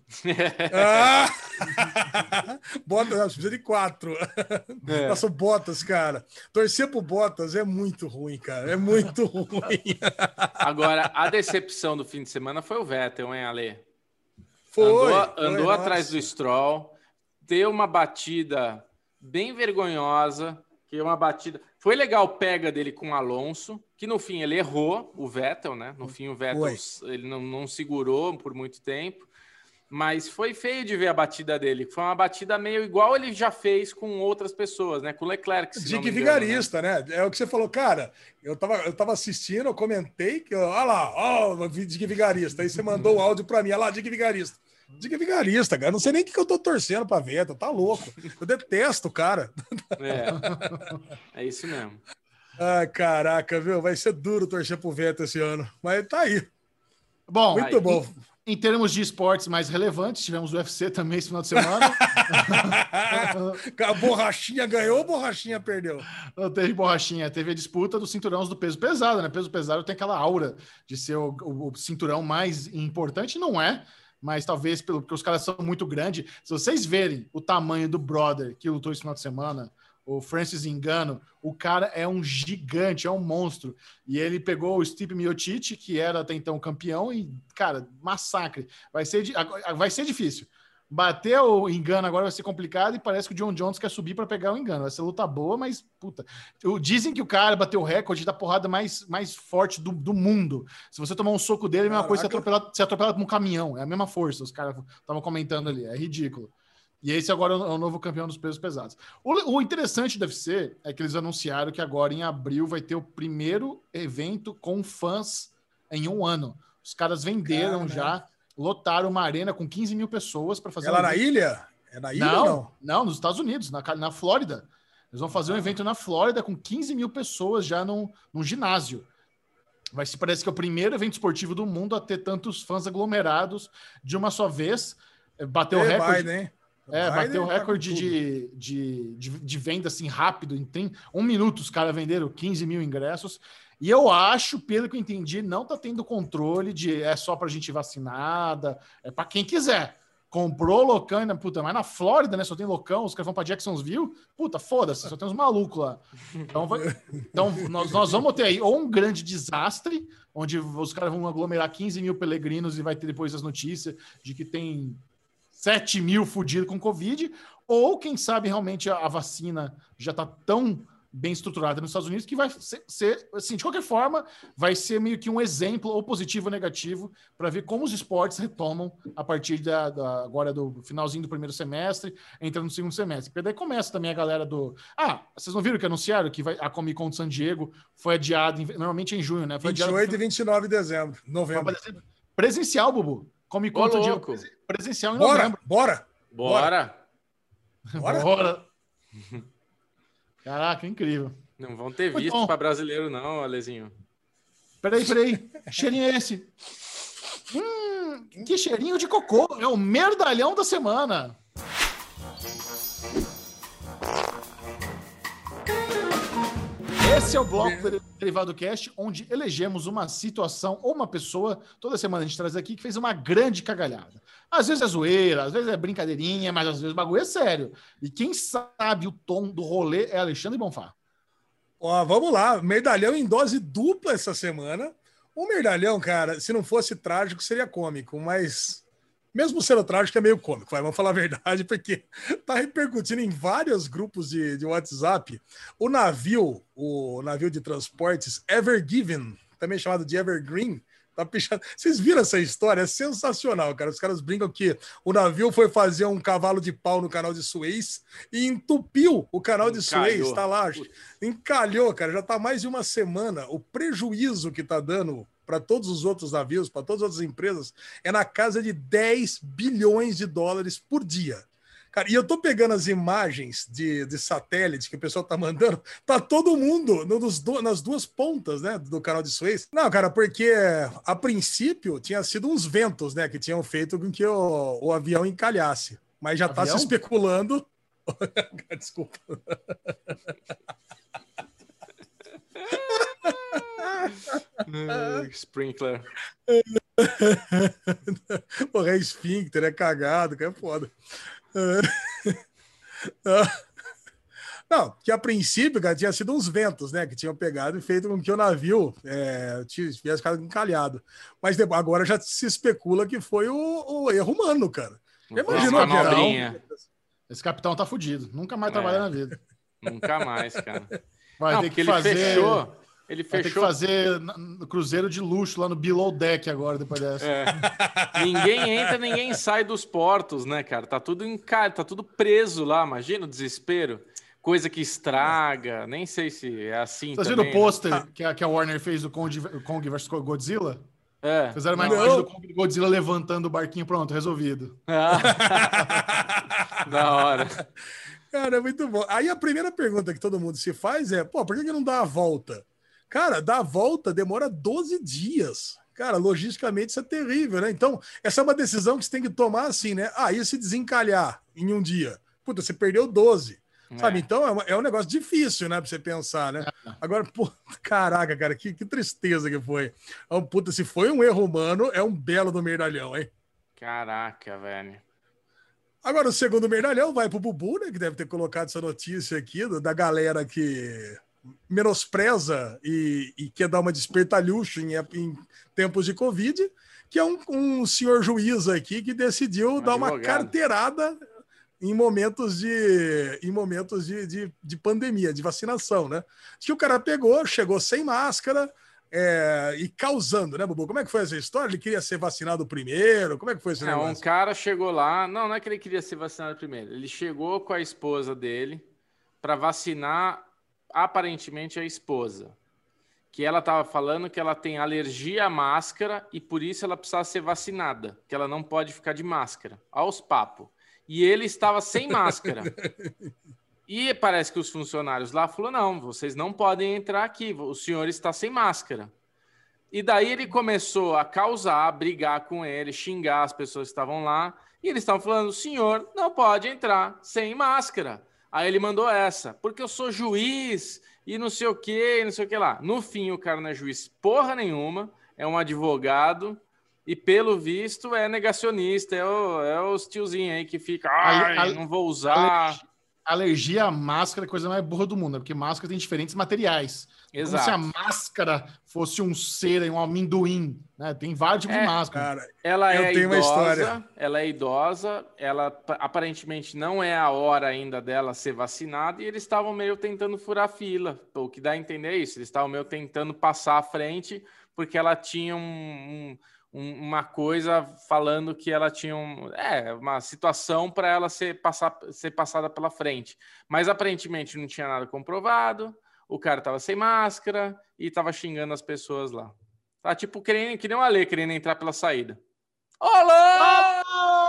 Ah! Bottas, não, precisa de quatro. É. Nossa, o Bottas, cara. Torcer pro Bottas é muito ruim, cara. É muito ruim. Agora, a decepção do fim de semana foi o Vettel, hein, Ale? Foi. andou foi, andou nossa. atrás do Stroll, deu uma batida bem vergonhosa, que é uma batida... Foi legal o pega dele com o Alonso, que no fim ele errou, o Vettel, né? No fim o Vettel Foi. ele não, não segurou por muito tempo, mas foi feio de ver a batida dele. Foi uma batida meio igual ele já fez com outras pessoas, né? Com o Leclerc, se não Dick me engano, né? Vigarista, né? É o que você falou, cara. Eu tava, eu tava assistindo, eu comentei que, olha lá, ó, Dick Vigarista. Aí você mandou o áudio pra mim, olha lá, Dick Vigarista. Dick Vigarista, cara. Não sei nem o que que eu tô torcendo pra Vettel, tá louco. Eu detesto o cara. É, é isso mesmo. Ai, caraca, viu? Vai ser duro torcer pro Vettel esse ano. Mas tá aí. Bom, Muito aí, bom. Em, em termos de esportes mais relevantes, tivemos o U F C também esse final de semana. A borrachinha ganhou ou a borrachinha perdeu? Não teve borrachinha, teve a disputa dos cinturões do peso pesado, né? Peso pesado tem aquela aura de ser o, o, o cinturão mais importante, não é, mas talvez pelo, porque os caras são muito grandes. Se vocês verem o tamanho do brother que lutou esse final de semana, o Francis Ngannou, o cara é um gigante, é um monstro. E ele pegou o Stipe Miocic, que era até então campeão, e, cara, massacre. Vai ser, vai ser difícil. Bater o Ngannou agora vai ser complicado e parece que o John Jones quer subir para pegar o Ngannou. Vai ser luta boa, mas, puta. Dizem que o cara bateu o recorde da porrada mais, mais forte do, do mundo. Se você tomar um soco dele, é a mesma coisa que ser atropelado, ser atropelado por um caminhão. É a mesma força, os caras estavam comentando ali. É ridículo. E esse agora é o novo campeão dos pesos pesados. O, o interessante do U F C é que eles anunciaram que agora em abril vai ter o primeiro evento com fãs em um ano. Os caras venderam Caramba. já, lotaram uma arena com quinze mil pessoas para fazer. É lá um na ilha? É na ilha não, ou não? Não, nos Estados Unidos, na, na Flórida. Eles vão fazer um evento na Flórida com quinze mil pessoas já num, num ginásio. Vai se parece que é o primeiro evento esportivo do mundo a ter tantos fãs aglomerados de uma só vez. Bateu o recorde. Vai, né? É, Vai, bateu o tá recorde de, de, de, de venda assim rápido. Em tem, um minuto os caras venderam quinze mil ingressos. E eu acho, pelo que eu entendi, não tá tendo controle de é só pra gente vacinada, é pra quem quiser. Comprou locão, ainda, puta, mas na Flórida, né? Só tem locão, os caras vão pra Jacksonville, puta, foda-se, só tem uns malucos lá. Então, vai, então nós, nós vamos ter aí ou um grande desastre, onde os caras vão aglomerar quinze mil peregrinos e vai ter depois as notícias de que tem sete mil fudidos com Covid, ou quem sabe realmente a, a vacina já tá tão bem estruturada nos Estados Unidos que vai ser, ser, assim, de qualquer forma, vai ser meio que um exemplo, ou positivo ou negativo, para ver como os esportes retomam a partir da, da, agora do finalzinho do primeiro semestre, entrando no segundo semestre. Porque daí começa também a galera do... Ah, vocês não viram que anunciaram que vai, a Comic Con de San Diego foi adiada, normalmente é em junho, né? Foi vinte e oito e vinte e nove de dezembro, novembro. Presencial, Bubu. Comic Con de San Diego presencial em bora, novembro. Bora, bora. Bora. Bora. Caraca, incrível. Não vão ter visto então, para brasileiro, não, Alezinho. Peraí, peraí. Que cheirinho é esse? Hum, que cheirinho de cocô. É o merdalhão da semana. Esse é o bloco do Derivado Cast, onde elegemos uma situação ou uma pessoa, toda semana a gente traz aqui, que fez uma grande cagalhada. Às vezes é zoeira, às vezes é brincadeirinha, mas às vezes o bagulho é sério. E quem sabe o tom do rolê é Alexandre Bonfá. Ó, vamos lá, merdalhão em dose dupla essa semana. O merdalhão, cara, se não fosse trágico, seria cômico, mas... Mesmo sendo trágico, é meio cômico, vai, vamos falar a verdade, porque tá repercutindo em vários grupos de, de WhatsApp. O navio, o navio de transportes Ever Given, também chamado de Evergreen, tá pichando. Vocês viram essa história? É sensacional, cara. Os caras brincam que o navio foi fazer um cavalo de pau no canal de Suez e entupiu o canal de Suez, tá lá, encalhou, cara, já tá mais de uma semana. O prejuízo que tá dando para todos os outros navios, para todas as outras empresas, é na casa de dez bilhões de dólares por dia. Cara, e eu tô pegando as imagens de, de satélite que o pessoal tá mandando, tá todo mundo no, nos do, nas duas pontas, né, do canal de Suez. Não, cara, porque a princípio tinha sido uns ventos, né, que tinham feito com que o, o avião encalhasse. Mas já avião? Tá se especulando... Desculpa. Uh, sprinkler. Porra, é esfíncter, é cagado, que é foda. Não, que a princípio, cara, tinha sido uns ventos, né, que tinham pegado e feito com que o navio é, tivesse ficado encalhado. Mas agora já se especula que foi o, o erro humano, cara. Imaginou, capitão? Esse capitão tá fudido. Nunca mais é. trabalha na vida. Nunca mais, cara. Vai Não, ter que fazer... ele fechou. Ele fechou. Vai ter que fazer no cruzeiro de luxo lá no Below Deck agora, depois dessa. É. Ninguém entra, ninguém sai dos portos, né, cara? Tá tudo em ca... tá tudo preso lá, imagina o desespero. Coisa que estraga, nem sei se é assim. Você viu o pôster né? que, a, que a Warner fez do Kong, Kong versus Godzilla? É. Fizeram uma imagem do Kong e Godzilla levantando o barquinho, pronto, resolvido. Ah. Da hora. Cara, é muito bom. Aí a primeira pergunta que todo mundo se faz é, pô, por que, que não dá a volta? Cara, dar a volta demora doze dias. Cara, logisticamente isso é terrível, né? Então, essa é uma decisão que você tem que tomar assim, né? Ah, e se desencalhar em um dia? Puta, você perdeu doze. É. Sabe? Então é, uma, é um negócio difícil, né? Pra você pensar, né? Agora, pô, caraca, cara, que, que tristeza que foi. Oh, puta, se foi um erro humano, é um belo do merdalhão, hein? Caraca, velho. Agora, o segundo merdalhão vai pro Bubu, né? Que deve ter colocado essa notícia aqui da galera que menospreza e, e quer dar uma despertalhucho em, em tempos de Covid, que é um, um senhor juiz aqui que decidiu um dar advogado. Uma carteirada em momentos de, em momentos de, de, de pandemia, de vacinação, né? Que o cara pegou, chegou sem máscara é, e causando, né, Bubu? Como é que foi essa história? Ele queria ser vacinado primeiro? Como é que foi esse não, negócio? Um cara chegou lá, não, não é que ele queria ser vacinado primeiro, ele chegou com a esposa dele para vacinar aparentemente a esposa, que ela estava falando que ela tem alergia à máscara e por isso ela precisava ser vacinada, que ela não pode ficar de máscara, aos papos. E ele estava sem máscara. E parece que os funcionários lá falaram, não, vocês não podem entrar aqui, o senhor está sem máscara. E daí ele começou a causar, a brigar com ele, xingar as pessoas que estavam lá, e eles estavam falando, o senhor não pode entrar sem máscara. Aí ele mandou essa, porque eu sou juiz e não sei o que, não sei o que lá. No fim, o cara não é juiz porra nenhuma, é um advogado e, pelo visto, é negacionista. É, o, é os tiozinhos aí que fica, ai, não vou usar. Alergia, alergia à máscara é a coisa mais burra do mundo, né? Porque máscara tem diferentes materiais. Exato. Como se a máscara fosse um ser, um amendoim, né? Tem vários tipos é, de máscara. Cara, ela eu é tenho idosa, uma história. Ela é idosa, ela aparentemente não é a hora ainda dela ser vacinada e eles estavam meio tentando furar a fila. O que dá a entender é isso, eles estavam meio tentando passar à frente porque ela tinha um, um, uma coisa falando que ela tinha um, é, uma situação para ela ser, passar, ser passada pela frente. Mas aparentemente não tinha nada comprovado. O cara tava sem máscara e tava xingando as pessoas lá. Tá tipo querendo, que nem o Ale querendo entrar pela saída. Olá!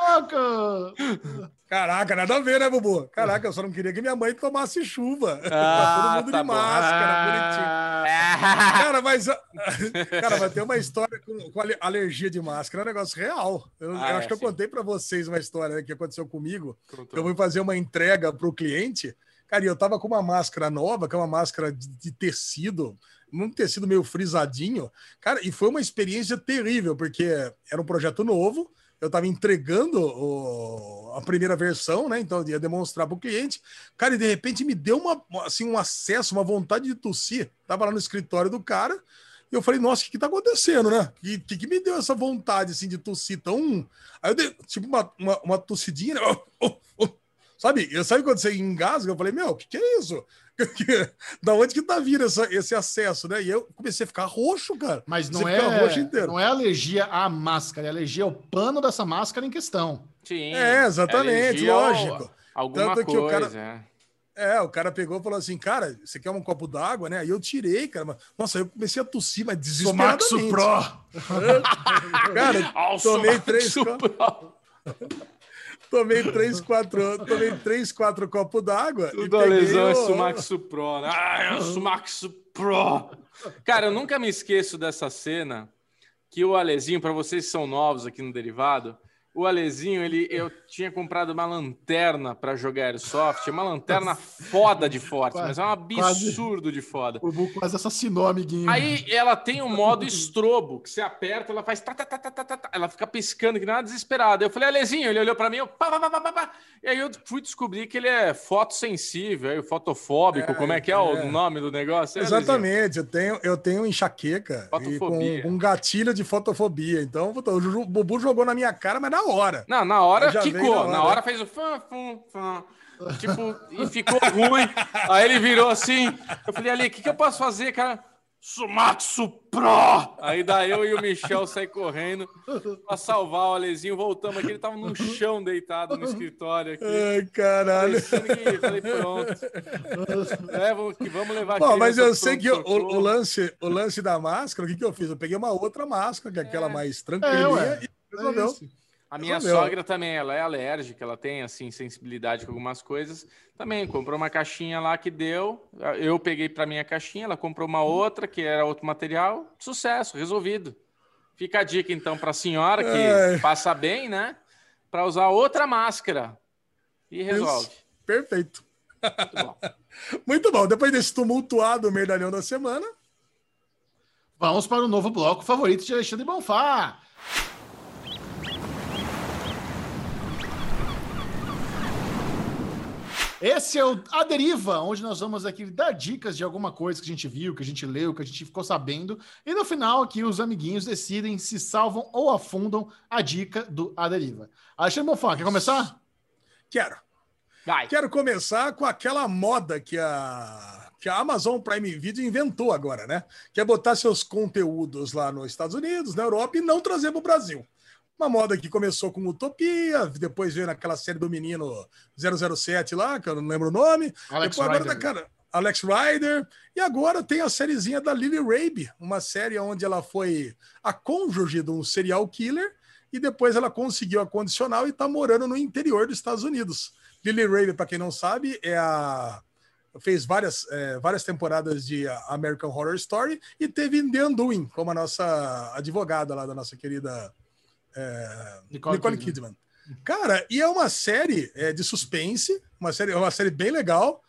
Caraca, nada a ver, né, Bubu? Caraca, eu só não queria que minha mãe tomasse chuva. Ah, tá todo mundo tá de bom. máscara, Ah. bonitinho. Cara, mas, cara, vai ter uma história com, com alergia de máscara, é um negócio real. Eu, Ah, eu é, acho que eu sim. contei pra vocês uma história, né, que aconteceu comigo. Contou. Eu fui fazer uma entrega pro cliente. Cara, e eu tava com uma máscara nova, que é uma máscara de, de tecido, um tecido meio frisadinho. Cara, e foi uma experiência terrível, porque era um projeto novo, eu tava entregando o, a primeira versão, né? Então eu ia demonstrar pro cliente. Cara, e de repente me deu uma, assim, um acesso, uma vontade de tossir. Tava lá no escritório do cara, e eu falei, nossa, o que que tá acontecendo, né? O que, que que me deu essa vontade, assim, de tossir tão... Aí eu dei, tipo, uma, uma, uma tossidinha, né? Oh, oh, oh. Sabe? Eu, sabe quando você engasga? Eu falei, meu, o que, que é isso? Da onde que tá vindo essa, esse acesso, né? E eu comecei a ficar roxo, cara. Mas não Você fica é, roxo inteiro. não é alergia à máscara, é alergia ao pano dessa máscara em questão. Sim, É, exatamente, alergia ao- lógico. Alguma Tanto que o coisa. cara- é. É, o cara pegou e falou assim, cara, você quer um copo d'água, né? Aí eu tirei, cara. Mas, nossa, eu comecei a tossir, mas desesperadamente. Somaxo Pro. Cara, Ah, o tomei Somaxo três copos. Pro. Tomei três, quatro, tomei três, quatro copos d'água. e Tudo a peguei lesão é o- Sumaxo Pro, né? Ah, é o Sumaxo Pro. Cara, eu nunca me esqueço dessa cena que o Alezinho, para vocês que são novos aqui no Derivado, o Alezinho, ele, eu tinha comprado uma lanterna para jogar Airsoft, uma lanterna foda de forte, mas é um absurdo de foda. O Bu quase assassinou, amiguinho. Aí ela tem um modo estrobo, que você aperta, ela faz tá, tá, tá, tá, tá, tá, tá. Ela fica piscando que nada desesperada. Eu falei, Alezinho, ele olhou pra mim, eu pá, pá, pá, pá, pá. E aí eu fui descobrir que ele é fotossensível, aí, fotofóbico, É, como é que é, é. o nome do negócio? É, Alezinho? Exatamente, eu tenho, eu tenho enxaqueca e com Fotofobia. um gatilho de fotofobia. Então o Ju- o Bubu jogou na minha cara, mas na hora. Não, na hora Já veio quicou, na hora. na hora fez o fã, fã, fã. Tipo, e ficou ruim. Aí ele virou assim. Eu falei, Ali, o que, que eu posso fazer, cara? Sumatsu Pro! Aí daí eu e o Michel saí correndo pra salvar o Alezinho. Voltamos aqui, ele tava no chão deitado no escritório aqui. Ai, caralho. Pensando que- Falei, pronto. É, vamos, que vamos levar Pô, aqui. mas eu sei que o, o lance, o lance da máscara, o que, que eu fiz? Eu peguei uma outra máscara, que é aquela mais É, tranquilinha, ué. e resolveu. É isso. A minha Resolveu. sogra também, ela é alérgica, ela tem, assim, sensibilidade com algumas coisas. Também comprou uma caixinha lá que deu, eu peguei para minha caixinha, ela comprou uma outra, que era outro material. Sucesso, resolvido. Fica a dica, então, para a senhora, que É. passa bem, né? Para usar outra máscara. E resolve. Isso. Perfeito. Muito bom. Muito bom. Depois desse tumultuado merdalhão da semana, Vamos para o novo bloco favorito de Alexandre Bonfá. Esse é o A Deriva, onde nós vamos aqui dar dicas de alguma coisa que a gente viu, que a gente leu, que a gente ficou sabendo. E no final aqui os amiguinhos decidem se salvam ou afundam a dica do A Deriva. Alexandre Bonfá, quer começar? quero. Vai. Quero começar com aquela moda que a, que a Amazon Prime Video inventou agora, né? Que é botar seus conteúdos lá nos Estados Unidos, na Europa e não trazer para o Brasil. Uma moda que começou com Utopia, depois veio naquela série do menino zero zero sete lá, que eu não lembro o nome. Alex depois, agora Rider. tá, cara, Alex Rider. E agora tem a sériezinha da Lily Rabe, uma série onde ela foi a cônjuge de um serial killer e depois ela conseguiu a condicional e tá morando no interior dos Estados Unidos. Lily Rabe, para quem não sabe, é a... fez várias, é, várias temporadas de American Horror Story e teve em The Undoing, como a nossa advogada lá da nossa querida... É, Nicole Nicole, Kidman. Kidman. Cara, e é uma série é, de suspense, uma série, uma série bem legal,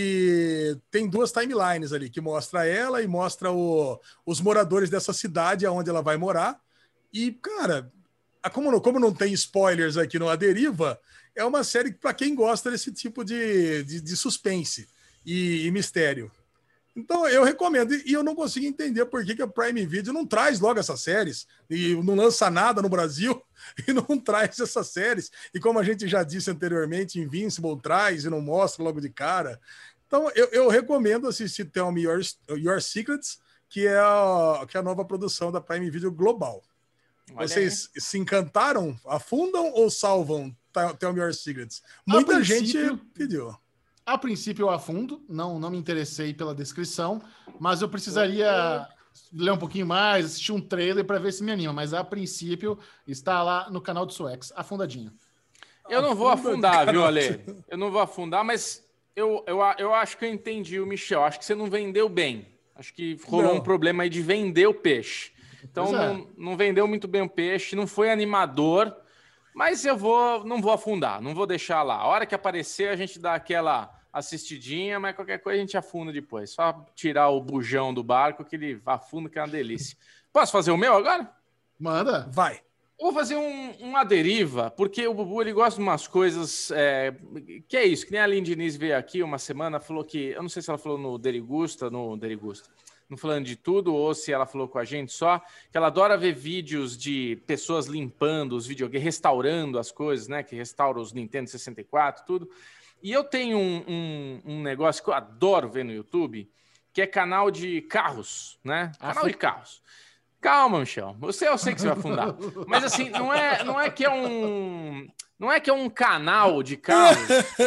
e tem duas timelines ali, que mostra ela e mostra o, os moradores dessa cidade onde ela vai morar. E, cara, como não, como não tem spoilers aqui no A Deriva, é uma série para quem gosta desse tipo de, de, de suspense e, e mistério. Então, eu recomendo. E eu não consigo entender por que, que a Prime Video não traz logo essas séries e não lança nada no Brasil e não traz essas séries. E como a gente já disse anteriormente, Invincible traz e não mostra logo de cara. Então, eu, eu recomendo assistir Tell Me Your, Your Secrets, que é, a, que é a nova produção da Prime Video global. Olha Vocês aí. Se encantaram? Afundam ou salvam Tell Me Your Secrets? Muita gente pediu. A princípio eu afundo, não, não me interessei pela descrição, mas eu precisaria ler um pouquinho mais, assistir um trailer para ver se me anima. Mas a princípio está lá no canal do Suex, afundadinho. Eu não vou afundar, viu, Ale? Eu não vou afundar, mas eu, eu, eu acho que eu entendi o Michel. Acho que você não vendeu bem. Acho que rolou Não. um problema aí de vender o peixe. Então Pois é. não, não vendeu muito bem o peixe, não foi animador, mas eu vou, não vou afundar, não vou deixar lá. A hora que aparecer, a gente dá aquela assistidinha, mas qualquer coisa a gente afunda depois. Só tirar o bujão do barco que ele afunda, que é uma delícia. Posso fazer o meu agora? Manda. Vai. Eu vou fazer um, uma deriva, porque o Bubu ele gosta de umas coisas. É, que é isso, que nem a Aline Diniz veio aqui uma semana, falou que. Eu não sei se ela falou no Derigusta, no Derigusta, no Falando de Tudo, ou se ela falou com a gente só, que ela adora ver vídeos de pessoas limpando os videogames, restaurando as coisas, né? Que restauram os Nintendo sessenta e quatro, tudo. E eu tenho um, um, um negócio que eu adoro ver no YouTube, que é canal de carros, né? Canal Ah, de carros. Calma, Michel. Você eu sei que você vai afundar. Mas assim, não é, não é que é um. Não é que é um canal de carros.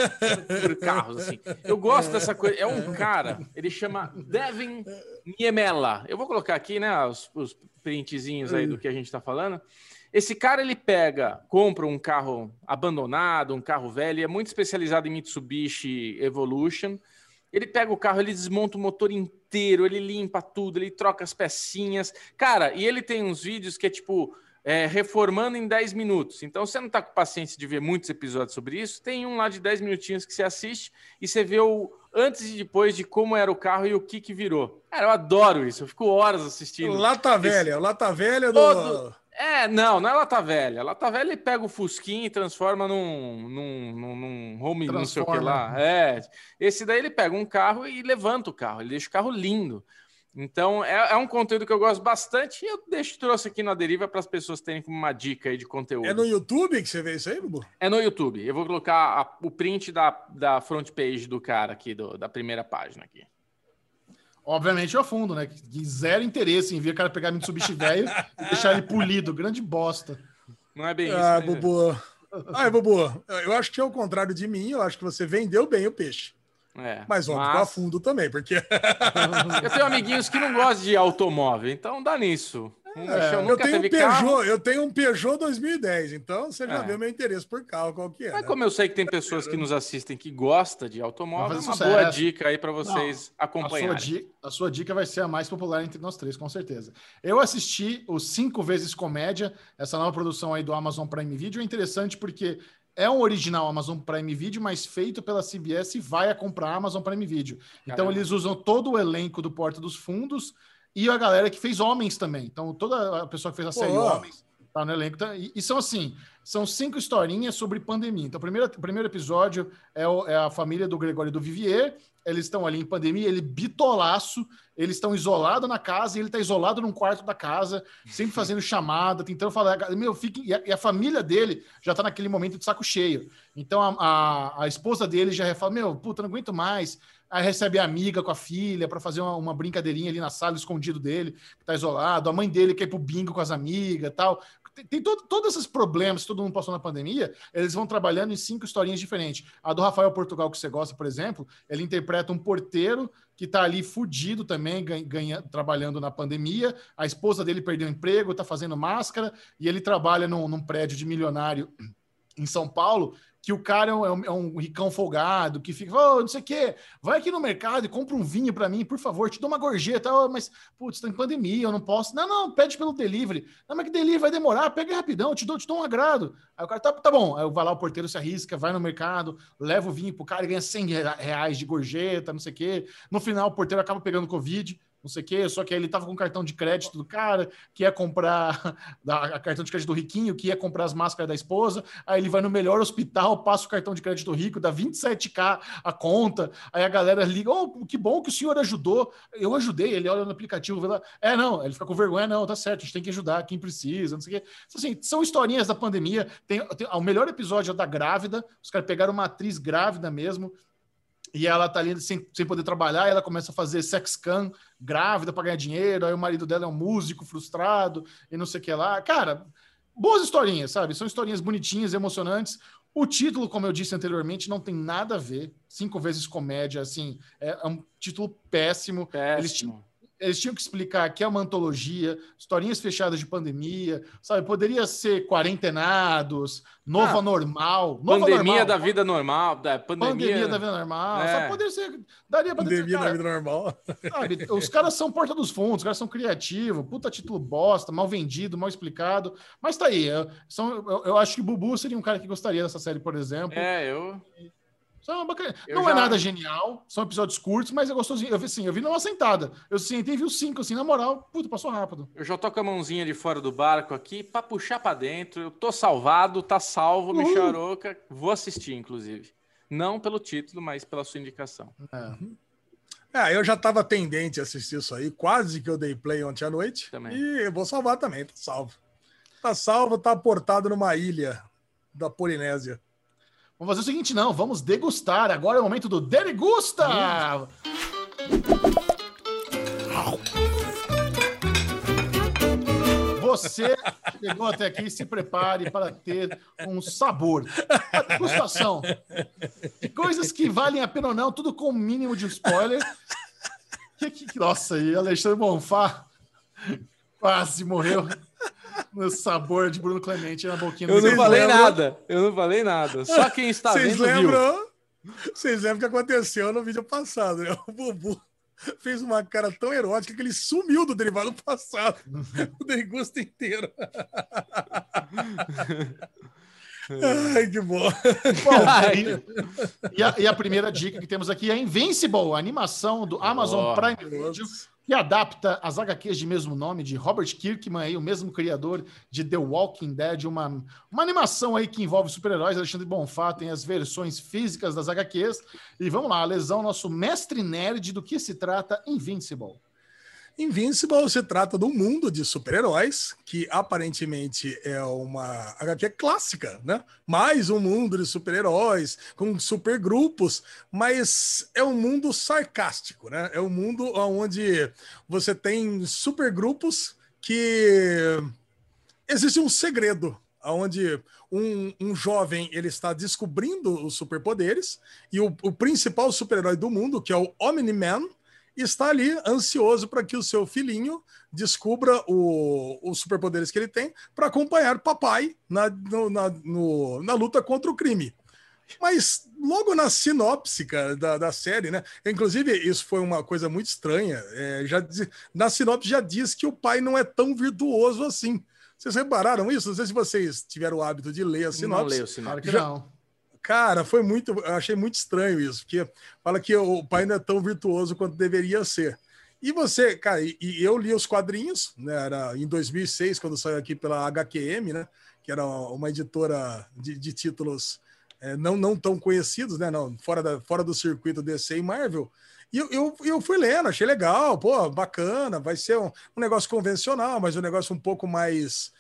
Por carros, assim. Eu gosto dessa coisa. É um cara, ele chama Devin Niemela. Eu vou colocar aqui, né, os, os printzinhos aí do que a gente tá falando. Esse cara, ele pega, compra um carro abandonado, um carro velho, é muito especializado em Mitsubishi Evolution. Ele pega o carro, ele desmonta o motor inteiro, ele limpa tudo, ele troca as pecinhas. Cara, e ele tem uns vídeos que é tipo, é, reformando em dez minutos. Então, você não tá com paciência de ver muitos episódios sobre isso, tem um lá de dez minutinhos que você assiste e você vê o antes e depois de como era o carro e o que que virou. Cara, eu adoro isso, eu fico horas assistindo. Lata velha, lata velha do... Todo... É, não, não é lata velha. Lata velha ele pega o Fusquinha e transforma num, num, num, num home, não sei o que lá. É, esse daí ele pega um carro e levanta o carro, ele deixa o carro lindo. Então, é, é um conteúdo que eu gosto bastante e eu deixo, trouxe aqui na Deriva para as pessoas terem como uma dica aí de conteúdo. É no YouTube que você vê isso aí, Bubu? É no YouTube. Eu vou colocar a, o print da, da front page do cara aqui, do, da primeira página aqui. Obviamente eu afundo, né? Que zero interesse em ver o cara pegar Mitsubishi velho e deixar ele polido. Grande bosta. Não é bem isso. Ah, né? Bubu. Ai, Bubu, eu acho que é o contrário de mim, eu acho que você vendeu bem o peixe. É, Mas óbvio, eu afundo também, porque... Eu tenho amiguinhos que não gostam de automóvel, então dá nisso. Um É, eu, eu, tenho um Peugeot, eu tenho um Peugeot dois mil e dez, então você já é. vê o meu interesse por carro, qual que é. Mas né? como eu sei que tem pessoas que nos assistem que gostam de automóvel, é uma sucesso. boa dica aí para vocês Não, acompanharem. A sua, dica, a sua dica vai ser a mais popular entre nós três, com certeza. Eu assisti o Cinco Vezes Comédia, essa nova produção aí do Amazon Prime Video. É interessante porque é um original Amazon Prime Video, mas feito pela C B S e vai a comprar Amazon Prime Video. Então Caramba. Eles usam todo o elenco do Porta dos Fundos e a galera que fez Homens também. Então toda a pessoa que fez a série Pô. Homens tá no elenco. Tá, e, e são assim, são cinco historinhas sobre pandemia. Então o primeiro, o primeiro episódio é, o, é a família do Gregório do Vivier. Eles estão ali em pandemia, ele bitolaço, eles estão isolados na casa e ele está isolado num quarto da casa, sempre fazendo chamada, tentando falar, meu, fique... e, a, e a família dele já está naquele momento de saco cheio. Então a, a, a esposa dele já fala, meu, puta, não aguento mais. Aí recebe a amiga com a filha para fazer uma, uma brincadeirinha ali na sala, escondido dele, que tá isolado. A mãe dele quer ir pro bingo com as amigas e tal. Tem, tem todo, todos esses problemas que todo mundo passou na pandemia, eles vão trabalhando em cinco historinhas diferentes. A do Rafael Portugal, que você gosta, por exemplo, ele interpreta um porteiro que tá ali fudido também, ganha, ganha, trabalhando na pandemia. A esposa dele perdeu o emprego, tá fazendo máscara, e ele trabalha num, num prédio de milionário em São Paulo, que o cara é um, é um ricão folgado, que fica, oh, não sei o quê, vai aqui no mercado e compra um vinho para mim, por favor, te dou uma gorjeta, oh, mas, putz, tá em pandemia, eu não posso. Não, não, pede pelo delivery. Não, mas que delivery vai demorar, pega rapidão, te dou, te dou um agrado. Aí o cara, tá, tá bom. Aí vai lá, o porteiro se arrisca, vai no mercado, leva o vinho pro cara e ganha cem reais de gorjeta, não sei o quê. No final, o porteiro acaba pegando Covid, não sei o quê, só que aí ele tava com o cartão de crédito do cara, que ia comprar a cartão de crédito do riquinho, que ia comprar as máscaras da esposa, aí ele vai no melhor hospital, passa o cartão de crédito do rico, dá vinte e sete mil a conta, aí a galera liga, oh, que bom que o senhor ajudou, eu ajudei, ele olha no aplicativo, vê lá, é, não, ele fica com vergonha, não, tá certo, a gente tem que ajudar quem precisa, não sei o quê. Assim, são historinhas da pandemia, tem, tem, o melhor episódio é da grávida, os caras pegaram uma atriz grávida mesmo, e ela tá ali sem, sem poder trabalhar, e ela começa a fazer sex cam grávida para ganhar dinheiro, aí o marido dela é um músico frustrado e não sei o que lá. Cara, boas historinhas, sabe? São historinhas bonitinhas, emocionantes. O título, como eu disse anteriormente, não tem nada a ver. Cinco vezes comédia, assim, é, é um título péssimo. Péssimo. Eles tinham, eles tinham que explicar que é uma antologia, historinhas fechadas de pandemia, sabe? Poderia ser Quarentenados, Novo ah, Normal. Novo pandemia normal, da vida normal. Da pandemia... pandemia da vida normal. É. Sabe? Poderia ser... Daria pra pandemia dizer, cara, da vida normal. Sabe? Os caras são porta dos fundos, os caras são criativos, puta título bosta, mal vendido, mal explicado. Mas tá aí. Eu, são, eu, eu acho que o Bubu seria um cara que gostaria dessa série, por exemplo. É, eu... São bacana. Eu não já... é nada genial, são episódios curtos, mas é gostosinho. Eu vi assim, eu vi numa sentada. Eu sentei e vi os cinco, assim, na moral, puta, passou rápido. Eu já tô com a mãozinha de fora do barco aqui pra puxar pra dentro. Eu tô salvado, tá salvo, Uhum. Michel Aroca. Vou assistir, inclusive. Não pelo título, mas pela sua indicação. É. É, eu já tava tendente a assistir isso aí, quase que eu dei play ontem à noite. Também. E eu vou salvar também, tá salvo. Tá salvo, tá aportado numa ilha da Polinésia. Vamos fazer o seguinte, não, vamos degustar. Agora é o momento do Derigusta! Você chegou até aqui, se prepare para ter um sabor. A degustação de coisas que valem a pena ou não, tudo com o mínimo de spoiler. Que, que, nossa, e Alexandre Bonfá quase morreu no sabor de Bruno Clemente na boquinha do Eu não falei lembram? nada, eu não falei nada. Só quem está Vocês vendo lembram? viu. Vocês lembram o que aconteceu no vídeo passado, né? O Bubu fez uma cara tão erótica que ele sumiu do derivado passado. O degusto inteiro. Ai, que bom. Bom, e, e, a, e a primeira dica que temos aqui é Invincible, a animação do Amazon Oh, Prime Video, que adapta as H Qs de mesmo nome, de Robert Kirkman, aí, o mesmo criador de The Walking Dead, uma, uma animação aí que envolve super-heróis. Alexandre Bonfá tem as versões físicas das H Qs. E vamos lá, Lesão, nosso mestre nerd, do que se trata Invincible. Invincible se trata de um mundo de super-heróis, que aparentemente é uma H Q clássica, né? Mais um mundo de super-heróis, com supergrupos, mas é um mundo sarcástico, né? É um mundo onde você tem supergrupos que existe um segredo, onde um, um jovem ele está descobrindo os superpoderes, e o, o principal super-herói do mundo, que é o Omni-Man, e está ali ansioso para que o seu filhinho descubra o, os superpoderes que ele tem para acompanhar o papai na, no, na, no, na luta contra o crime. Mas logo na sinopse, cara, da, da série, né? Inclusive, isso foi uma coisa muito estranha. É, já diz, na sinopse já diz que o pai não é tão virtuoso assim. Vocês repararam isso? Não sei se vocês tiveram o hábito de ler a sinopse. Não leio a sinopse. Claro que não. Cara, foi muito. Eu achei muito estranho isso, porque fala que o pai não é tão virtuoso quanto deveria ser. E você, cara, e, e eu li os quadrinhos, né? Era em dois mil e seis, quando saiu aqui pela H Q M, né? Que era uma editora de, de títulos é, não, não tão conhecidos, né? Não, fora, da, fora do circuito D C e Marvel. E eu, eu, eu fui lendo, achei legal, pô, bacana, vai ser um, um negócio convencional, mas um negócio um pouco mais.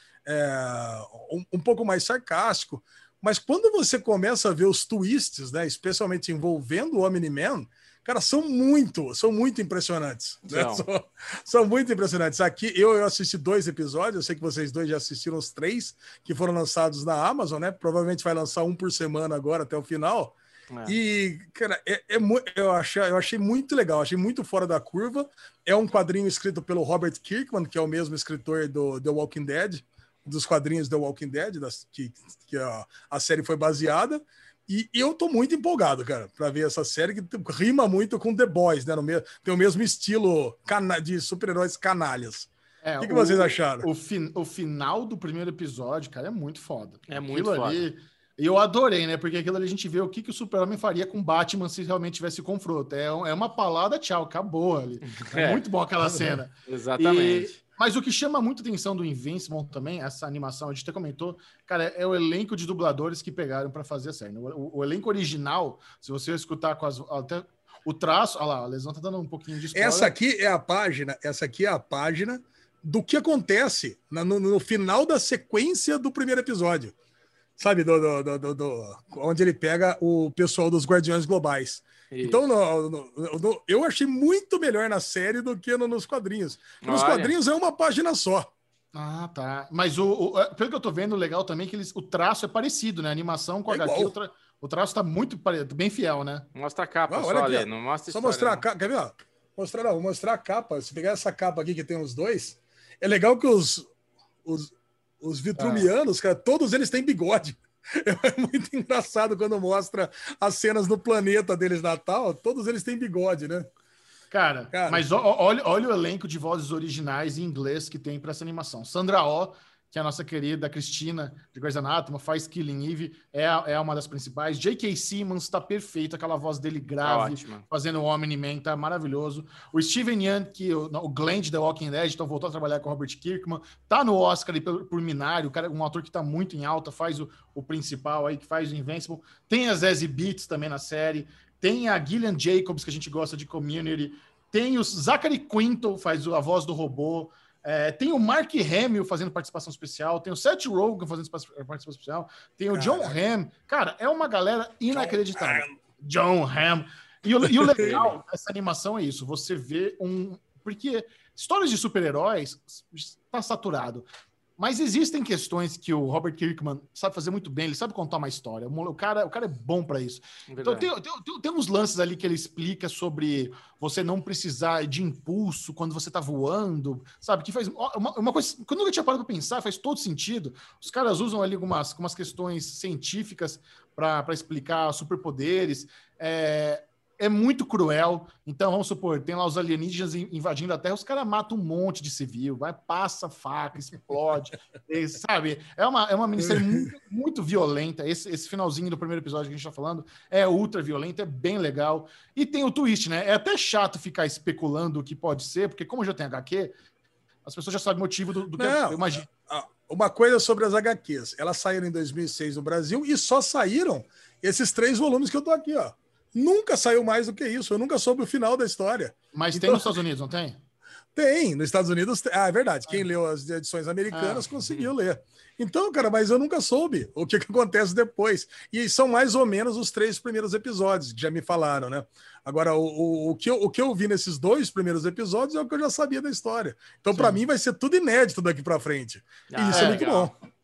É, um, um pouco mais sarcástico. Mas quando você começa a ver os twists, né, especialmente envolvendo o Omni-Man, cara, são muito, são muito impressionantes. Né? São. São, são muito impressionantes. Aqui, eu, eu assisti dois episódios, eu sei que vocês dois já assistiram os três que foram lançados na Amazon, né? Provavelmente vai lançar um por semana agora até o final. É. E, cara, é, é, eu, achei, eu achei muito legal, achei muito fora da curva. É um quadrinho escrito pelo Robert Kirkman, que é o mesmo escritor do The Walking Dead, dos quadrinhos The Walking Dead, das, que, que a, a série foi baseada, e eu tô muito empolgado, cara, para ver essa série que rima muito com The Boys, né? No me, tem o mesmo estilo cana, de super-heróis canalhas. É, o que, que o, vocês acharam? O, fin, o final do primeiro episódio, cara, é muito foda. É muito aquilo foda. Ali, eu adorei, né? Porque aquilo ali a gente vê o que, que o Super-Homem faria com Batman se realmente tivesse confronto. É, é uma palavra, tchau, acabou ali. É, é. muito bom aquela cena. Exatamente. E, mas o que chama muito atenção do Invincible também, essa animação, a gente até comentou, cara, é o elenco de dubladores que pegaram para fazer a série. O, o, o elenco original, se você escutar com as, até o traço, olha lá, a Lesão tá dando um pouquinho de spoiler. Essa aqui é a página, essa aqui é a página do que acontece na, no, no final da sequência do primeiro episódio. Sabe, do, do, do, do, do, onde ele pega o pessoal dos Guardiões Globais. Isso. Então, no, no, no, eu achei muito melhor na série do que no, nos quadrinhos. Nos Olha. quadrinhos é uma página só. Ah, tá. Mas o, o, pelo que eu tô vendo, legal também é que eles, o traço é parecido, né? A animação com a é H Q, o, tra, o traço tá muito bem fiel, né? Mostra a capa ah, só ali, aqui, não mostra a Só história, mostrar não. a capa, quer ver? Ó? Mostrar, não, vou mostrar a capa. Se pegar essa capa aqui que tem os dois, é legal que os, os, os vitruvianos, ah. cara, todos eles têm bigode. É muito engraçado quando mostra as cenas no planeta deles natal, todos eles têm bigode, né? Cara, Cara mas ó, olha, olha o elenco de vozes originais em inglês que tem para essa animação. Sandra Oh, que é a nossa querida Cristina de Grey's Anatomy, faz Killing Eve, é, é uma das principais. J K. Simmons tá perfeito, aquela voz dele grave, Ótimo. fazendo o Omni-Man, tá maravilhoso. O Steven Yeun, que o, o Glenn de The Walking Dead, então voltou a trabalhar com o Robert Kirkman, tá no Oscar ali por, por Minari, o cara, um ator que tá muito em alta, faz o, o principal aí, que faz o Invincible. Tem a Zazie Beetz também na série, tem a Gillian Jacobs, que a gente gosta de Community, tem o Zachary Quinto, faz a voz do robô. É, tem o Mark Hamill fazendo participação especial, tem o Seth Rogen fazendo participação especial, tem o Cara. John Hamm. Cara, é uma galera inacreditável. John Hamm. E o, e o legal dessa animação é isso, você vê um... Porque histórias de super-heróis está saturado. Mas existem questões que o Robert Kirkman sabe fazer muito bem, ele sabe contar uma história. O cara, o cara é bom para isso. Verdade. Então, tem, tem, tem uns lances ali que ele explica sobre você não precisar de impulso quando você tá voando, sabe? Que faz uma, uma coisa que eu nunca tinha parado para pensar, faz todo sentido. Os caras usam ali algumas, algumas questões científicas para explicar superpoderes. É... É muito cruel. Então, vamos supor, tem lá os alienígenas invadindo a Terra, os caras matam um monte de civil, vai, passa faca, explode, e, sabe? É uma, é uma minissérie muito, muito violenta. Esse, esse finalzinho do primeiro episódio que a gente tá falando é ultra violento, é bem legal. E tem o twist, né? É até chato ficar especulando o que pode ser, porque como já tem H Q, as pessoas já sabem o motivo do, do que Não, eu imagino. Uma coisa sobre as H Qs. Elas saíram em dois mil e seis no Brasil e só saíram esses três volumes que eu tô aqui, ó. Nunca saiu mais do que isso. Eu nunca soube o final da história. Mas então, tem nos Estados Unidos, não tem? Tem. Nos Estados Unidos... Ah, é verdade. Quem ah. leu as edições americanas ah. conseguiu ler. Então, cara, mas eu nunca soube o que, que acontece depois. E são mais ou menos os três primeiros episódios que já me falaram, né? Agora, o, o, o, que, eu, o que eu vi nesses dois primeiros episódios é o que eu já sabia da história. Então, para mim, vai ser tudo inédito daqui para frente. Ah, e isso é, é muito legal. bom.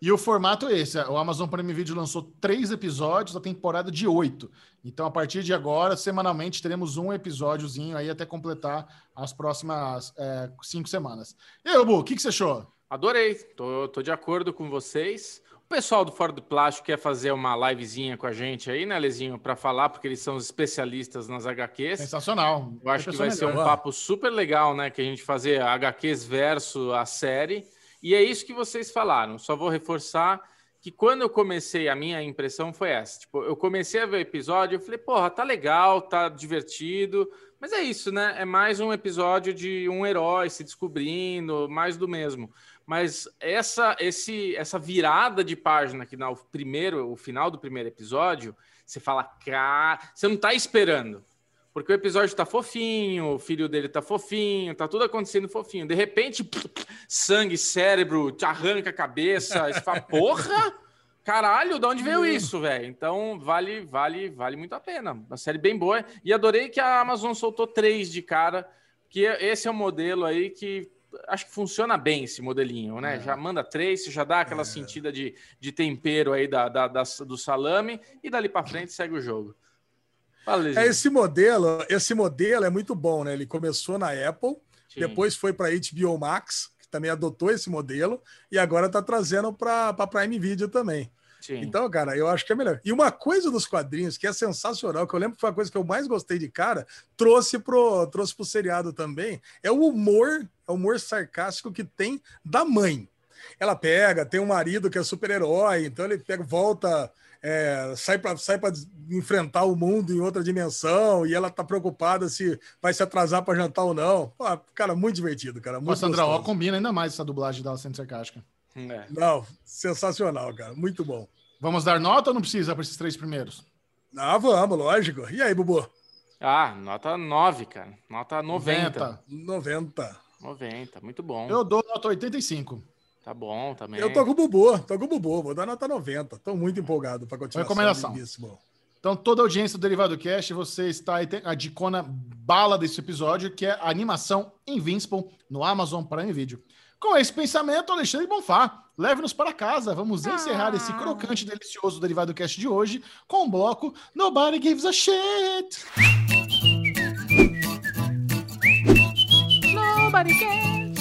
E o formato é esse. O Amazon Prime Video lançou três episódios da temporada de oito. Então, a partir de agora, semanalmente, teremos um episódiozinho aí até completar as próximas é, cinco semanas. E aí, Bu, o que, que você achou? Adorei. Tô, tô de acordo com vocês. O pessoal do Fora do Plástico quer fazer uma livezinha com a gente aí, né, Lezinho? Para falar, porque eles são os especialistas nas H Qs. Sensacional. Eu acho que vai ser um papo super legal, né? Que a gente fazer H Qs versus a série. E é isso que vocês falaram. Só vou reforçar que quando eu comecei, a minha impressão foi essa. Tipo, eu comecei a ver o episódio, eu falei, porra, tá legal, tá divertido. Mas é isso, né? É mais um episódio de um herói se descobrindo, mais do mesmo. Mas essa, esse, essa virada de página que no primeiro, o final do primeiro episódio, você fala, cara, você não tá esperando. Porque o episódio tá fofinho, o filho dele tá fofinho, tá tudo acontecendo fofinho. De repente, sangue, cérebro, te arranca a cabeça. Você fala, porra, caralho, de onde veio isso, velho? Então, vale, vale, vale muito a pena. Uma série bem boa. E adorei que a Amazon soltou três de cara, que esse é um modelo aí que acho que funciona bem, esse modelinho, né? É. Já manda três, já dá aquela é. sentida de, de tempero aí da, da, da, do salame e dali para frente segue o jogo. Fala, é, esse modelo, esse modelo é muito bom, né? Ele começou na Apple, Sim. depois foi para H B O Max, que também adotou esse modelo, e agora está trazendo para Prime Video também. Sim. Então, cara, eu acho que é melhor. E uma coisa dos quadrinhos que é sensacional, que eu lembro que foi a coisa que eu mais gostei de cara, trouxe pro, trouxe pro seriado também, é o humor, é o humor sarcástico que tem da mãe. Ela pega, tem um marido que é super-herói, então ele pega, volta, é, sai para sai para enfrentar o mundo em outra dimensão, e ela tá preocupada se vai se atrasar para jantar ou não. Pô, cara, muito divertido, cara. Muito Nossa, André, ó, combina ainda mais essa dublagem dela sendo sarcástica. É. Não, sensacional, cara. Muito bom. Vamos dar nota ou não precisa para esses três primeiros? Ah, vamos, lógico. E aí, Bubu? Ah, nota nove, cara. Nota noventa. noventa. noventa, muito bom. Eu dou nota oitenta e cinco. Tá bom também. Eu tô com o Bubu, tô com o Bubu. Vou dar nota noventa. Tô muito empolgado para continuar. Recomendação. Então, toda a audiência do Derivado Cast, você está aí, a dicona bala desse episódio, que é a animação Invincible no Amazon Prime Video. Com esse pensamento, Alexandre Bonfá, leve-nos para casa. Vamos encerrar ah. esse crocante e delicioso Derivado Cast de hoje com o bloco Nobody Gives a Shit. Nobody cares.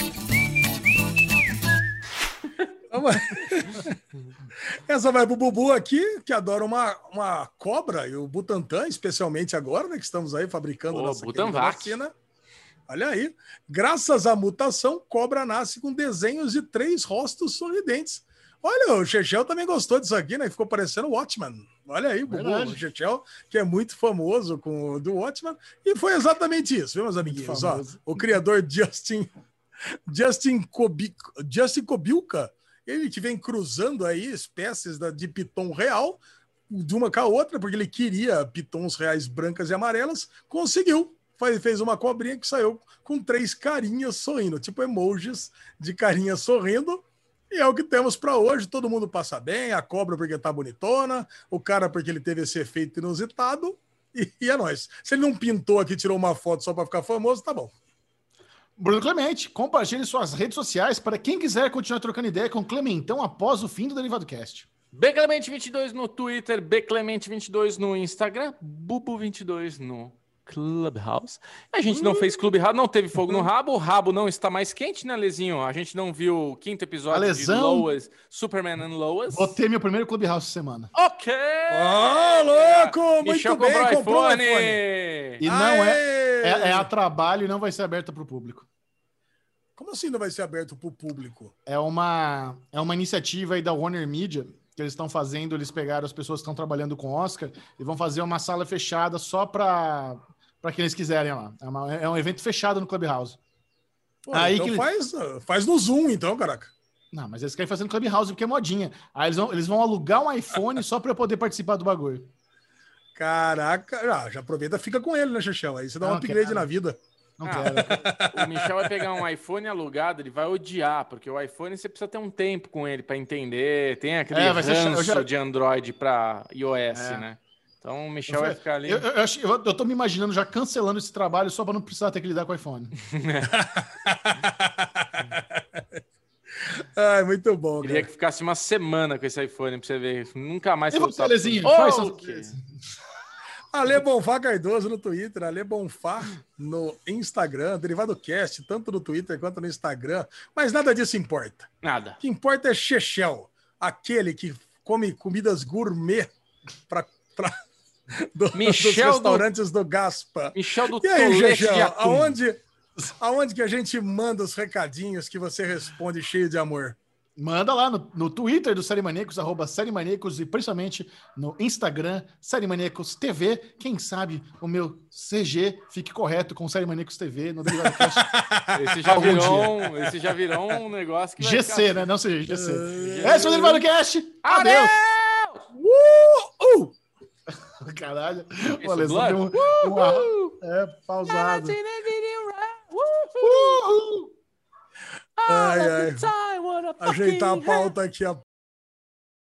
Essa vai pro Bubu aqui, que adora uma, uma cobra, e o Butantan, especialmente agora, né, que estamos aí fabricando Pô, nossa vacina. Olha aí, graças à mutação, cobra nasce com desenhos de três rostos sorridentes. Olha, o Chechel também gostou disso aqui, né? Ficou parecendo o Watchman. Olha aí, Bubu, o Chechel, que é muito famoso com o do Watchman. E foi exatamente isso, viu, meus amiguinhos? Ó, o criador Justin, Justin, Kobi, Justin Kobilka, ele que vem cruzando aí espécies da, de piton real, de uma com a outra, porque ele queria pitons reais brancas e amarelas, conseguiu. Fez uma cobrinha que saiu com três carinhas sorrindo, tipo emojis de carinha sorrindo, e é o que temos para hoje. Todo mundo passa bem, a cobra porque tá bonitona, o cara porque ele teve esse efeito inusitado, e, e é nóis. Se ele não pintou aqui, tirou uma foto só para ficar famoso, tá bom. Bruno Clemente, compartilhe suas redes sociais para quem quiser continuar trocando ideia com o Clementão após o fim do Derivado Cast. B Clemente vinte e dois no Twitter, B Clemente vinte e dois no Instagram, Bubu vinte e dois no Clubhouse. A gente não fez Clubhouse, não teve fogo no rabo, o rabo não está mais quente, né, Lezinho? A gente não viu o quinto episódio Lesão... de Lois, Superman and Lois. Vou ter meu primeiro Clubhouse semana. Ok! Ó, oh, louco! Muito Michel bem, comprou, comprou iPhone. iPhone. E não é, é, é a trabalho e não vai ser aberta para o público. Como assim não vai ser aberto para o público? É uma, é uma iniciativa aí da Warner Media que eles estão fazendo, eles pegaram as pessoas que estão trabalhando com Oscar e vão fazer uma sala fechada só para para quem eles quiserem lá. É, uma, é um evento fechado no Clubhouse. Pô, aí então que faz, eles... faz no Zoom, então, caraca. Não, mas eles querem fazer no Clubhouse porque é modinha. Aí eles vão, eles vão alugar um iPhone só para eu poder participar do bagulho. Caraca, já, já aproveita, fica com ele, né, Chechel? Aí você dá um upgrade na vida. Não ah, quero. O Michel vai pegar um iPhone alugado, ele vai odiar, porque o iPhone você precisa ter um tempo com ele para entender. Tem aquele é, vai ranço já... de Android para iOS, é. né? Então o Michel eu vai ficar ali. Eu, eu, eu, eu, eu tô me imaginando já cancelando esse trabalho só para não precisar ter que lidar com o iPhone. Ai, muito bom, Queria cara. que ficasse uma semana com esse iPhone pra você ver. Nunca mais E você você, voltar- Alezinho? Oh, Quais são que- os Ale Bonfá Cardoso no Twitter, Ale Bonfá no Instagram, Derivado Cast, tanto no Twitter quanto no Instagram. Mas nada disso importa. Nada. O que importa é Chechel, aquele que come comidas gourmet para do, Michel dos restaurantes do... do Gaspa. Michel do E aí, Tolete de Chechel, Atum. aonde, aonde que a gente manda os recadinhos que você responde cheio de amor? Manda lá no, no Twitter do Série Maníacos, arroba Série Maníacos, e principalmente no Instagram, Série Maníacos T V. Quem sabe o meu C G fique correto com Série Maníacos T V no Derivado Cast. Esse já, Algum virou um, esse já virou um negócio que vai G ficar C, assim. né? Não C G, G C. É. Esse é o Derivado Cast. Adeus. Uh, uh. Caralho. Isso, O Alessandro Blood? deu um, um arra- é, pausado. Uhul. Ai, ai. Ajeitar a pauta aqui, a